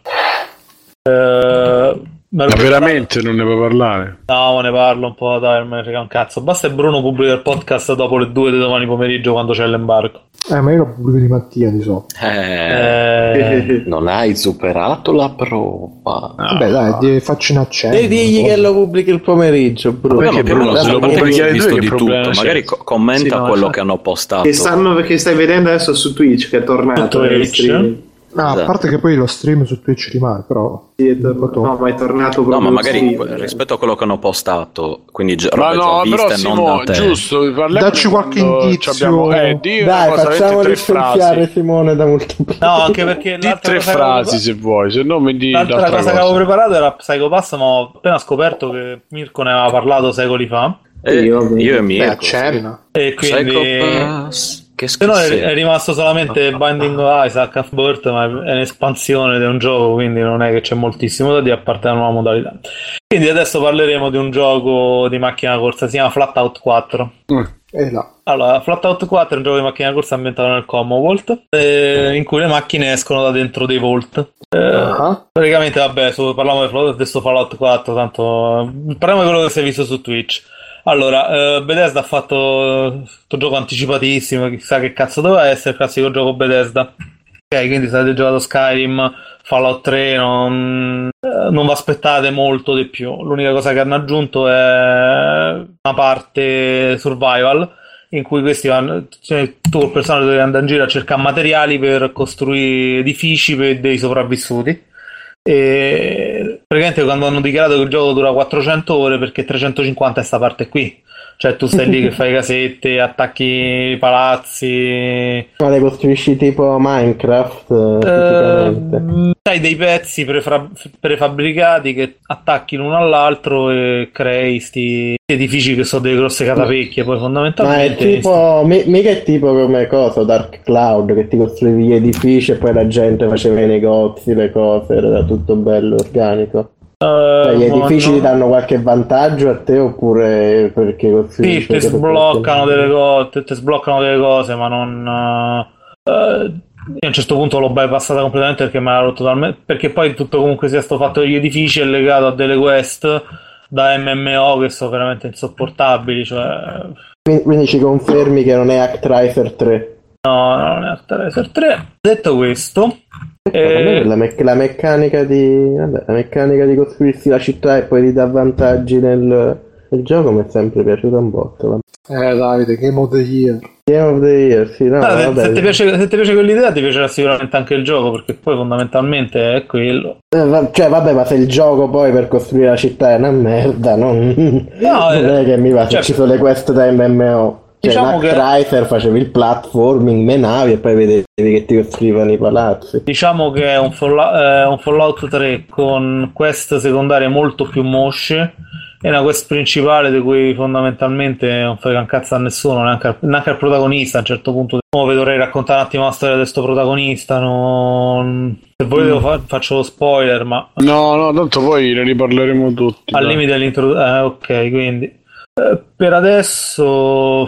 Eh, ma veramente non ne puoi parlare? No, ne parlo un po', dai, non me ne frega un cazzo. Basta che Bruno pubblica il podcast dopo le due di domani pomeriggio quando c'è l'embargo. Eh, ma io lo pubblico di mattina di solito. Eh, eh, non hai superato la prova. No, vabbè, dai, ti faccio in accenno. E digli che lo pubblichi il pomeriggio, Bruno. Perché Bruno, se lo pubblichi hai visto di tutto. Magari co- commenta sì, no, quello cioè, che hanno postato. Che stanno, perché stai vedendo adesso su Twitch, che è tornato. No, esatto. A parte che poi lo stream su Twitch rimane, però sì, è tor- no, ma è tornato proprio. No, ma magari stream, rispetto a quello che hanno postato, quindi gi- ma no, già però viste, Simo, non da te. Giusto, dacci qualche indizio. Abbiamo, eh, di dai, cosa, facciamo tre licenziare frasi. Simone da moltiplicare. No, anche perché di tre frasi se vuoi, se no mi di l'altra, l'altra cosa, cosa che avevo preparato era Psycho Pass, ma ho appena scoperto che Mirko ne aveva parlato secoli fa. Eh, io, io e Mirko. Accenna. E quindi che se no è, è rimasto solamente Binding of Isaac of Birth, ma è un'espansione di un gioco, quindi non è che c'è moltissimo da dire a parte la nuova modalità. Quindi adesso parleremo di un gioco di macchina corsa, si chiama Flatout quattro. Mm. E là. Allora, Flatout quattro è un gioco di macchina corsa ambientato nel Commonwealth, eh, in cui le macchine escono da dentro dei vault. Eh, uh-huh. Praticamente, vabbè, su, parliamo di Fallout, adesso Fallout quattro, tanto parliamo di quello che si è visto su Twitch. Allora, uh, Bethesda ha fatto questo gioco anticipatissimo, chissà che cazzo doveva essere, il classico gioco Bethesda. Ok, quindi se avete giocato Skyrim, Fallout tre, non, uh, non vi aspettate molto di più. L'unica cosa che hanno aggiunto è una parte survival, in cui questi vanno, cioè, tu col personaggio devi andare in giro a cercare materiali per costruire edifici per dei sopravvissuti. E praticamente quando hanno dichiarato che il gioco dura quattrocento ore, perché trecentocinquanta è sta parte qui, cioè tu stai lì che fai casette, attacchi palazzi, ma le costruisci tipo Minecraft, eh, hai dei pezzi prefra- prefabbricati che attacchi l'uno all'altro e crei sti edifici che sono delle grosse catapecchie. Poi fondamentalmente ma è tipo mi- mica è tipo come cosa Dark Cloud, che ti costruivi gli edifici e poi la gente faceva i negozi, le cose, era tutto bello organico. Uh, cioè, gli edifici no, ti danno qualche vantaggio a te oppure perché sì, ti sbloccano delle cose, ti sbloccano delle cose, ma non uh, uh, io a un certo punto l'ho bypassata completamente perché me l'ha rotto totalmente, perché poi tutto comunque sia sto fatto degli edifici è legato a delle quest da M M O che sono veramente insopportabili, cioè... quindi, quindi ci confermi che non è Actraiser tre? No, no, non è Actraiser tre. Detto questo, eh... la, me- la meccanica di vabbè, la meccanica di costruirsi la città e poi ti dà vantaggi nel, nel gioco mi è sempre piaciuta un botto. Eh Davide, Game of the Year. Game of the Year, sì, no, ah, vabbè. Se ti piace, se ti piace quell'idea ti piacerà sicuramente anche il gioco, perché poi fondamentalmente è quello. Eh, va- cioè vabbè, ma se il gioco poi per costruire la città è una merda, non, no, non è che mi va, cioè, se ci sono le quest da M M O. Cioè, diciamo che Actraiser facevi il platforming, menavi e poi vedevi che ti costruivano i palazzi. Diciamo che è un, Fallout, eh, un Fallout tre con quest secondarie molto più mosce e una quest principale di cui fondamentalmente non frega un cazzo a nessuno, neanche al, neanche al protagonista. A un certo punto ora vorrei raccontare un attimo la storia di questo protagonista, non... se volete mm. fa- faccio lo spoiler, ma no no tanto poi ne riparleremo tutti al limite dell'introduzione. Eh, ok, quindi per adesso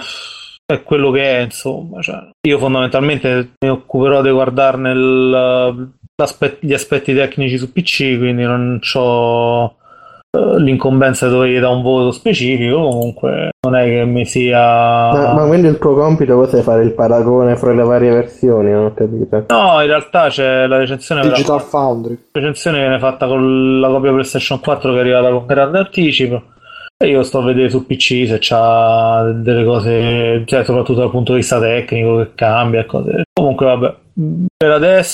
è quello che è, insomma, cioè, io fondamentalmente mi occuperò di guardarne il, gli aspetti tecnici su P C, quindi non ho uh, l'incombenza di dover dare un voto specifico. Comunque non è che mi sia ma, ma quindi il tuo compito cos'è? Fare il paragone fra le varie versioni? Non ho capito. No, in realtà c'è la recensione Digital vera... Foundry. La recensione viene fatta con la copia PlayStation quattro che è arrivata con grande anticipo. E io sto a vedere su P C se c'ha delle cose, cioè soprattutto dal punto di vista tecnico, che cambia e cose. Comunque vabbè, per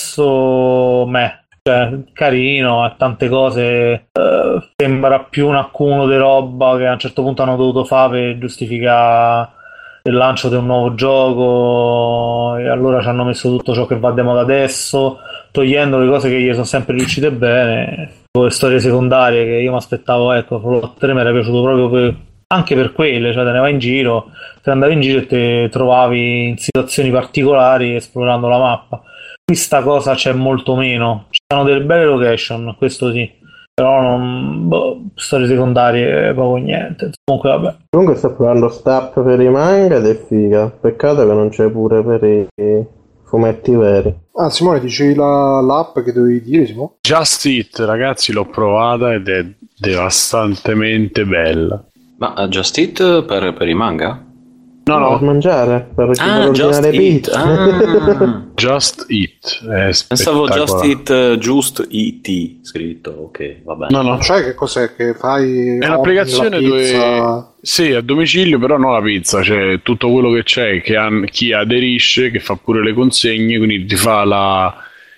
adesso me, cioè carino, ha tante cose, eh, sembra più un accumulo di roba che a un certo punto hanno dovuto fare per giustificare il lancio di un nuovo gioco, e allora ci hanno messo tutto ciò che va di moda adesso, togliendo le cose che gli sono sempre riuscite bene. Le storie secondarie che io mi aspettavo, ecco, Fallout tre mi era piaciuto proprio per, anche per quelle, cioè te ne vai in giro, te andavi in giro e te trovavi in situazioni particolari esplorando la mappa. Questa cosa c'è molto meno, ci sono delle belle location, questo sì, però non, boh, storie secondarie poco niente. Comunque vabbè. Comunque sto provando Stap per i manga ed è figa, peccato che non c'è pure per i fumetti veri. Ah, Simone, dicevi la, l'app che dovevi dire, Simone? Just Eat, ragazzi, l'ho provata ed è devastantemente bella. Ma uh, Just Eat per, per i manga? No, no, per mangiare, per ah, ordinare pizza. Ah. Just Eat, è pensavo Just Eat, uh, Just E T scritto, ok, va bene. No, no. Cioè, che cos'è che fai? È un'applicazione dove sì, a domicilio, però non la pizza, cioè tutto quello che c'è, che ha, chi aderisce, che fa pure le consegne, quindi ti fa la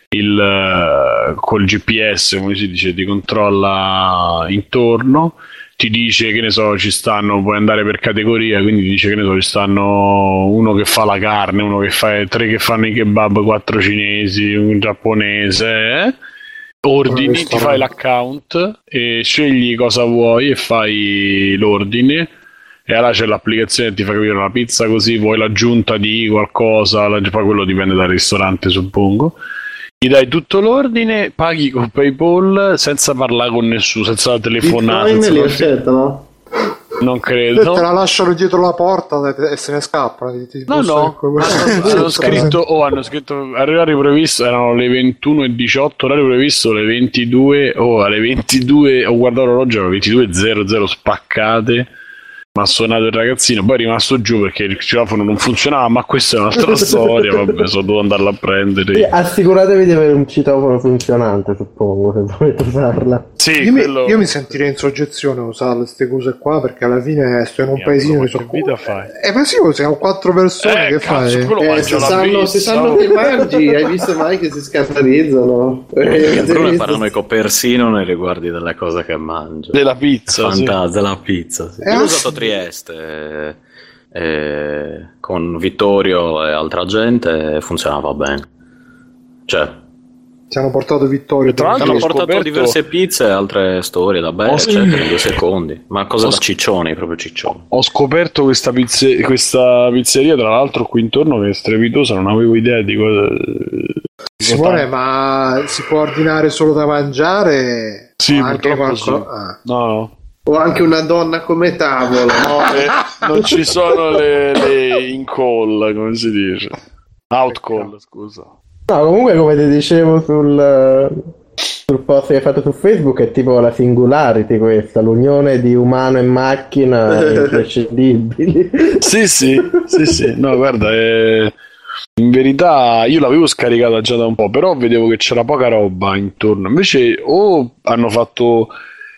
il col G P S, come si dice, ti controlla intorno, ti dice, che ne so, ci stanno, puoi andare per categoria, quindi ti dice, che ne so, ci stanno uno che fa la carne, uno che fa tre che fanno i kebab, quattro cinesi, un giapponese, eh? Ordini, ti fai l'account e scegli cosa vuoi e fai l'ordine, e allora c'è l'applicazione che ti fa capire una pizza così, vuoi l'aggiunta di qualcosa, poi quello dipende dal ristorante, suppongo. Gli dai tutto l'ordine, paghi con PayPal senza parlare con nessuno, senza la telefonata. Bitcoin li accettano? Non credo. Te la lasciano dietro la porta e se ne scappano. Ti, ti no, no. Hanno, hanno scritto, oh, hanno scritto, orario previsto erano le ventuno e diciotto, orario previsto le ventidue, oh, alle ventidue, ho guardato l'orologio, alle ventidue e zero zero spaccate. Mi ha suonato il ragazzino, poi è rimasto giù perché il citofono non funzionava, ma questa è un'altra storia, vabbè, sono dovuto andarla a prendere. Sì, assicuratevi di avere un citofono funzionante, suppongo, se volete usarla. Sì, io, quello... mi, io mi sentirei in soggezione a usare queste cose qua, perché alla fine sto in un Mia, paesino che che sono vita fai? Eh ma sì, siamo quattro persone, Eh, che cazzo, fai? quello Eh, mangia se, la sanno, pizza. se sanno che mangi, hai visto mai che si scandalizzano? Che Bruno è paranoico persino nei riguardi delle cose che mangia. Della pizza, sì. Fantasia, della pizza, sì. Eh, Io ho ah, usato sì. Trieste eh, con Vittorio e altra gente e funzionava bene. Cioè, Ti hanno portato Vittorio. Tra l'altro hanno ho portato scoperto- diverse pizze e altre storie da bere, Oh, sì. eccetera, in due secondi. Ma cosa Ho da sc- ciccioni, proprio ciccioni. Ho scoperto questa, pizze- questa pizzeria, tra l'altro qui intorno, che è strepitosa, non avevo idea di cosa... Simone, ma si può ordinare solo da mangiare? Sì, O anche purtroppo sì. qualcosa? Ah. No, no. O anche una donna come tavolo. No, eh, non ci sono le, le in call, come si dice. Out call, scusa. No, comunque come ti dicevo sul, sul post che hai fatto su Facebook è tipo la singularity questa, l'unione di umano e macchina imprescindibili. Sì, sì, sì, sì. No, guarda, eh, in verità io l'avevo scaricata già da un po', però vedevo che c'era poca roba intorno. Invece o hanno fatto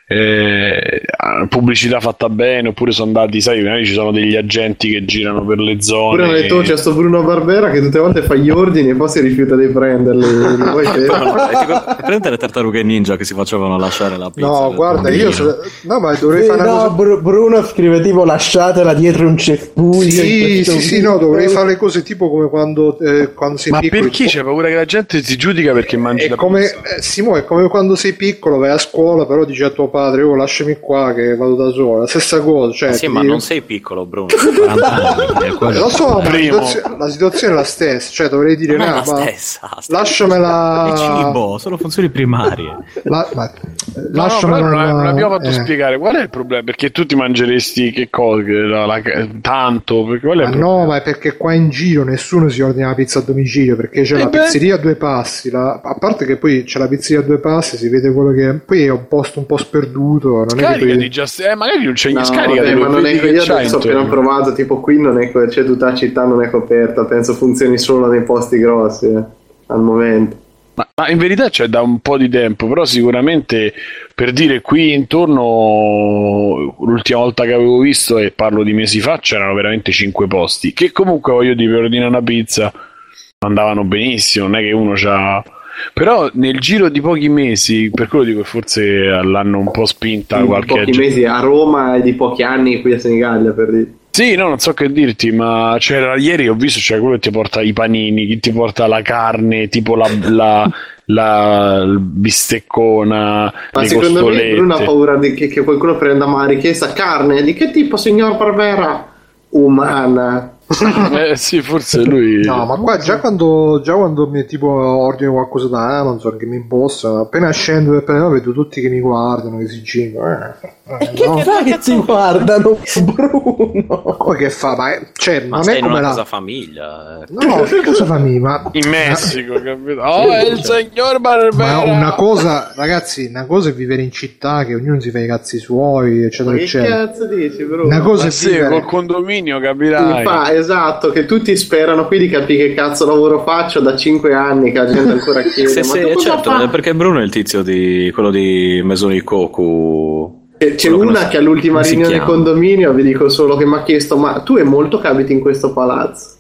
eh, pubblicità fatta bene, oppure sono andati, sai, magari ci sono degli agenti che girano per le zone. Pure hanno detto, "Oh, c'è sto Bruno Barbera che tutte le volte fa gli ordini e poi si rifiuta di prenderli." Poi che- Prendete le tartarughe ninja che si facevano lasciare la pizza. No, del guarda, bambino. io se- no, ma dovrei Sì, fare una no, cosa. Bru- Bruno scrive tipo lasciatela dietro un cespuglio. in Sì, questo sì, sì, video. no, dovrei fare le cose tipo come quando, eh, quando sei Ma piccolo. perché c'è paura che la gente ti giudica perché mangi È la come, pizza? eh, Simo, è come quando sei piccolo, vai a scuola, però dici a tuo padre, oh, lasciami qua che vado da solo. La stessa cosa, cioè. Sì, ti ma dico- non sei piccolo, Bruno. hai quaranta anni, è quello. Lo so, ma la Primo. situazione, la situazione è la stessa, cioè dovrei dire, Non è no, la ma stessa. lasciamela. È cibo, sono funzioni primarie. La, ma, No, no, lasciamela. però non, non abbiamo fatto eh. spiegare qual è il problema, perché tu ti mangeresti che cosa? Che la- la- tanto? Perché qual è Ma il problema? no, ma è perché qua in giro nessuno si ordina la pizza a domicilio, perché c'è Eh la beh. pizzeria a due passi, la- a parte che poi c'è la pizzeria a due passi, si vede quello che è, poi è un posto un po' sperduto, non è che Scarica poi- di just... eh, magari non c'è No, scarica vabbè, ma non è che io c'è adesso ho appena intorno. provato, tipo qui non è co- c'è tutta la città non è coperta, penso funzioni solo nei posti grossi eh, al momento. Ma, ma in verità c'è da un po' di tempo, però sicuramente, per dire, qui intorno l'ultima volta che avevo visto, e parlo di mesi fa, c'erano veramente cinque posti che comunque, voglio dire, per ordinare una pizza andavano benissimo, non è che uno c'ha... Però nel giro di pochi mesi, per quello dico che forse l'hanno un po' spinta Di qualche pochi agente. mesi a Roma e di pochi anni qui a Senigallia, per dire. Sì, no, non so che dirti, ma c'era ieri ho visto, c'è quello che ti porta i panini, chi ti porta la carne, tipo la, la, la bisteccona, Ma le secondo me Bruno ha costolette. paura di che, che qualcuno prenda una richiesta carne di che tipo, signor Barbera? Umana. Eh sì, forse lui... No, ma qua già quando, già quando mi tipo ordino qualcosa da Amazon che mi imposta, appena scendo e appena vedo tutti che mi guardano, che si girano. Eh, eh, Che no. fa che si guardano, Bruno? Come che fa? Ma, è- cioè, Ma non sei è in come una la... casa famiglia. eh. No, che cosa fa mi? Ma... In Messico, capito? Oh, è il signor Barbera! Ma una cosa, ragazzi, una cosa è vivere in città, che ognuno si fa i cazzi suoi, eccetera, Ma che eccetera. cazzo dici, Bruno? Una cosa Ma è sì, vivere... col condominio, capirai. Fa, esatto, che tutti sperano qui di capire che cazzo lavoro faccio da cinque anni, che la gente ancora chiede. Sì, ma sì, tu è cosa certo, fai? eh, perché Bruno è il tizio di quello di Mesoni Koku. C'è- C'è quello che una non- che all'ultima come si riunione chiama? condominio vi dico solo che mi ha chiesto: ma tu è molto che abiti in questo palazzo?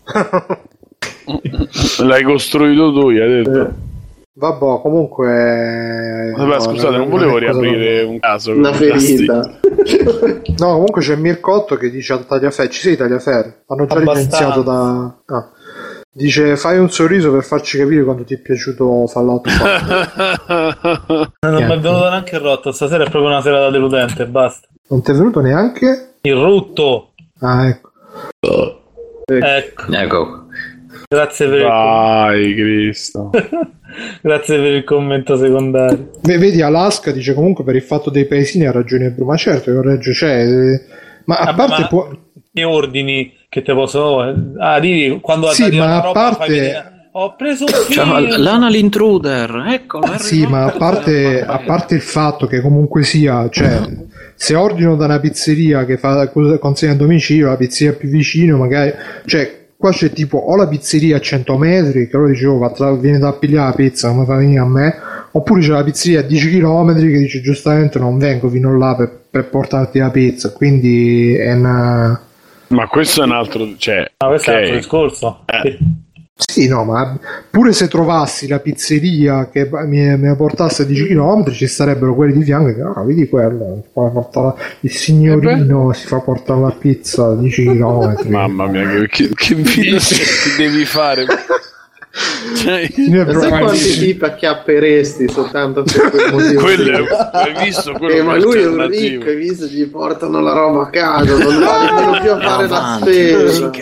L'hai costruito tu, gli hai detto. Eh, Vabbè, comunque... Vabbè, no, scusate, non volevo è cosa riaprire un caso. una con Justin. ferita. No, comunque c'è Mircotto che dice al Tagliaferri, ci sei Tagliaferri? Hanno già Abbastanza. licenziato da... ah. Dice, fai un sorriso per farci capire quanto ti è piaciuto Fallout quattro. Non mi è Niente. venuto neanche il rotto, stasera è proprio una serata deludente, basta. Non ti è venuto neanche? Il rutto! Ah, ecco. Ecco, Ecco. grazie per il, Dai, Cristo. grazie per il commento secondario. V- Vedi, Alaska dice comunque per il fatto dei paesini ha ragione Bruno, ma certo, io reggio, cioè... eh, Ma a Vabbè, parte ma può... Che ordini che te posso... Ah, dici, quando Sì, arriva ma la a roba, parte- fai vedere, ho preso un Ciao, film. Lana l'intruder, eccolo. è Sì, ma a arrivato. parte, a parte il fatto che comunque sia, cioè, se ordino da una pizzeria che fa consegna a domicilio, la pizzeria più vicino, magari, cioè, qua c'è tipo o la pizzeria a cento metri, che loro dicevo, va tra- vieni da pigliare la pizza, come fa venire a me, Oppure c'è la pizzeria a dieci chilometri che dice giustamente non vengo fino là per, per portarti la pizza, quindi è una... Ma questo è un altro, cioè, ma questo okay. è un altro discorso. Eh. Sì, no, ma pure se trovassi la pizzeria che mi, mi portasse a dieci chilometri ci sarebbero quelli di fianco che, ah, vedi quello, il signorino si fa portare la pizza a dieci chilometri. Mamma mia, che, che, che video devi fare? Cioè, sai quanti tipi acchiapperesti soltanto per quel motivo? Quello, hai visto quello eh, ma lui è un ricco, hai visto, gli portano la roba a casa, non vale nemmeno più a fare la spesa.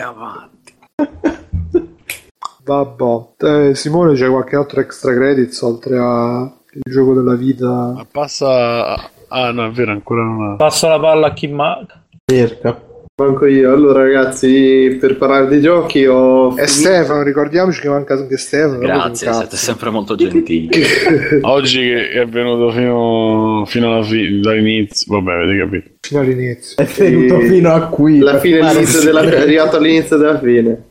Vabbè, eh, Simone, c'è qualche altro extra credits oltre a il gioco della vita? Ma passa, ah no, è vero, ancora non ha. Passo la palla a chi manca. Cerca. Manco io. Allora ragazzi, per parlare di giochi ho e Stefano, ricordiamoci che manca anche Stefano. Grazie, siete sempre molto gentili. Oggi che è venuto fino, fino alla fine, dall'inizio, vabbè, avete capito. Fino all'inizio. È venuto e... fino a qui. La fine, l'inizio della... è arrivato all'inizio della fine.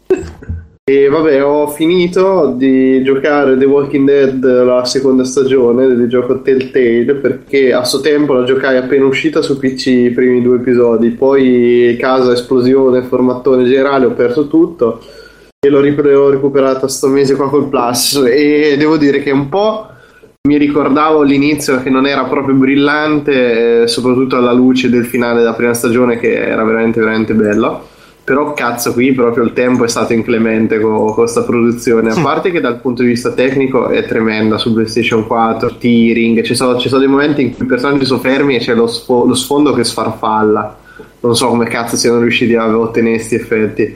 E vabbè, ho finito di giocare The Walking Dead la seconda stagione del gioco Telltale, perché a suo tempo la giocai appena uscita su P C i primi due episodi, poi casa, esplosione, formattone generale, ho perso tutto e l'ho, rip- l'ho recuperato sto mese qua col Plus, e devo dire che un po' mi ricordavo all'inizio che non era proprio brillante, eh, soprattutto alla luce del finale della prima stagione, che era veramente veramente bello. Però cazzo, qui proprio il tempo è stato inclemente con questa produzione, a parte che dal punto di vista tecnico è tremenda su PlayStation quattro, tearing, ci sono, ci sono dei momenti in cui i personaggi sono fermi e c'è lo, sfo- lo sfondo che sfarfalla, non so come cazzo siano riusciti a ottenere questi effetti,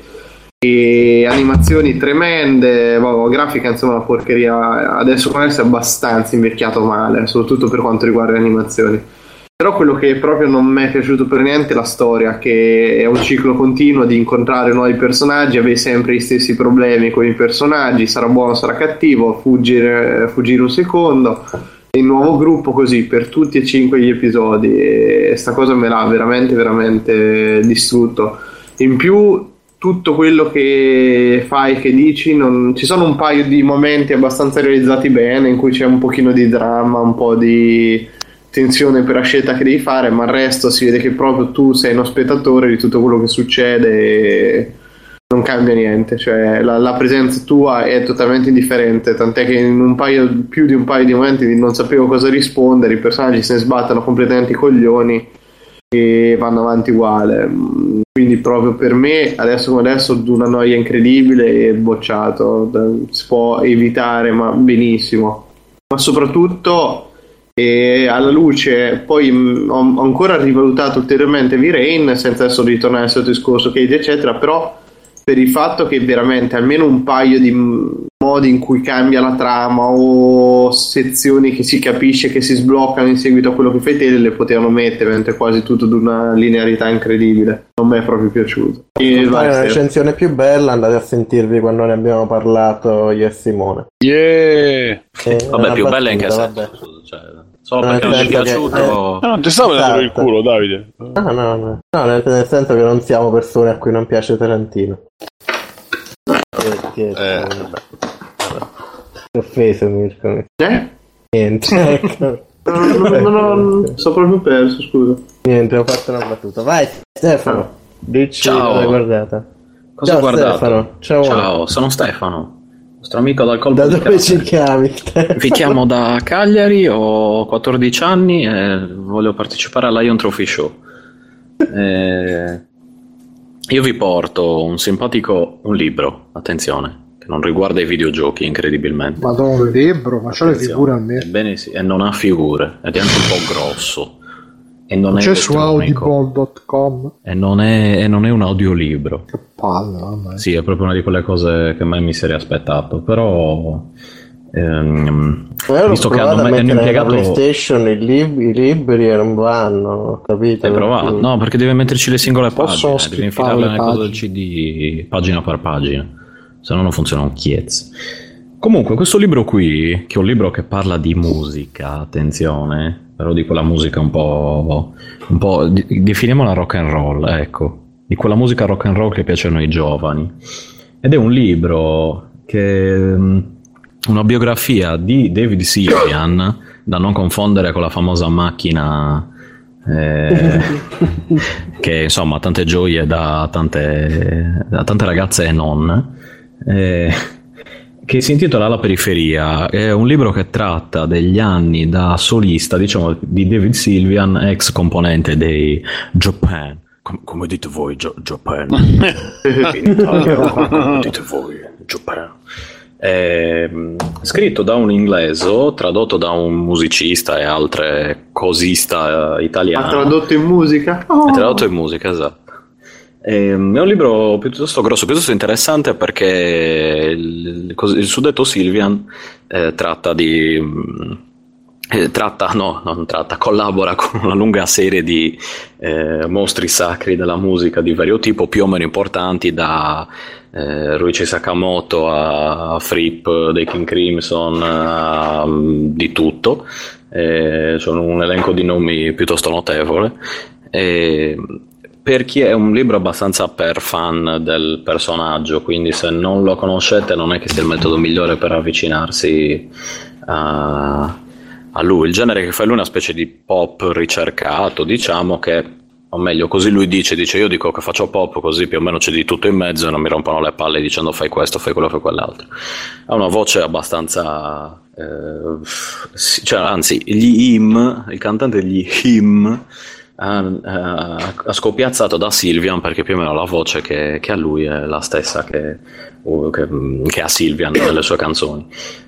e animazioni tremende, boh, grafica insomma una porcheria, adesso può essere abbastanza invecchiato male, soprattutto per quanto riguarda le animazioni. Però quello che proprio non mi è piaciuto per niente è la storia, che è un ciclo continuo di incontrare nuovi personaggi, avere sempre gli stessi problemi con i personaggi, sarà buono, sarà cattivo, fuggire, fuggire un secondo, e il nuovo gruppo così per tutti e cinque gli episodi, e sta cosa me l'ha veramente veramente distrutto. In più tutto quello che fai, che dici, non... ci sono un paio di momenti abbastanza realizzati bene in cui c'è un pochino di dramma, un po' di tensione per la scelta che devi fare, ma il resto si vede che proprio tu sei uno spettatore di tutto quello che succede e non cambia niente, cioè la, la presenza tua è totalmente indifferente, tant'è che in un paio, più di un paio di momenti non sapevo cosa rispondere, i personaggi se ne sbattono completamente i coglioni e vanno avanti uguale, quindi proprio per me adesso come adesso una noia incredibile e bocciato, si può evitare ma benissimo, ma soprattutto e alla luce poi mh, ho ancora rivalutato ulteriormente V-Rain senza adesso ritornare al solito discorso Cage eccetera, però per il fatto che veramente almeno un paio di m- modi in cui cambia la trama o sezioni che si capisce che si sbloccano in seguito a quello che fai te le potevano mettere, mentre quasi tutto ad una linearità incredibile, non mi è proprio piaciuto. E vai, la recensione più bella andate a sentirvi quando ne abbiamo parlato io e Simone. Yeah. Eh, vabbè, più bella in che senso? Cioè, solo perché non ci è piaciuto? Che, eh, no, non ti stavo esatto. vedendo il culo, Davide. No, no, no, no, nel, nel senso che non siamo persone a cui non piace Tarantino. Perché, Eh, eh, ti ho offeso, Mirko. Eh? Niente, ecco. No, no, no, no, no, sono proprio perso, scusa. Niente, ho fatto una battuta. Vai, Stefano. Dici Ciao. cosa hai guardato. Cosa Ciao, ho guardato? Stefano. Ciao. Ciao, sono Stefano, nostro amico dal colpo Da di dove ci cane. chiami, Stefano? Vi chiamo da Cagliari, ho quattordici anni e voglio partecipare alla Ion Trophy Show. Eh, io vi porto un simpatico un libro, attenzione, che non riguarda i videogiochi incredibilmente. Madonna, un libro, ma c'ha le figure a me. Ebbene sì, e non ha figure, ed è anche un po' grosso. E non C'è è su elettronico. audible punto com. E non è, e non è un audiolibro. Che palle, mamma mia. Sì, è proprio una di quelle cose che mai mi sarei aspettato. Però ehm, Io visto che hanno, a hanno mettere impiegato nella PlayStation i, lib- i libri e non vanno, ho capito? hai provato? No, perché devi metterci le singole Possono pagine, devi scrippare infilarle le nel coso del pagine. C D pagina per pagina, se no non funziona un chiez. Comunque questo libro qui, che è un libro che parla di musica, attenzione, però di quella musica un po', un po' di- definiamola rock and roll, ecco, di quella musica rock and roll che piacciono ai giovani, ed è un libro che mh, una biografia di David Sylvian, da non confondere con la famosa macchina eh, che insomma ha tante gioie da tante, da tante ragazze e non, eh, che si intitola La periferia. È un libro che tratta degli anni da solista, diciamo, di David Sylvian, ex componente dei Japan. Com- come dite voi, Gio- Japan? In Italia, come dite voi, Japan? È scritto da un inglese, tradotto da un musicista e altre cosista italiano. Ha tradotto in musica? Oh. È tradotto in musica, esatto. È un libro piuttosto grosso, piuttosto interessante, perché il, il suddetto Sylvian eh, tratta di... Eh, tratta, no, non tratta, collabora con una lunga serie di eh, mostri sacri della musica di vario tipo, più o meno importanti, da eh, Ryuichi Sakamoto a Fripp dei King Crimson, a, di tutto. Eh, sono un elenco di nomi piuttosto notevole. Eh, per chi è un libro abbastanza per fan del personaggio, quindi se non lo conoscete non è che sia il metodo migliore per avvicinarsi a... a lui. Il genere che fa lui è una specie di pop ricercato, diciamo, che, o meglio, così lui dice, dice io dico che faccio pop, così più o meno c'è di tutto in mezzo e non mi rompono le palle dicendo fai questo, fai quello, fai quell'altro. Ha una voce abbastanza eh, cioè, anzi, gli him, il cantante degli him ha, ha, ha scopiazzato da Sylvian, perché più o meno la voce che, che ha lui è la stessa che, che, che ha Sylvian nelle sue canzoni.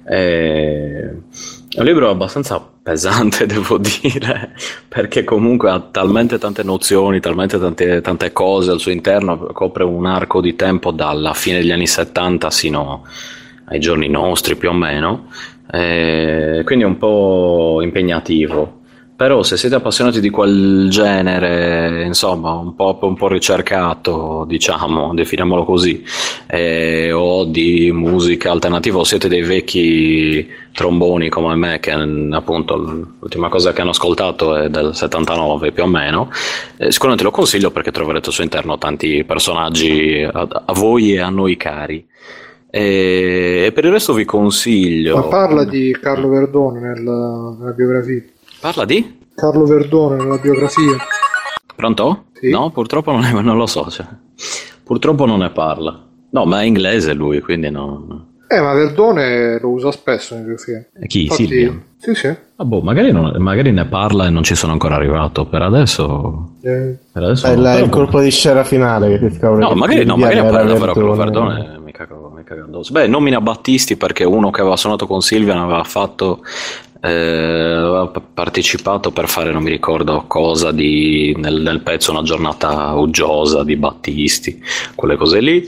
E, è un libro abbastanza pesante, devo dire, perché comunque ha talmente tante nozioni, talmente tante, tante cose al suo interno, copre un arco di tempo dalla fine degli anni settanta sino ai giorni nostri più o meno, e quindi è un po' impegnativo. Però se siete appassionati di quel genere, insomma, un po', un po' ricercato, diciamo, definiamolo così, eh, o di musica alternativa, o siete dei vecchi tromboni come me, che appunto l'ultima cosa che hanno ascoltato è del settantanove più o meno, eh, sicuramente lo consiglio, perché troverete al suo interno tanti personaggi a, a voi e a noi cari. E, e per il resto vi consiglio... Ma parla di Carlo Verdone nella, nella biografia. Parla di? Carlo Verdone nella biografia. Pronto? Sì. No, purtroppo non, è, non lo so. Cioè. Purtroppo non ne parla. No, ma è inglese lui, quindi no. Eh, ma Verdone lo usa spesso nelle biografie. E chi? Infatti, Silvia? Sì, sì. Ah, boh, magari, non, magari ne parla e non ci sono ancora arrivato. Per adesso... Eh. Per adesso è la, il colpo di scena finale che si scappa. No, magari, no, magari parla davvero quello Verdone. Mi cago, mi cago addosso. Beh, nomina Battisti, perché uno che aveva suonato con Silvia aveva fatto... Eh, aveva partecipato per fare, non mi ricordo cosa, di, nel, nel pezzo Una giornata uggiosa di Battisti, quelle cose lì.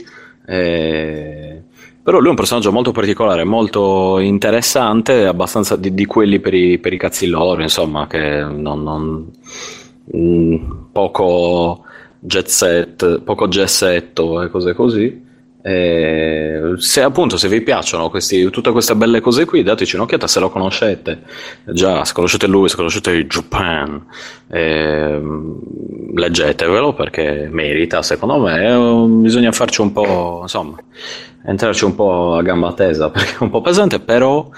Eh, però lui è un personaggio molto particolare, molto interessante, abbastanza di, di quelli per i, per i cazzi loro, insomma, che non, non mh, poco jet set, poco gessetto e cose così. Eh, se appunto se vi piacciono questi, tutte queste belle cose qui, dateci un'occhiata se lo conoscete già, se conoscete lui, se conoscete il Japan, eh, leggetevelo, perché merita, secondo me. Bisogna farci un po', insomma, entrarci un po' a gamba tesa, perché è un po' pesante, però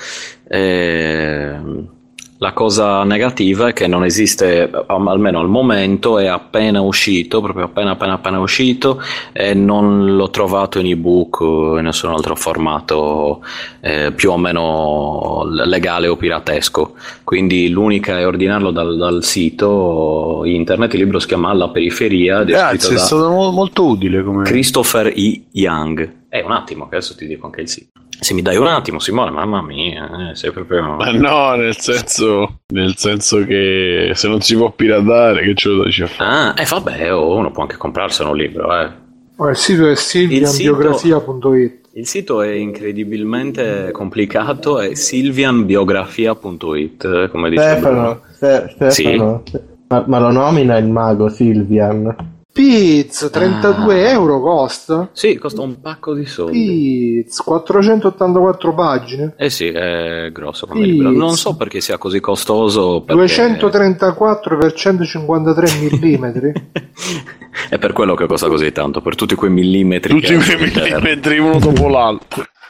eh, la cosa negativa è che non esiste, almeno al momento, è appena uscito, proprio appena appena appena uscito, e non l'ho trovato in ebook o in nessun altro formato eh, più o meno legale o piratesco. Quindi l'unica è ordinarlo dal, dal sito internet. Il libro si chiama La periferia. Grazie, è stato molto utile come... Christopher E. Young. Eh, un attimo, che adesso ti dico anche il sito. Se mi dai un attimo, Simone, mamma mia, eh, sei proprio... Ma no, nel senso, nel senso che se non si può piratare, che ce lo dici a fare? Ah, eh vabbè, oh, uno può anche comprarsene un libro, eh. Oh, il sito è silvian biografia punto it. Il sito è incredibilmente complicato, è silvian biografia punto it, come dice Stefano, Stefano, sì? ma, ma lo nomina il mago Sylvian? Piz, trentadue ah. euro costa? Sì, costa un pacco di soldi. Piz, quattrocentottantaquattro pagine. Eh sì, è grosso come libro. Non so perché sia così costoso. Perché... duecentotrentaquattro per centocinquantatré millimetri. È per quello che costa così tanto, per tutti quei millimetri. Tutti quei millimetri uno dopo l'altro.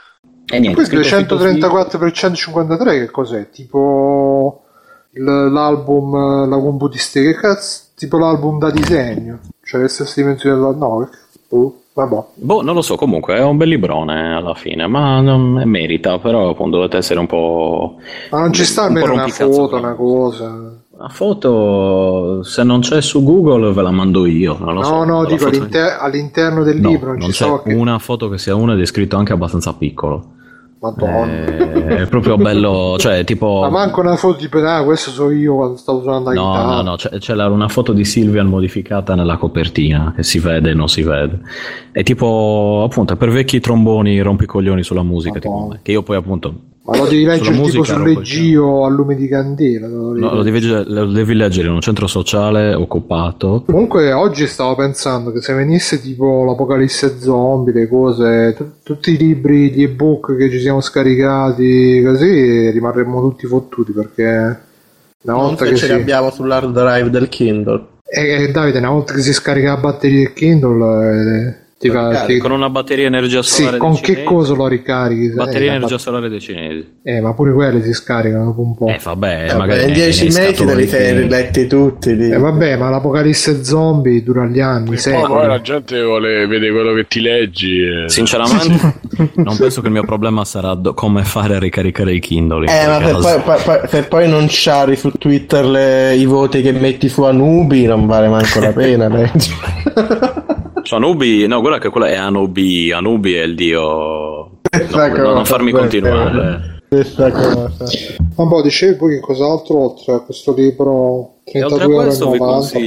E niente, poi duecentotrentaquattro per centocinquantatré che cos'è? Tipo il, l'album, la combo di ste, che cazzo? Tipo l'album da disegno, cioè le stesse dimensioni della no, uh, vabbè. Boh, non lo so, comunque è un bel librone alla fine, ma non merita, però appunto dovete essere un po'... Ma non ci sta almeno una foto, una cosa... La foto, se non c'è su Google ve la mando io, non lo no, so. No, dico foto... all'inter- all'interno del no, libro non, non ci c'è so che... una foto che sia una ed è scritto anche abbastanza piccolo. Madonna. È proprio bello, cioè tipo... Ma manco una foto di ah, questo so io quando stavo suonando la no, chitarra. No, no, c'è, c'è una foto di Sylvian modificata nella copertina, che si vede e non si vede. È tipo, appunto, per vecchi tromboni rompicoglioni sulla musica, tipo me, che io poi appunto... Ma lo devi leggere tipo sul leggio a lume di candela. Lo devi, no, lo devi, lo devi leggere in un centro sociale occupato. Comunque oggi stavo pensando che se venisse tipo l'apocalisse zombie, le cose, t- tutti i libri di ebook che ci siamo scaricati così rimarremmo tutti fottuti, perché una non volta se che ce si... li abbiamo sull'hard drive del Kindle. E eh, Davide, una volta che si scarica la batteria del Kindle... Eh, Ti fa, ti... con una batteria energia solare, sì, con che cinesi. Cosa lo ricarichi? Batteria eh, energia bat... solare dei cinesi. Eh, ma pure quelle si scaricano dopo un po'. Eh, vabbè, eh, magari in dieci mesi te li sei riletti tutti. Di... Eh, vabbè, ma l'apocalisse zombie dura gli anni. Poi, poi la gente vuole vedere quello che ti leggi. E... Sinceramente, non penso che il mio problema sarà do- come fare a ricaricare i Kindle. Eh, ma se poi, poi, poi, se poi non sciari su Twitter le, i voti che metti su Anubi, non vale manco la pena. Su Anubi, no, guarda che quella è Anubi, Anubi è il dio. No, cosa, non farmi continuare. Questa cosa. Ma poi dicevi poi che cos'altro oltre a questo libro trentadue euro e novanta?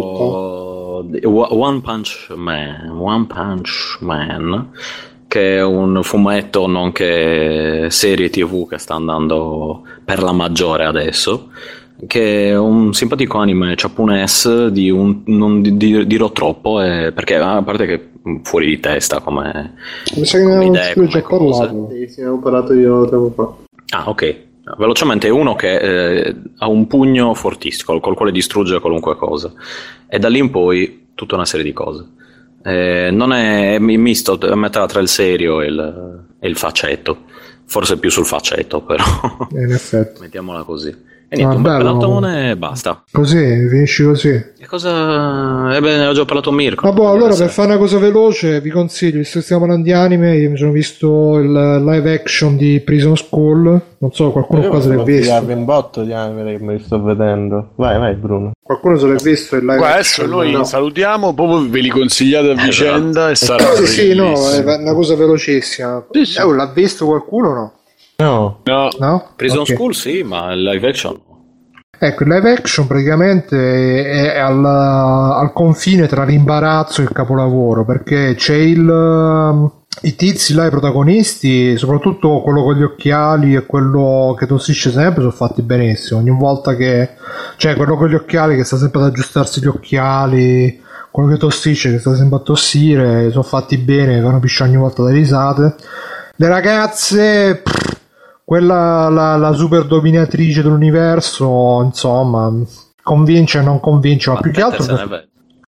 One Punch Man, One Punch Man, che è un fumetto nonché serie tivù che sta andando per la maggiore adesso, che è un simpatico anime giapponese di un, non di, di, dirò troppo, eh, perché a parte che fuori di testa come, mi sa che come ne idee, come già parlato. Sì, sì, avevo parlato io tempo fa. Ah, ok. Velocemente è uno che eh, ha un pugno fortissimo col quale distrugge qualunque cosa, e da lì in poi tutta una serie di cose. Eh, non è, è misto a metà tra il serio e il, e il faccetto, forse più sul faccetto, però in effetti mettiamola così. E niente, ah, un bel bello, pelatone e basta. Così, finisci così. E cosa... Ebbene, ne ho già parlato Mirko. Ma boh, allora per fare una cosa veloce vi consiglio, visto che stiamo parlando di anime, io mi sono visto il live action di Prison School, non so, qualcuno qua se l'ha visto. Un botto di anime che me li sto vedendo. Vai, vai Bruno. Qualcuno se l'ha visto il live Guarda, action? adesso noi no. salutiamo, poi ve li consigliate a vicenda e sarà sì, sì, no, è una cosa velocissima. Sì, sì. Eh, l'ha visto qualcuno o no? No. No. No? Prison Okay. School sì, ma il live action ecco, il live action praticamente è al, al confine tra l'imbarazzo e il capolavoro, perché c'è il i tizi là, i protagonisti, soprattutto quello con gli occhiali e quello che tossisce sempre, sono fatti benissimo. Ogni volta che, cioè quello con gli occhiali che sta sempre ad aggiustarsi gli occhiali, quello che tossisce che sta sempre a tossire, sono fatti bene, fanno pisciare ogni volta da risate. Le ragazze, pff, quella la, la super dominatrice dell'universo, insomma, convince e non convince, ma, ma più che altro per...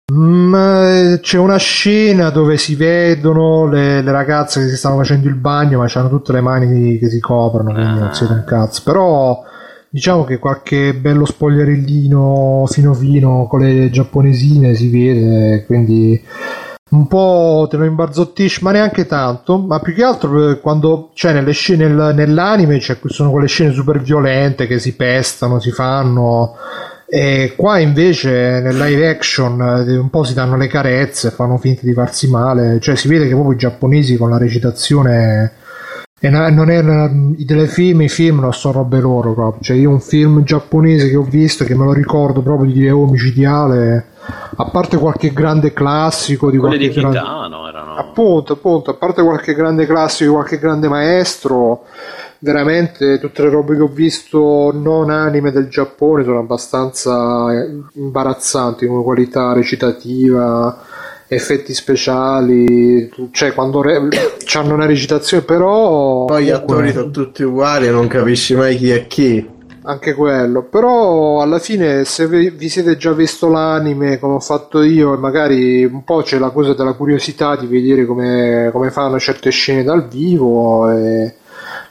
mm, c'è una scena dove si vedono le, le ragazze che si stanno facendo il bagno, ma hanno tutte le mani che si coprono, quindi non si vede un cazzo. Però diciamo che qualche bello spogliarellino fino fino con le giapponesine si vede, quindi un po' te lo imbarzottisci, ma neanche tanto. Ma più che altro quando c'è, cioè, nelle scene nel, nell'anime c'è, sono quelle scene super violente che si pestano, si fanno, e qua invece nel live action un po' si danno le carezze, fanno finta di farsi male, cioè si vede che proprio i giapponesi con la recitazione, e non è i telefilm, i film non sono robe loro proprio. Cioè io un film giapponese che ho visto, che me lo ricordo proprio di Leo Omicidiale, a parte qualche grande classico di quelli qualche di grande... Kitano erano appunto, appunto, a parte qualche grande classico di qualche grande maestro, veramente tutte le robe che ho visto non anime del Giappone sono abbastanza imbarazzanti come qualità recitativa, effetti speciali, cioè quando re... hanno una recitazione, però poi gli attori sono tutti uguali e non capisci mai chi è chi. Anche quello, però alla fine se vi siete già visto l'anime come ho fatto io, e magari un po' c'è la cosa della curiosità di vedere come, come fanno certe scene dal vivo, e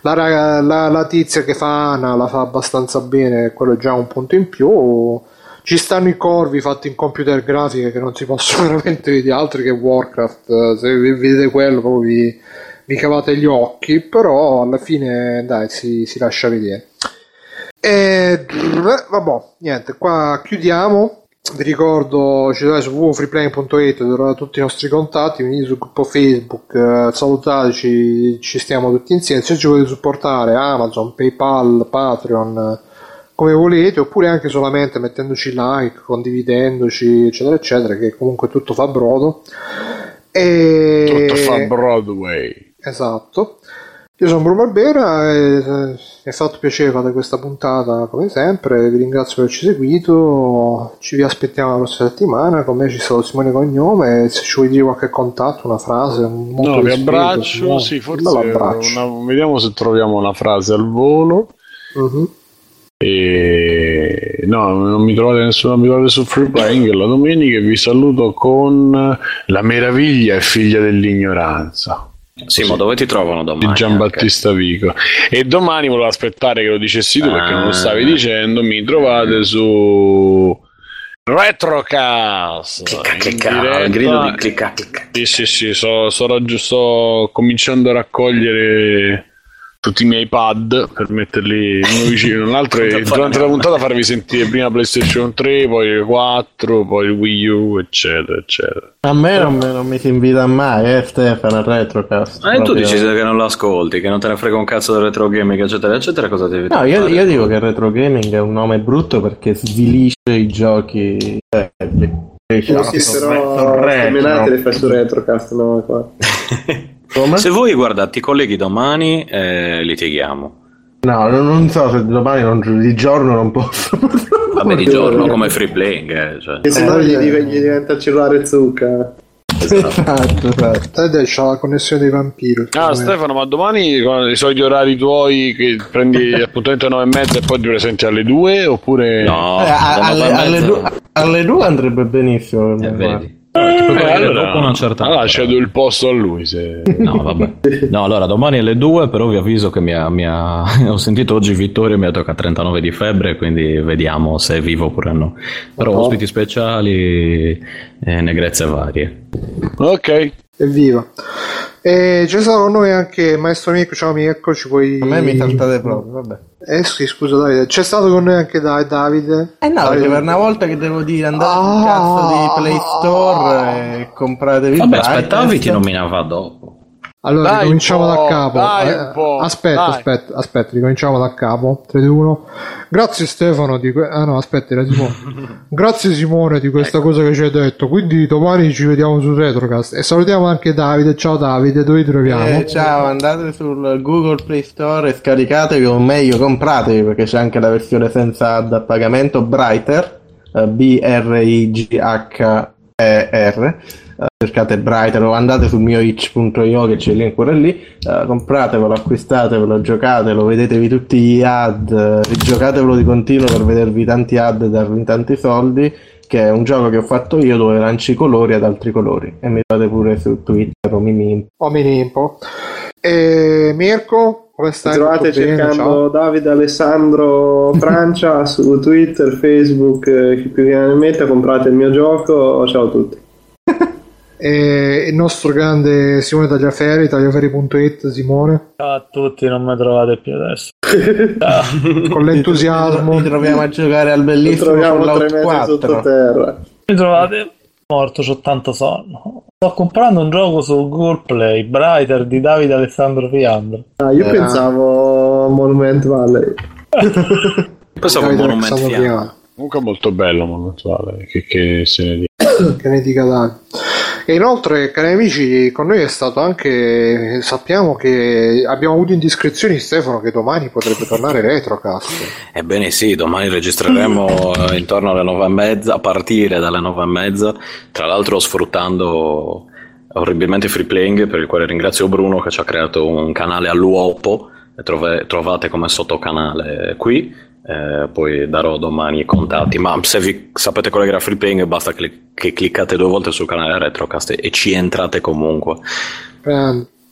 la, la, la tizia che fa Ana la fa abbastanza bene, quello è già un punto in più. Ci stanno i corvi fatti in computer grafiche che non si possono veramente vedere, altri che Warcraft, se vedete quello proprio vi, vi cavate gli occhi, però alla fine dai si, si lascia vedere. E vabbè, niente, qua chiudiamo. Vi ricordo, ci trovate su w w w punto freeplaying punto it, trovate tutti i nostri contatti, venite sul gruppo Facebook, eh, salutateci, ci stiamo tutti insieme. Se ci volete supportare, Amazon, PayPal, Patreon, come volete, oppure anche solamente mettendoci like, condividendoci, eccetera eccetera, che comunque tutto fa brodo. E... tutto fa Broadway. Esatto. Io sono Bruno Barbera e mi è fatto piacere fare questa puntata come sempre, vi ringrazio per averci seguito, ci vi aspettiamo la prossima settimana, con me ci sarà Simone Cognome, se ci vuoi dire qualche contatto, una frase, un no, vi abbraccio, no? Sì, forse una, vediamo se troviamo una frase al volo. Uh-huh. E no, non mi trovate nessuno, non mi trovate su Free Playing la domenica, e vi saluto con La meraviglia è figlia dell'ignoranza. Sì, ma dove ti trovano domani? Di Giambattista okay. Vico. E domani volevo aspettare che lo dicessi tu, ah, perché non lo stavi dicendo. Mi trovate su Retrocast. Clicca, clicca, il grido di clicca, clicca. Sì, sì, sì, sto, sto, sto cominciando a raccogliere tutti i miei pad per metterli uno vicino all'altro e durante la puntata farvi sentire prima PlayStation tre, poi il quattro, poi il Wii U, eccetera eccetera. A me non, non mi si invita mai, eh Stefano, al Retrocast. Eh, tu dici che non lo ascolti, che non te ne frega un cazzo del retro gaming, eccetera eccetera, cosa devi no, io, io dico che il retro gaming è un nome brutto perché svilisce i giochi belli. No, sì, però menate le fai su Retrocast, no, qua. Come? Se voi guardate, ti colleghi domani, eh, litighiamo. No, non so se domani non, di giorno non posso. Vabbè, di giorno come free playing, eh, cioè. E se no gli, gli diventa il cellulare zucca. Esatto, esatto. Adesso c'ha la connessione dei vampiri. Ah, Stefano, ma domani con i soliti orari tuoi che prendi appuntamento alle nove e mezza e poi ti presenti alle due oppure no? Eh, alle, alle, due, alle due andrebbe benissimo. Eh, vedi. Eh, allora, dopo una certa allora cedo il posto a lui se... no vabbè no allora domani alle due, però vi avviso che mi ha, mi ha... ho sentito oggi Vittorio mi ha toccato trentanove di febbre, quindi vediamo se è vivo oppure no, però oh. ospiti speciali e negrezze varie. Ok, evviva. E c'è stato con noi anche Maestro Mirko. Ciao Mirko, ci puoi... A me mi saltate proprio, vabbè. Eh sì, scusa Davide, c'è stato con noi anche Dai, Davide. Eh no, Davide. Perché per una volta che devo dire andate ah, sul cazzo di Play Store e compratevi. Vabbè, aspettavi ti nominava dopo. Allora, dai ricominciamo da capo. Dai eh, aspetta, dai. aspetta, aspetta, ricominciamo da capo. tre, due, uno. Grazie Stefano di que- Ah no, aspetta, era Simone. Grazie Simone di questa ecco. cosa che ci hai detto. Quindi domani ci vediamo su Retrocast. E salutiamo anche Davide. Ciao Davide, dove ti troviamo? Eh, ciao, andate sul Google Play Store e scaricatevi, o meglio compratevi, perché c'è anche la versione senza ad a pagamento, Brighter, B R I G H E R. Uh, cercate Brighter o andate sul mio itch punto io che c'è il link pure lì, uh, compratevelo, acquistatevelo, giocatelo, vedetevi tutti gli ad, uh, rigiocatevelo di continuo per vedervi tanti ad e darvi tanti soldi, che è un gioco che ho fatto io dove lanci i colori ad altri colori, e mi trovate pure su Twitter o Mimimpo. O Mimimpo. E Mirko, come stai? Mi trovate cercando Ciao. Davide Alessandro Francia su Twitter, Facebook, eh, chi più viene in mente, comprate il mio gioco. Ciao a tutti. E il nostro grande Simone Tagliaferri, tagliaferri punto it. Simone, ciao a tutti, non mi trovate più adesso. Con l'entusiasmo ci troviamo a giocare al bellissimo Fallout quattro. Mi trovate morto, c'ho tanto sonno. Sto comprando un gioco su Google Play, Brighter di Davide Alessandro Fiandro. Ah, io eh. pensavo Monument Valley. Pensavo Monument Valley. Comunque molto bello Monument Valley, che, che se ne dica. Che ne dica Davide. E inoltre, cari amici, con noi è stato anche, sappiamo che abbiamo avuto indiscrezioni, Stefano, che domani potrebbe tornare Retrocast. Ebbene sì, domani registreremo intorno alle nove e mezza, a partire dalle nove e mezza, tra l'altro sfruttando orribilmente Free Playing, per il quale ringrazio Bruno che ci ha creato un canale all'uopo, e trove, trovate come sottocanale qui. Eh, poi darò domani i contatti, ma se vi sapete collegare a Free Playing basta che, che cliccate due volte sul canale Retrocast e, e ci entrate comunque. Eh,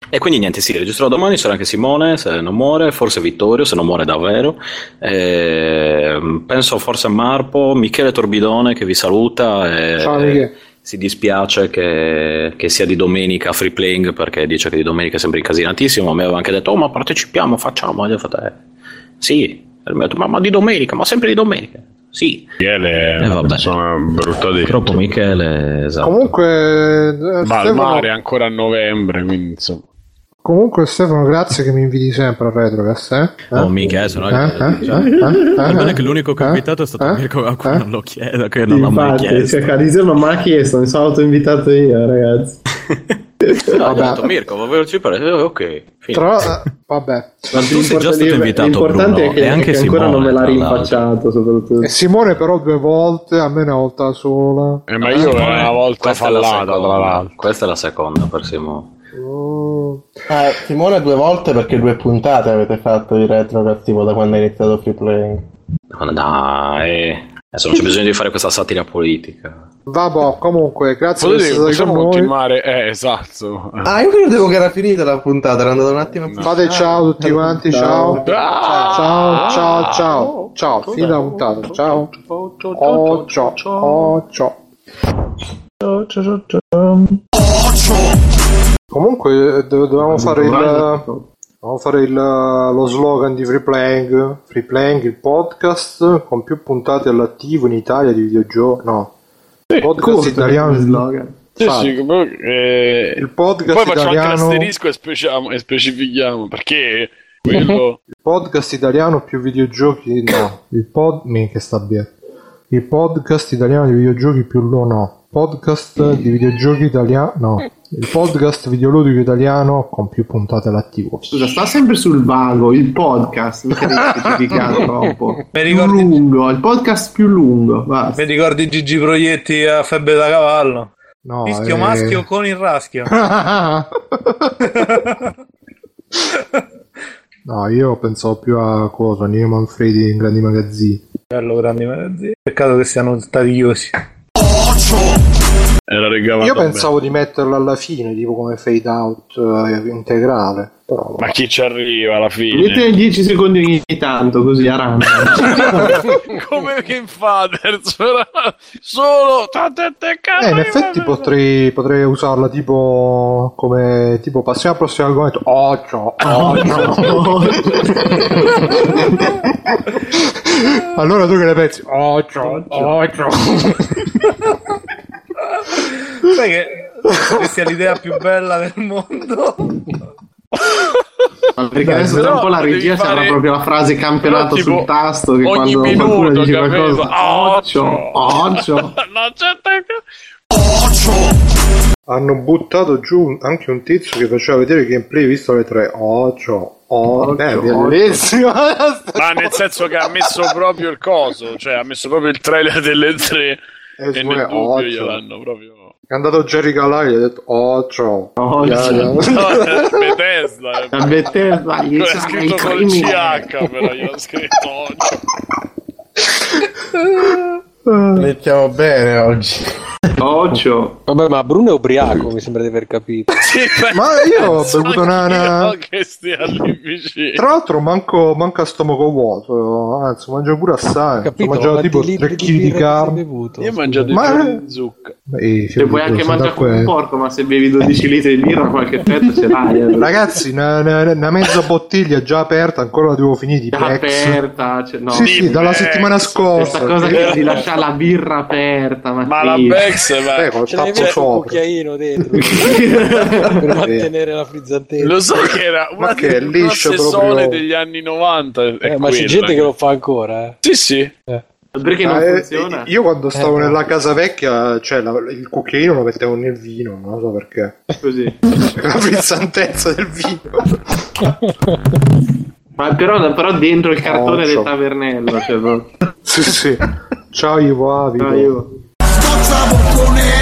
E quindi niente, sì, registrerò domani, sarà anche Simone se non muore, forse Vittorio se non muore davvero, e penso forse a Marpo, Michele Torbidone che vi saluta e Ciao, Michele. Si dispiace che, che sia di domenica free playing perché dice che di domenica è sempre incasinatissimo, mi aveva anche detto oh ma partecipiamo, facciamo, e io ho fatto eh, sì, ma, ma di domenica, ma sempre di domenica. Sì, Michele è eh, una persona brutta di Purtroppo Michele, esatto. Comunque, va Stefano, al mare ancora a novembre, quindi insomma. comunque Stefano, grazie che mi inviti sempre a Retrocast, eh? Oh, mica, se no, Eh? Eh? cioè, Eh? va bene Eh? che l'unico che ho Eh? invitato è stato Eh? Mirko, a cui Eh? non lo chiedo, che non l'ha mai Infatti, chiesto. cioè, Calisio non mi ha chiesto, mi sono autoinvitato io, ragazzi. No, ho Vabbè. detto Mirko, va partecipare? Eh, ok, fine. Tra... Vabbè. Ma tu sei già stato L'importante- invitato, l'importante Bruno, è che, e anche che ancora Simone, non me l'ha tra l'altro. rinfacciato, soprattutto. E Simone però due volte, a me una volta sola. Eh, ma io Simone, una volta questa è la fallata, tra seconda, l'altro. questa è la seconda per Simone. Oh. Ah, Simone due volte perché due puntate avete fatto di Retrocast tipo da quando è iniziato Free Playing. No, dai, adesso non c'è bisogno di fare questa satira politica. Vabbè, comunque, grazie per Potete, essere stati possiamo con noi. continuare? Eh, esatto. Ah, io credevo che era finita la puntata, era andato un attimo a Fate ciao a tutti quanti, ciao. Ciao, ciao, ciao. Ciao, fine la puntata. Ciao. Oh, ciao. Oh, ciao. Comunque, do- dovevamo fare il... Dovevamo fare il, lo slogan di Free Playing, Free Playing, il podcast con più puntate all'attivo in Italia di videogiochi. No, podcast italiano. slogan. Sì, Fate. sì, come- eh, Il podcast poi facciamo anche italiano. l'asterisco e, speciamo- e specifichiamo perché quello Il podcast italiano più videogiochi. No, il pod. Mi che sta bene. Il podcast italiano di videogiochi più lo no. Podcast di videogiochi italiano. No. Il podcast videoludico italiano con più puntate all'attivo. Scusa, sta sempre sul vago, il podcast, non devi specificare troppo. Mi Più ricordi, lungo, il podcast più lungo, basta. mi ricordi Gigi Proietti a Febbre da Cavallo? No, Fischio eh... maschio con il raschio. No, io pensavo più a cosa, Nino Manfredi in Grandi Magazzini. Bello, grandi magazzini. Peccato che siano stati chiusi. era regalato. Io pensavo di metterlo alla fine, tipo come fade out eh, integrale. Però, Ma chi ci arriva alla fine? Mettete dieci secondi ogni tanto, così a random. Come Game Fathers, però solo tante te eh, in effetti potrei, potrei usarla tipo come tipo passiamo al prossimo argomento. Oh, ciao, oh, ciao. Allora tu che ne pensi? Oh, ciao, oh, ciao. Sai che questa è l'idea più bella del mondo. Perché adesso tra un po' la regia devi fare- sarà proprio la frase campionato Però, tipo, sul tasto che ogni quando qualcuno minuto, dice capito? qualcosa occhio, occhio. Non c'è tempo. Hanno buttato giù anche un tizio che faceva vedere il gameplay visto le tre. Oh, ciao. Oh, beh, Occhio, bellissimo. Ma nel senso che ha messo proprio il coso, cioè ha messo proprio il trailer delle tre E e poi, nel oh, dubbio ciao. gliel'hanno proprio. È andato Jerry Calai e gli ha detto oh, ciao. Oh, Ya, ciao. ya. No, Bethesda. La Bethesda gli È sa il scritto col crimine. C H, però io ho scritto oggi. Mettiamo bene oggi. Occhio. Vabbè, ma Bruno è ubriaco, mi sembra di aver capito. Sì, Ma io ho bevuto una- una- che stia lì vicino. Tra l'altro manco, manco a stomaco vuoto, anzi mangio pure assai. Ho Capito? mangiato Quanti tipo litri tre di chili di birra ti sei carne. bevuto? Io ho mangiato Ma- i fiori di zucca. E Se puoi anche mangiare come un porco, ma se bevi dodici litri di birra qualche effetto ce l'hai. eh. Ragazzi, una, una- una mezza bottiglia già aperta, ancora la devo finire di Già Bex. aperta, cioè, no. Sì, sì, dalla Bex. settimana scorsa. Questa cosa che di lasciare la birra aperta, ma, Ma la sì. Bex, ma... Eh, col Ce l'avevi tappo messo un sopra. cucchiaino dentro per mantenere la frizzantezza. Lo so che era una Ma che è delle liscio grosse proprio. sole degli anni novanta. È Eh, ma c'è quella, gente che lo fa ancora, eh. Sì, sì. Perché non Ah, eh, funziona? io quando stavo Eh, no. nella casa vecchia, cioè la- il cucchiaino lo mettevo nel vino, non lo so perché. Così. La frizzantezza del vino. Ma però, però dentro il cartone Occhio. del tavernello, cioè, proprio. Sì, sì. Ciao Ivo Avido. No, io. Scoccia boccone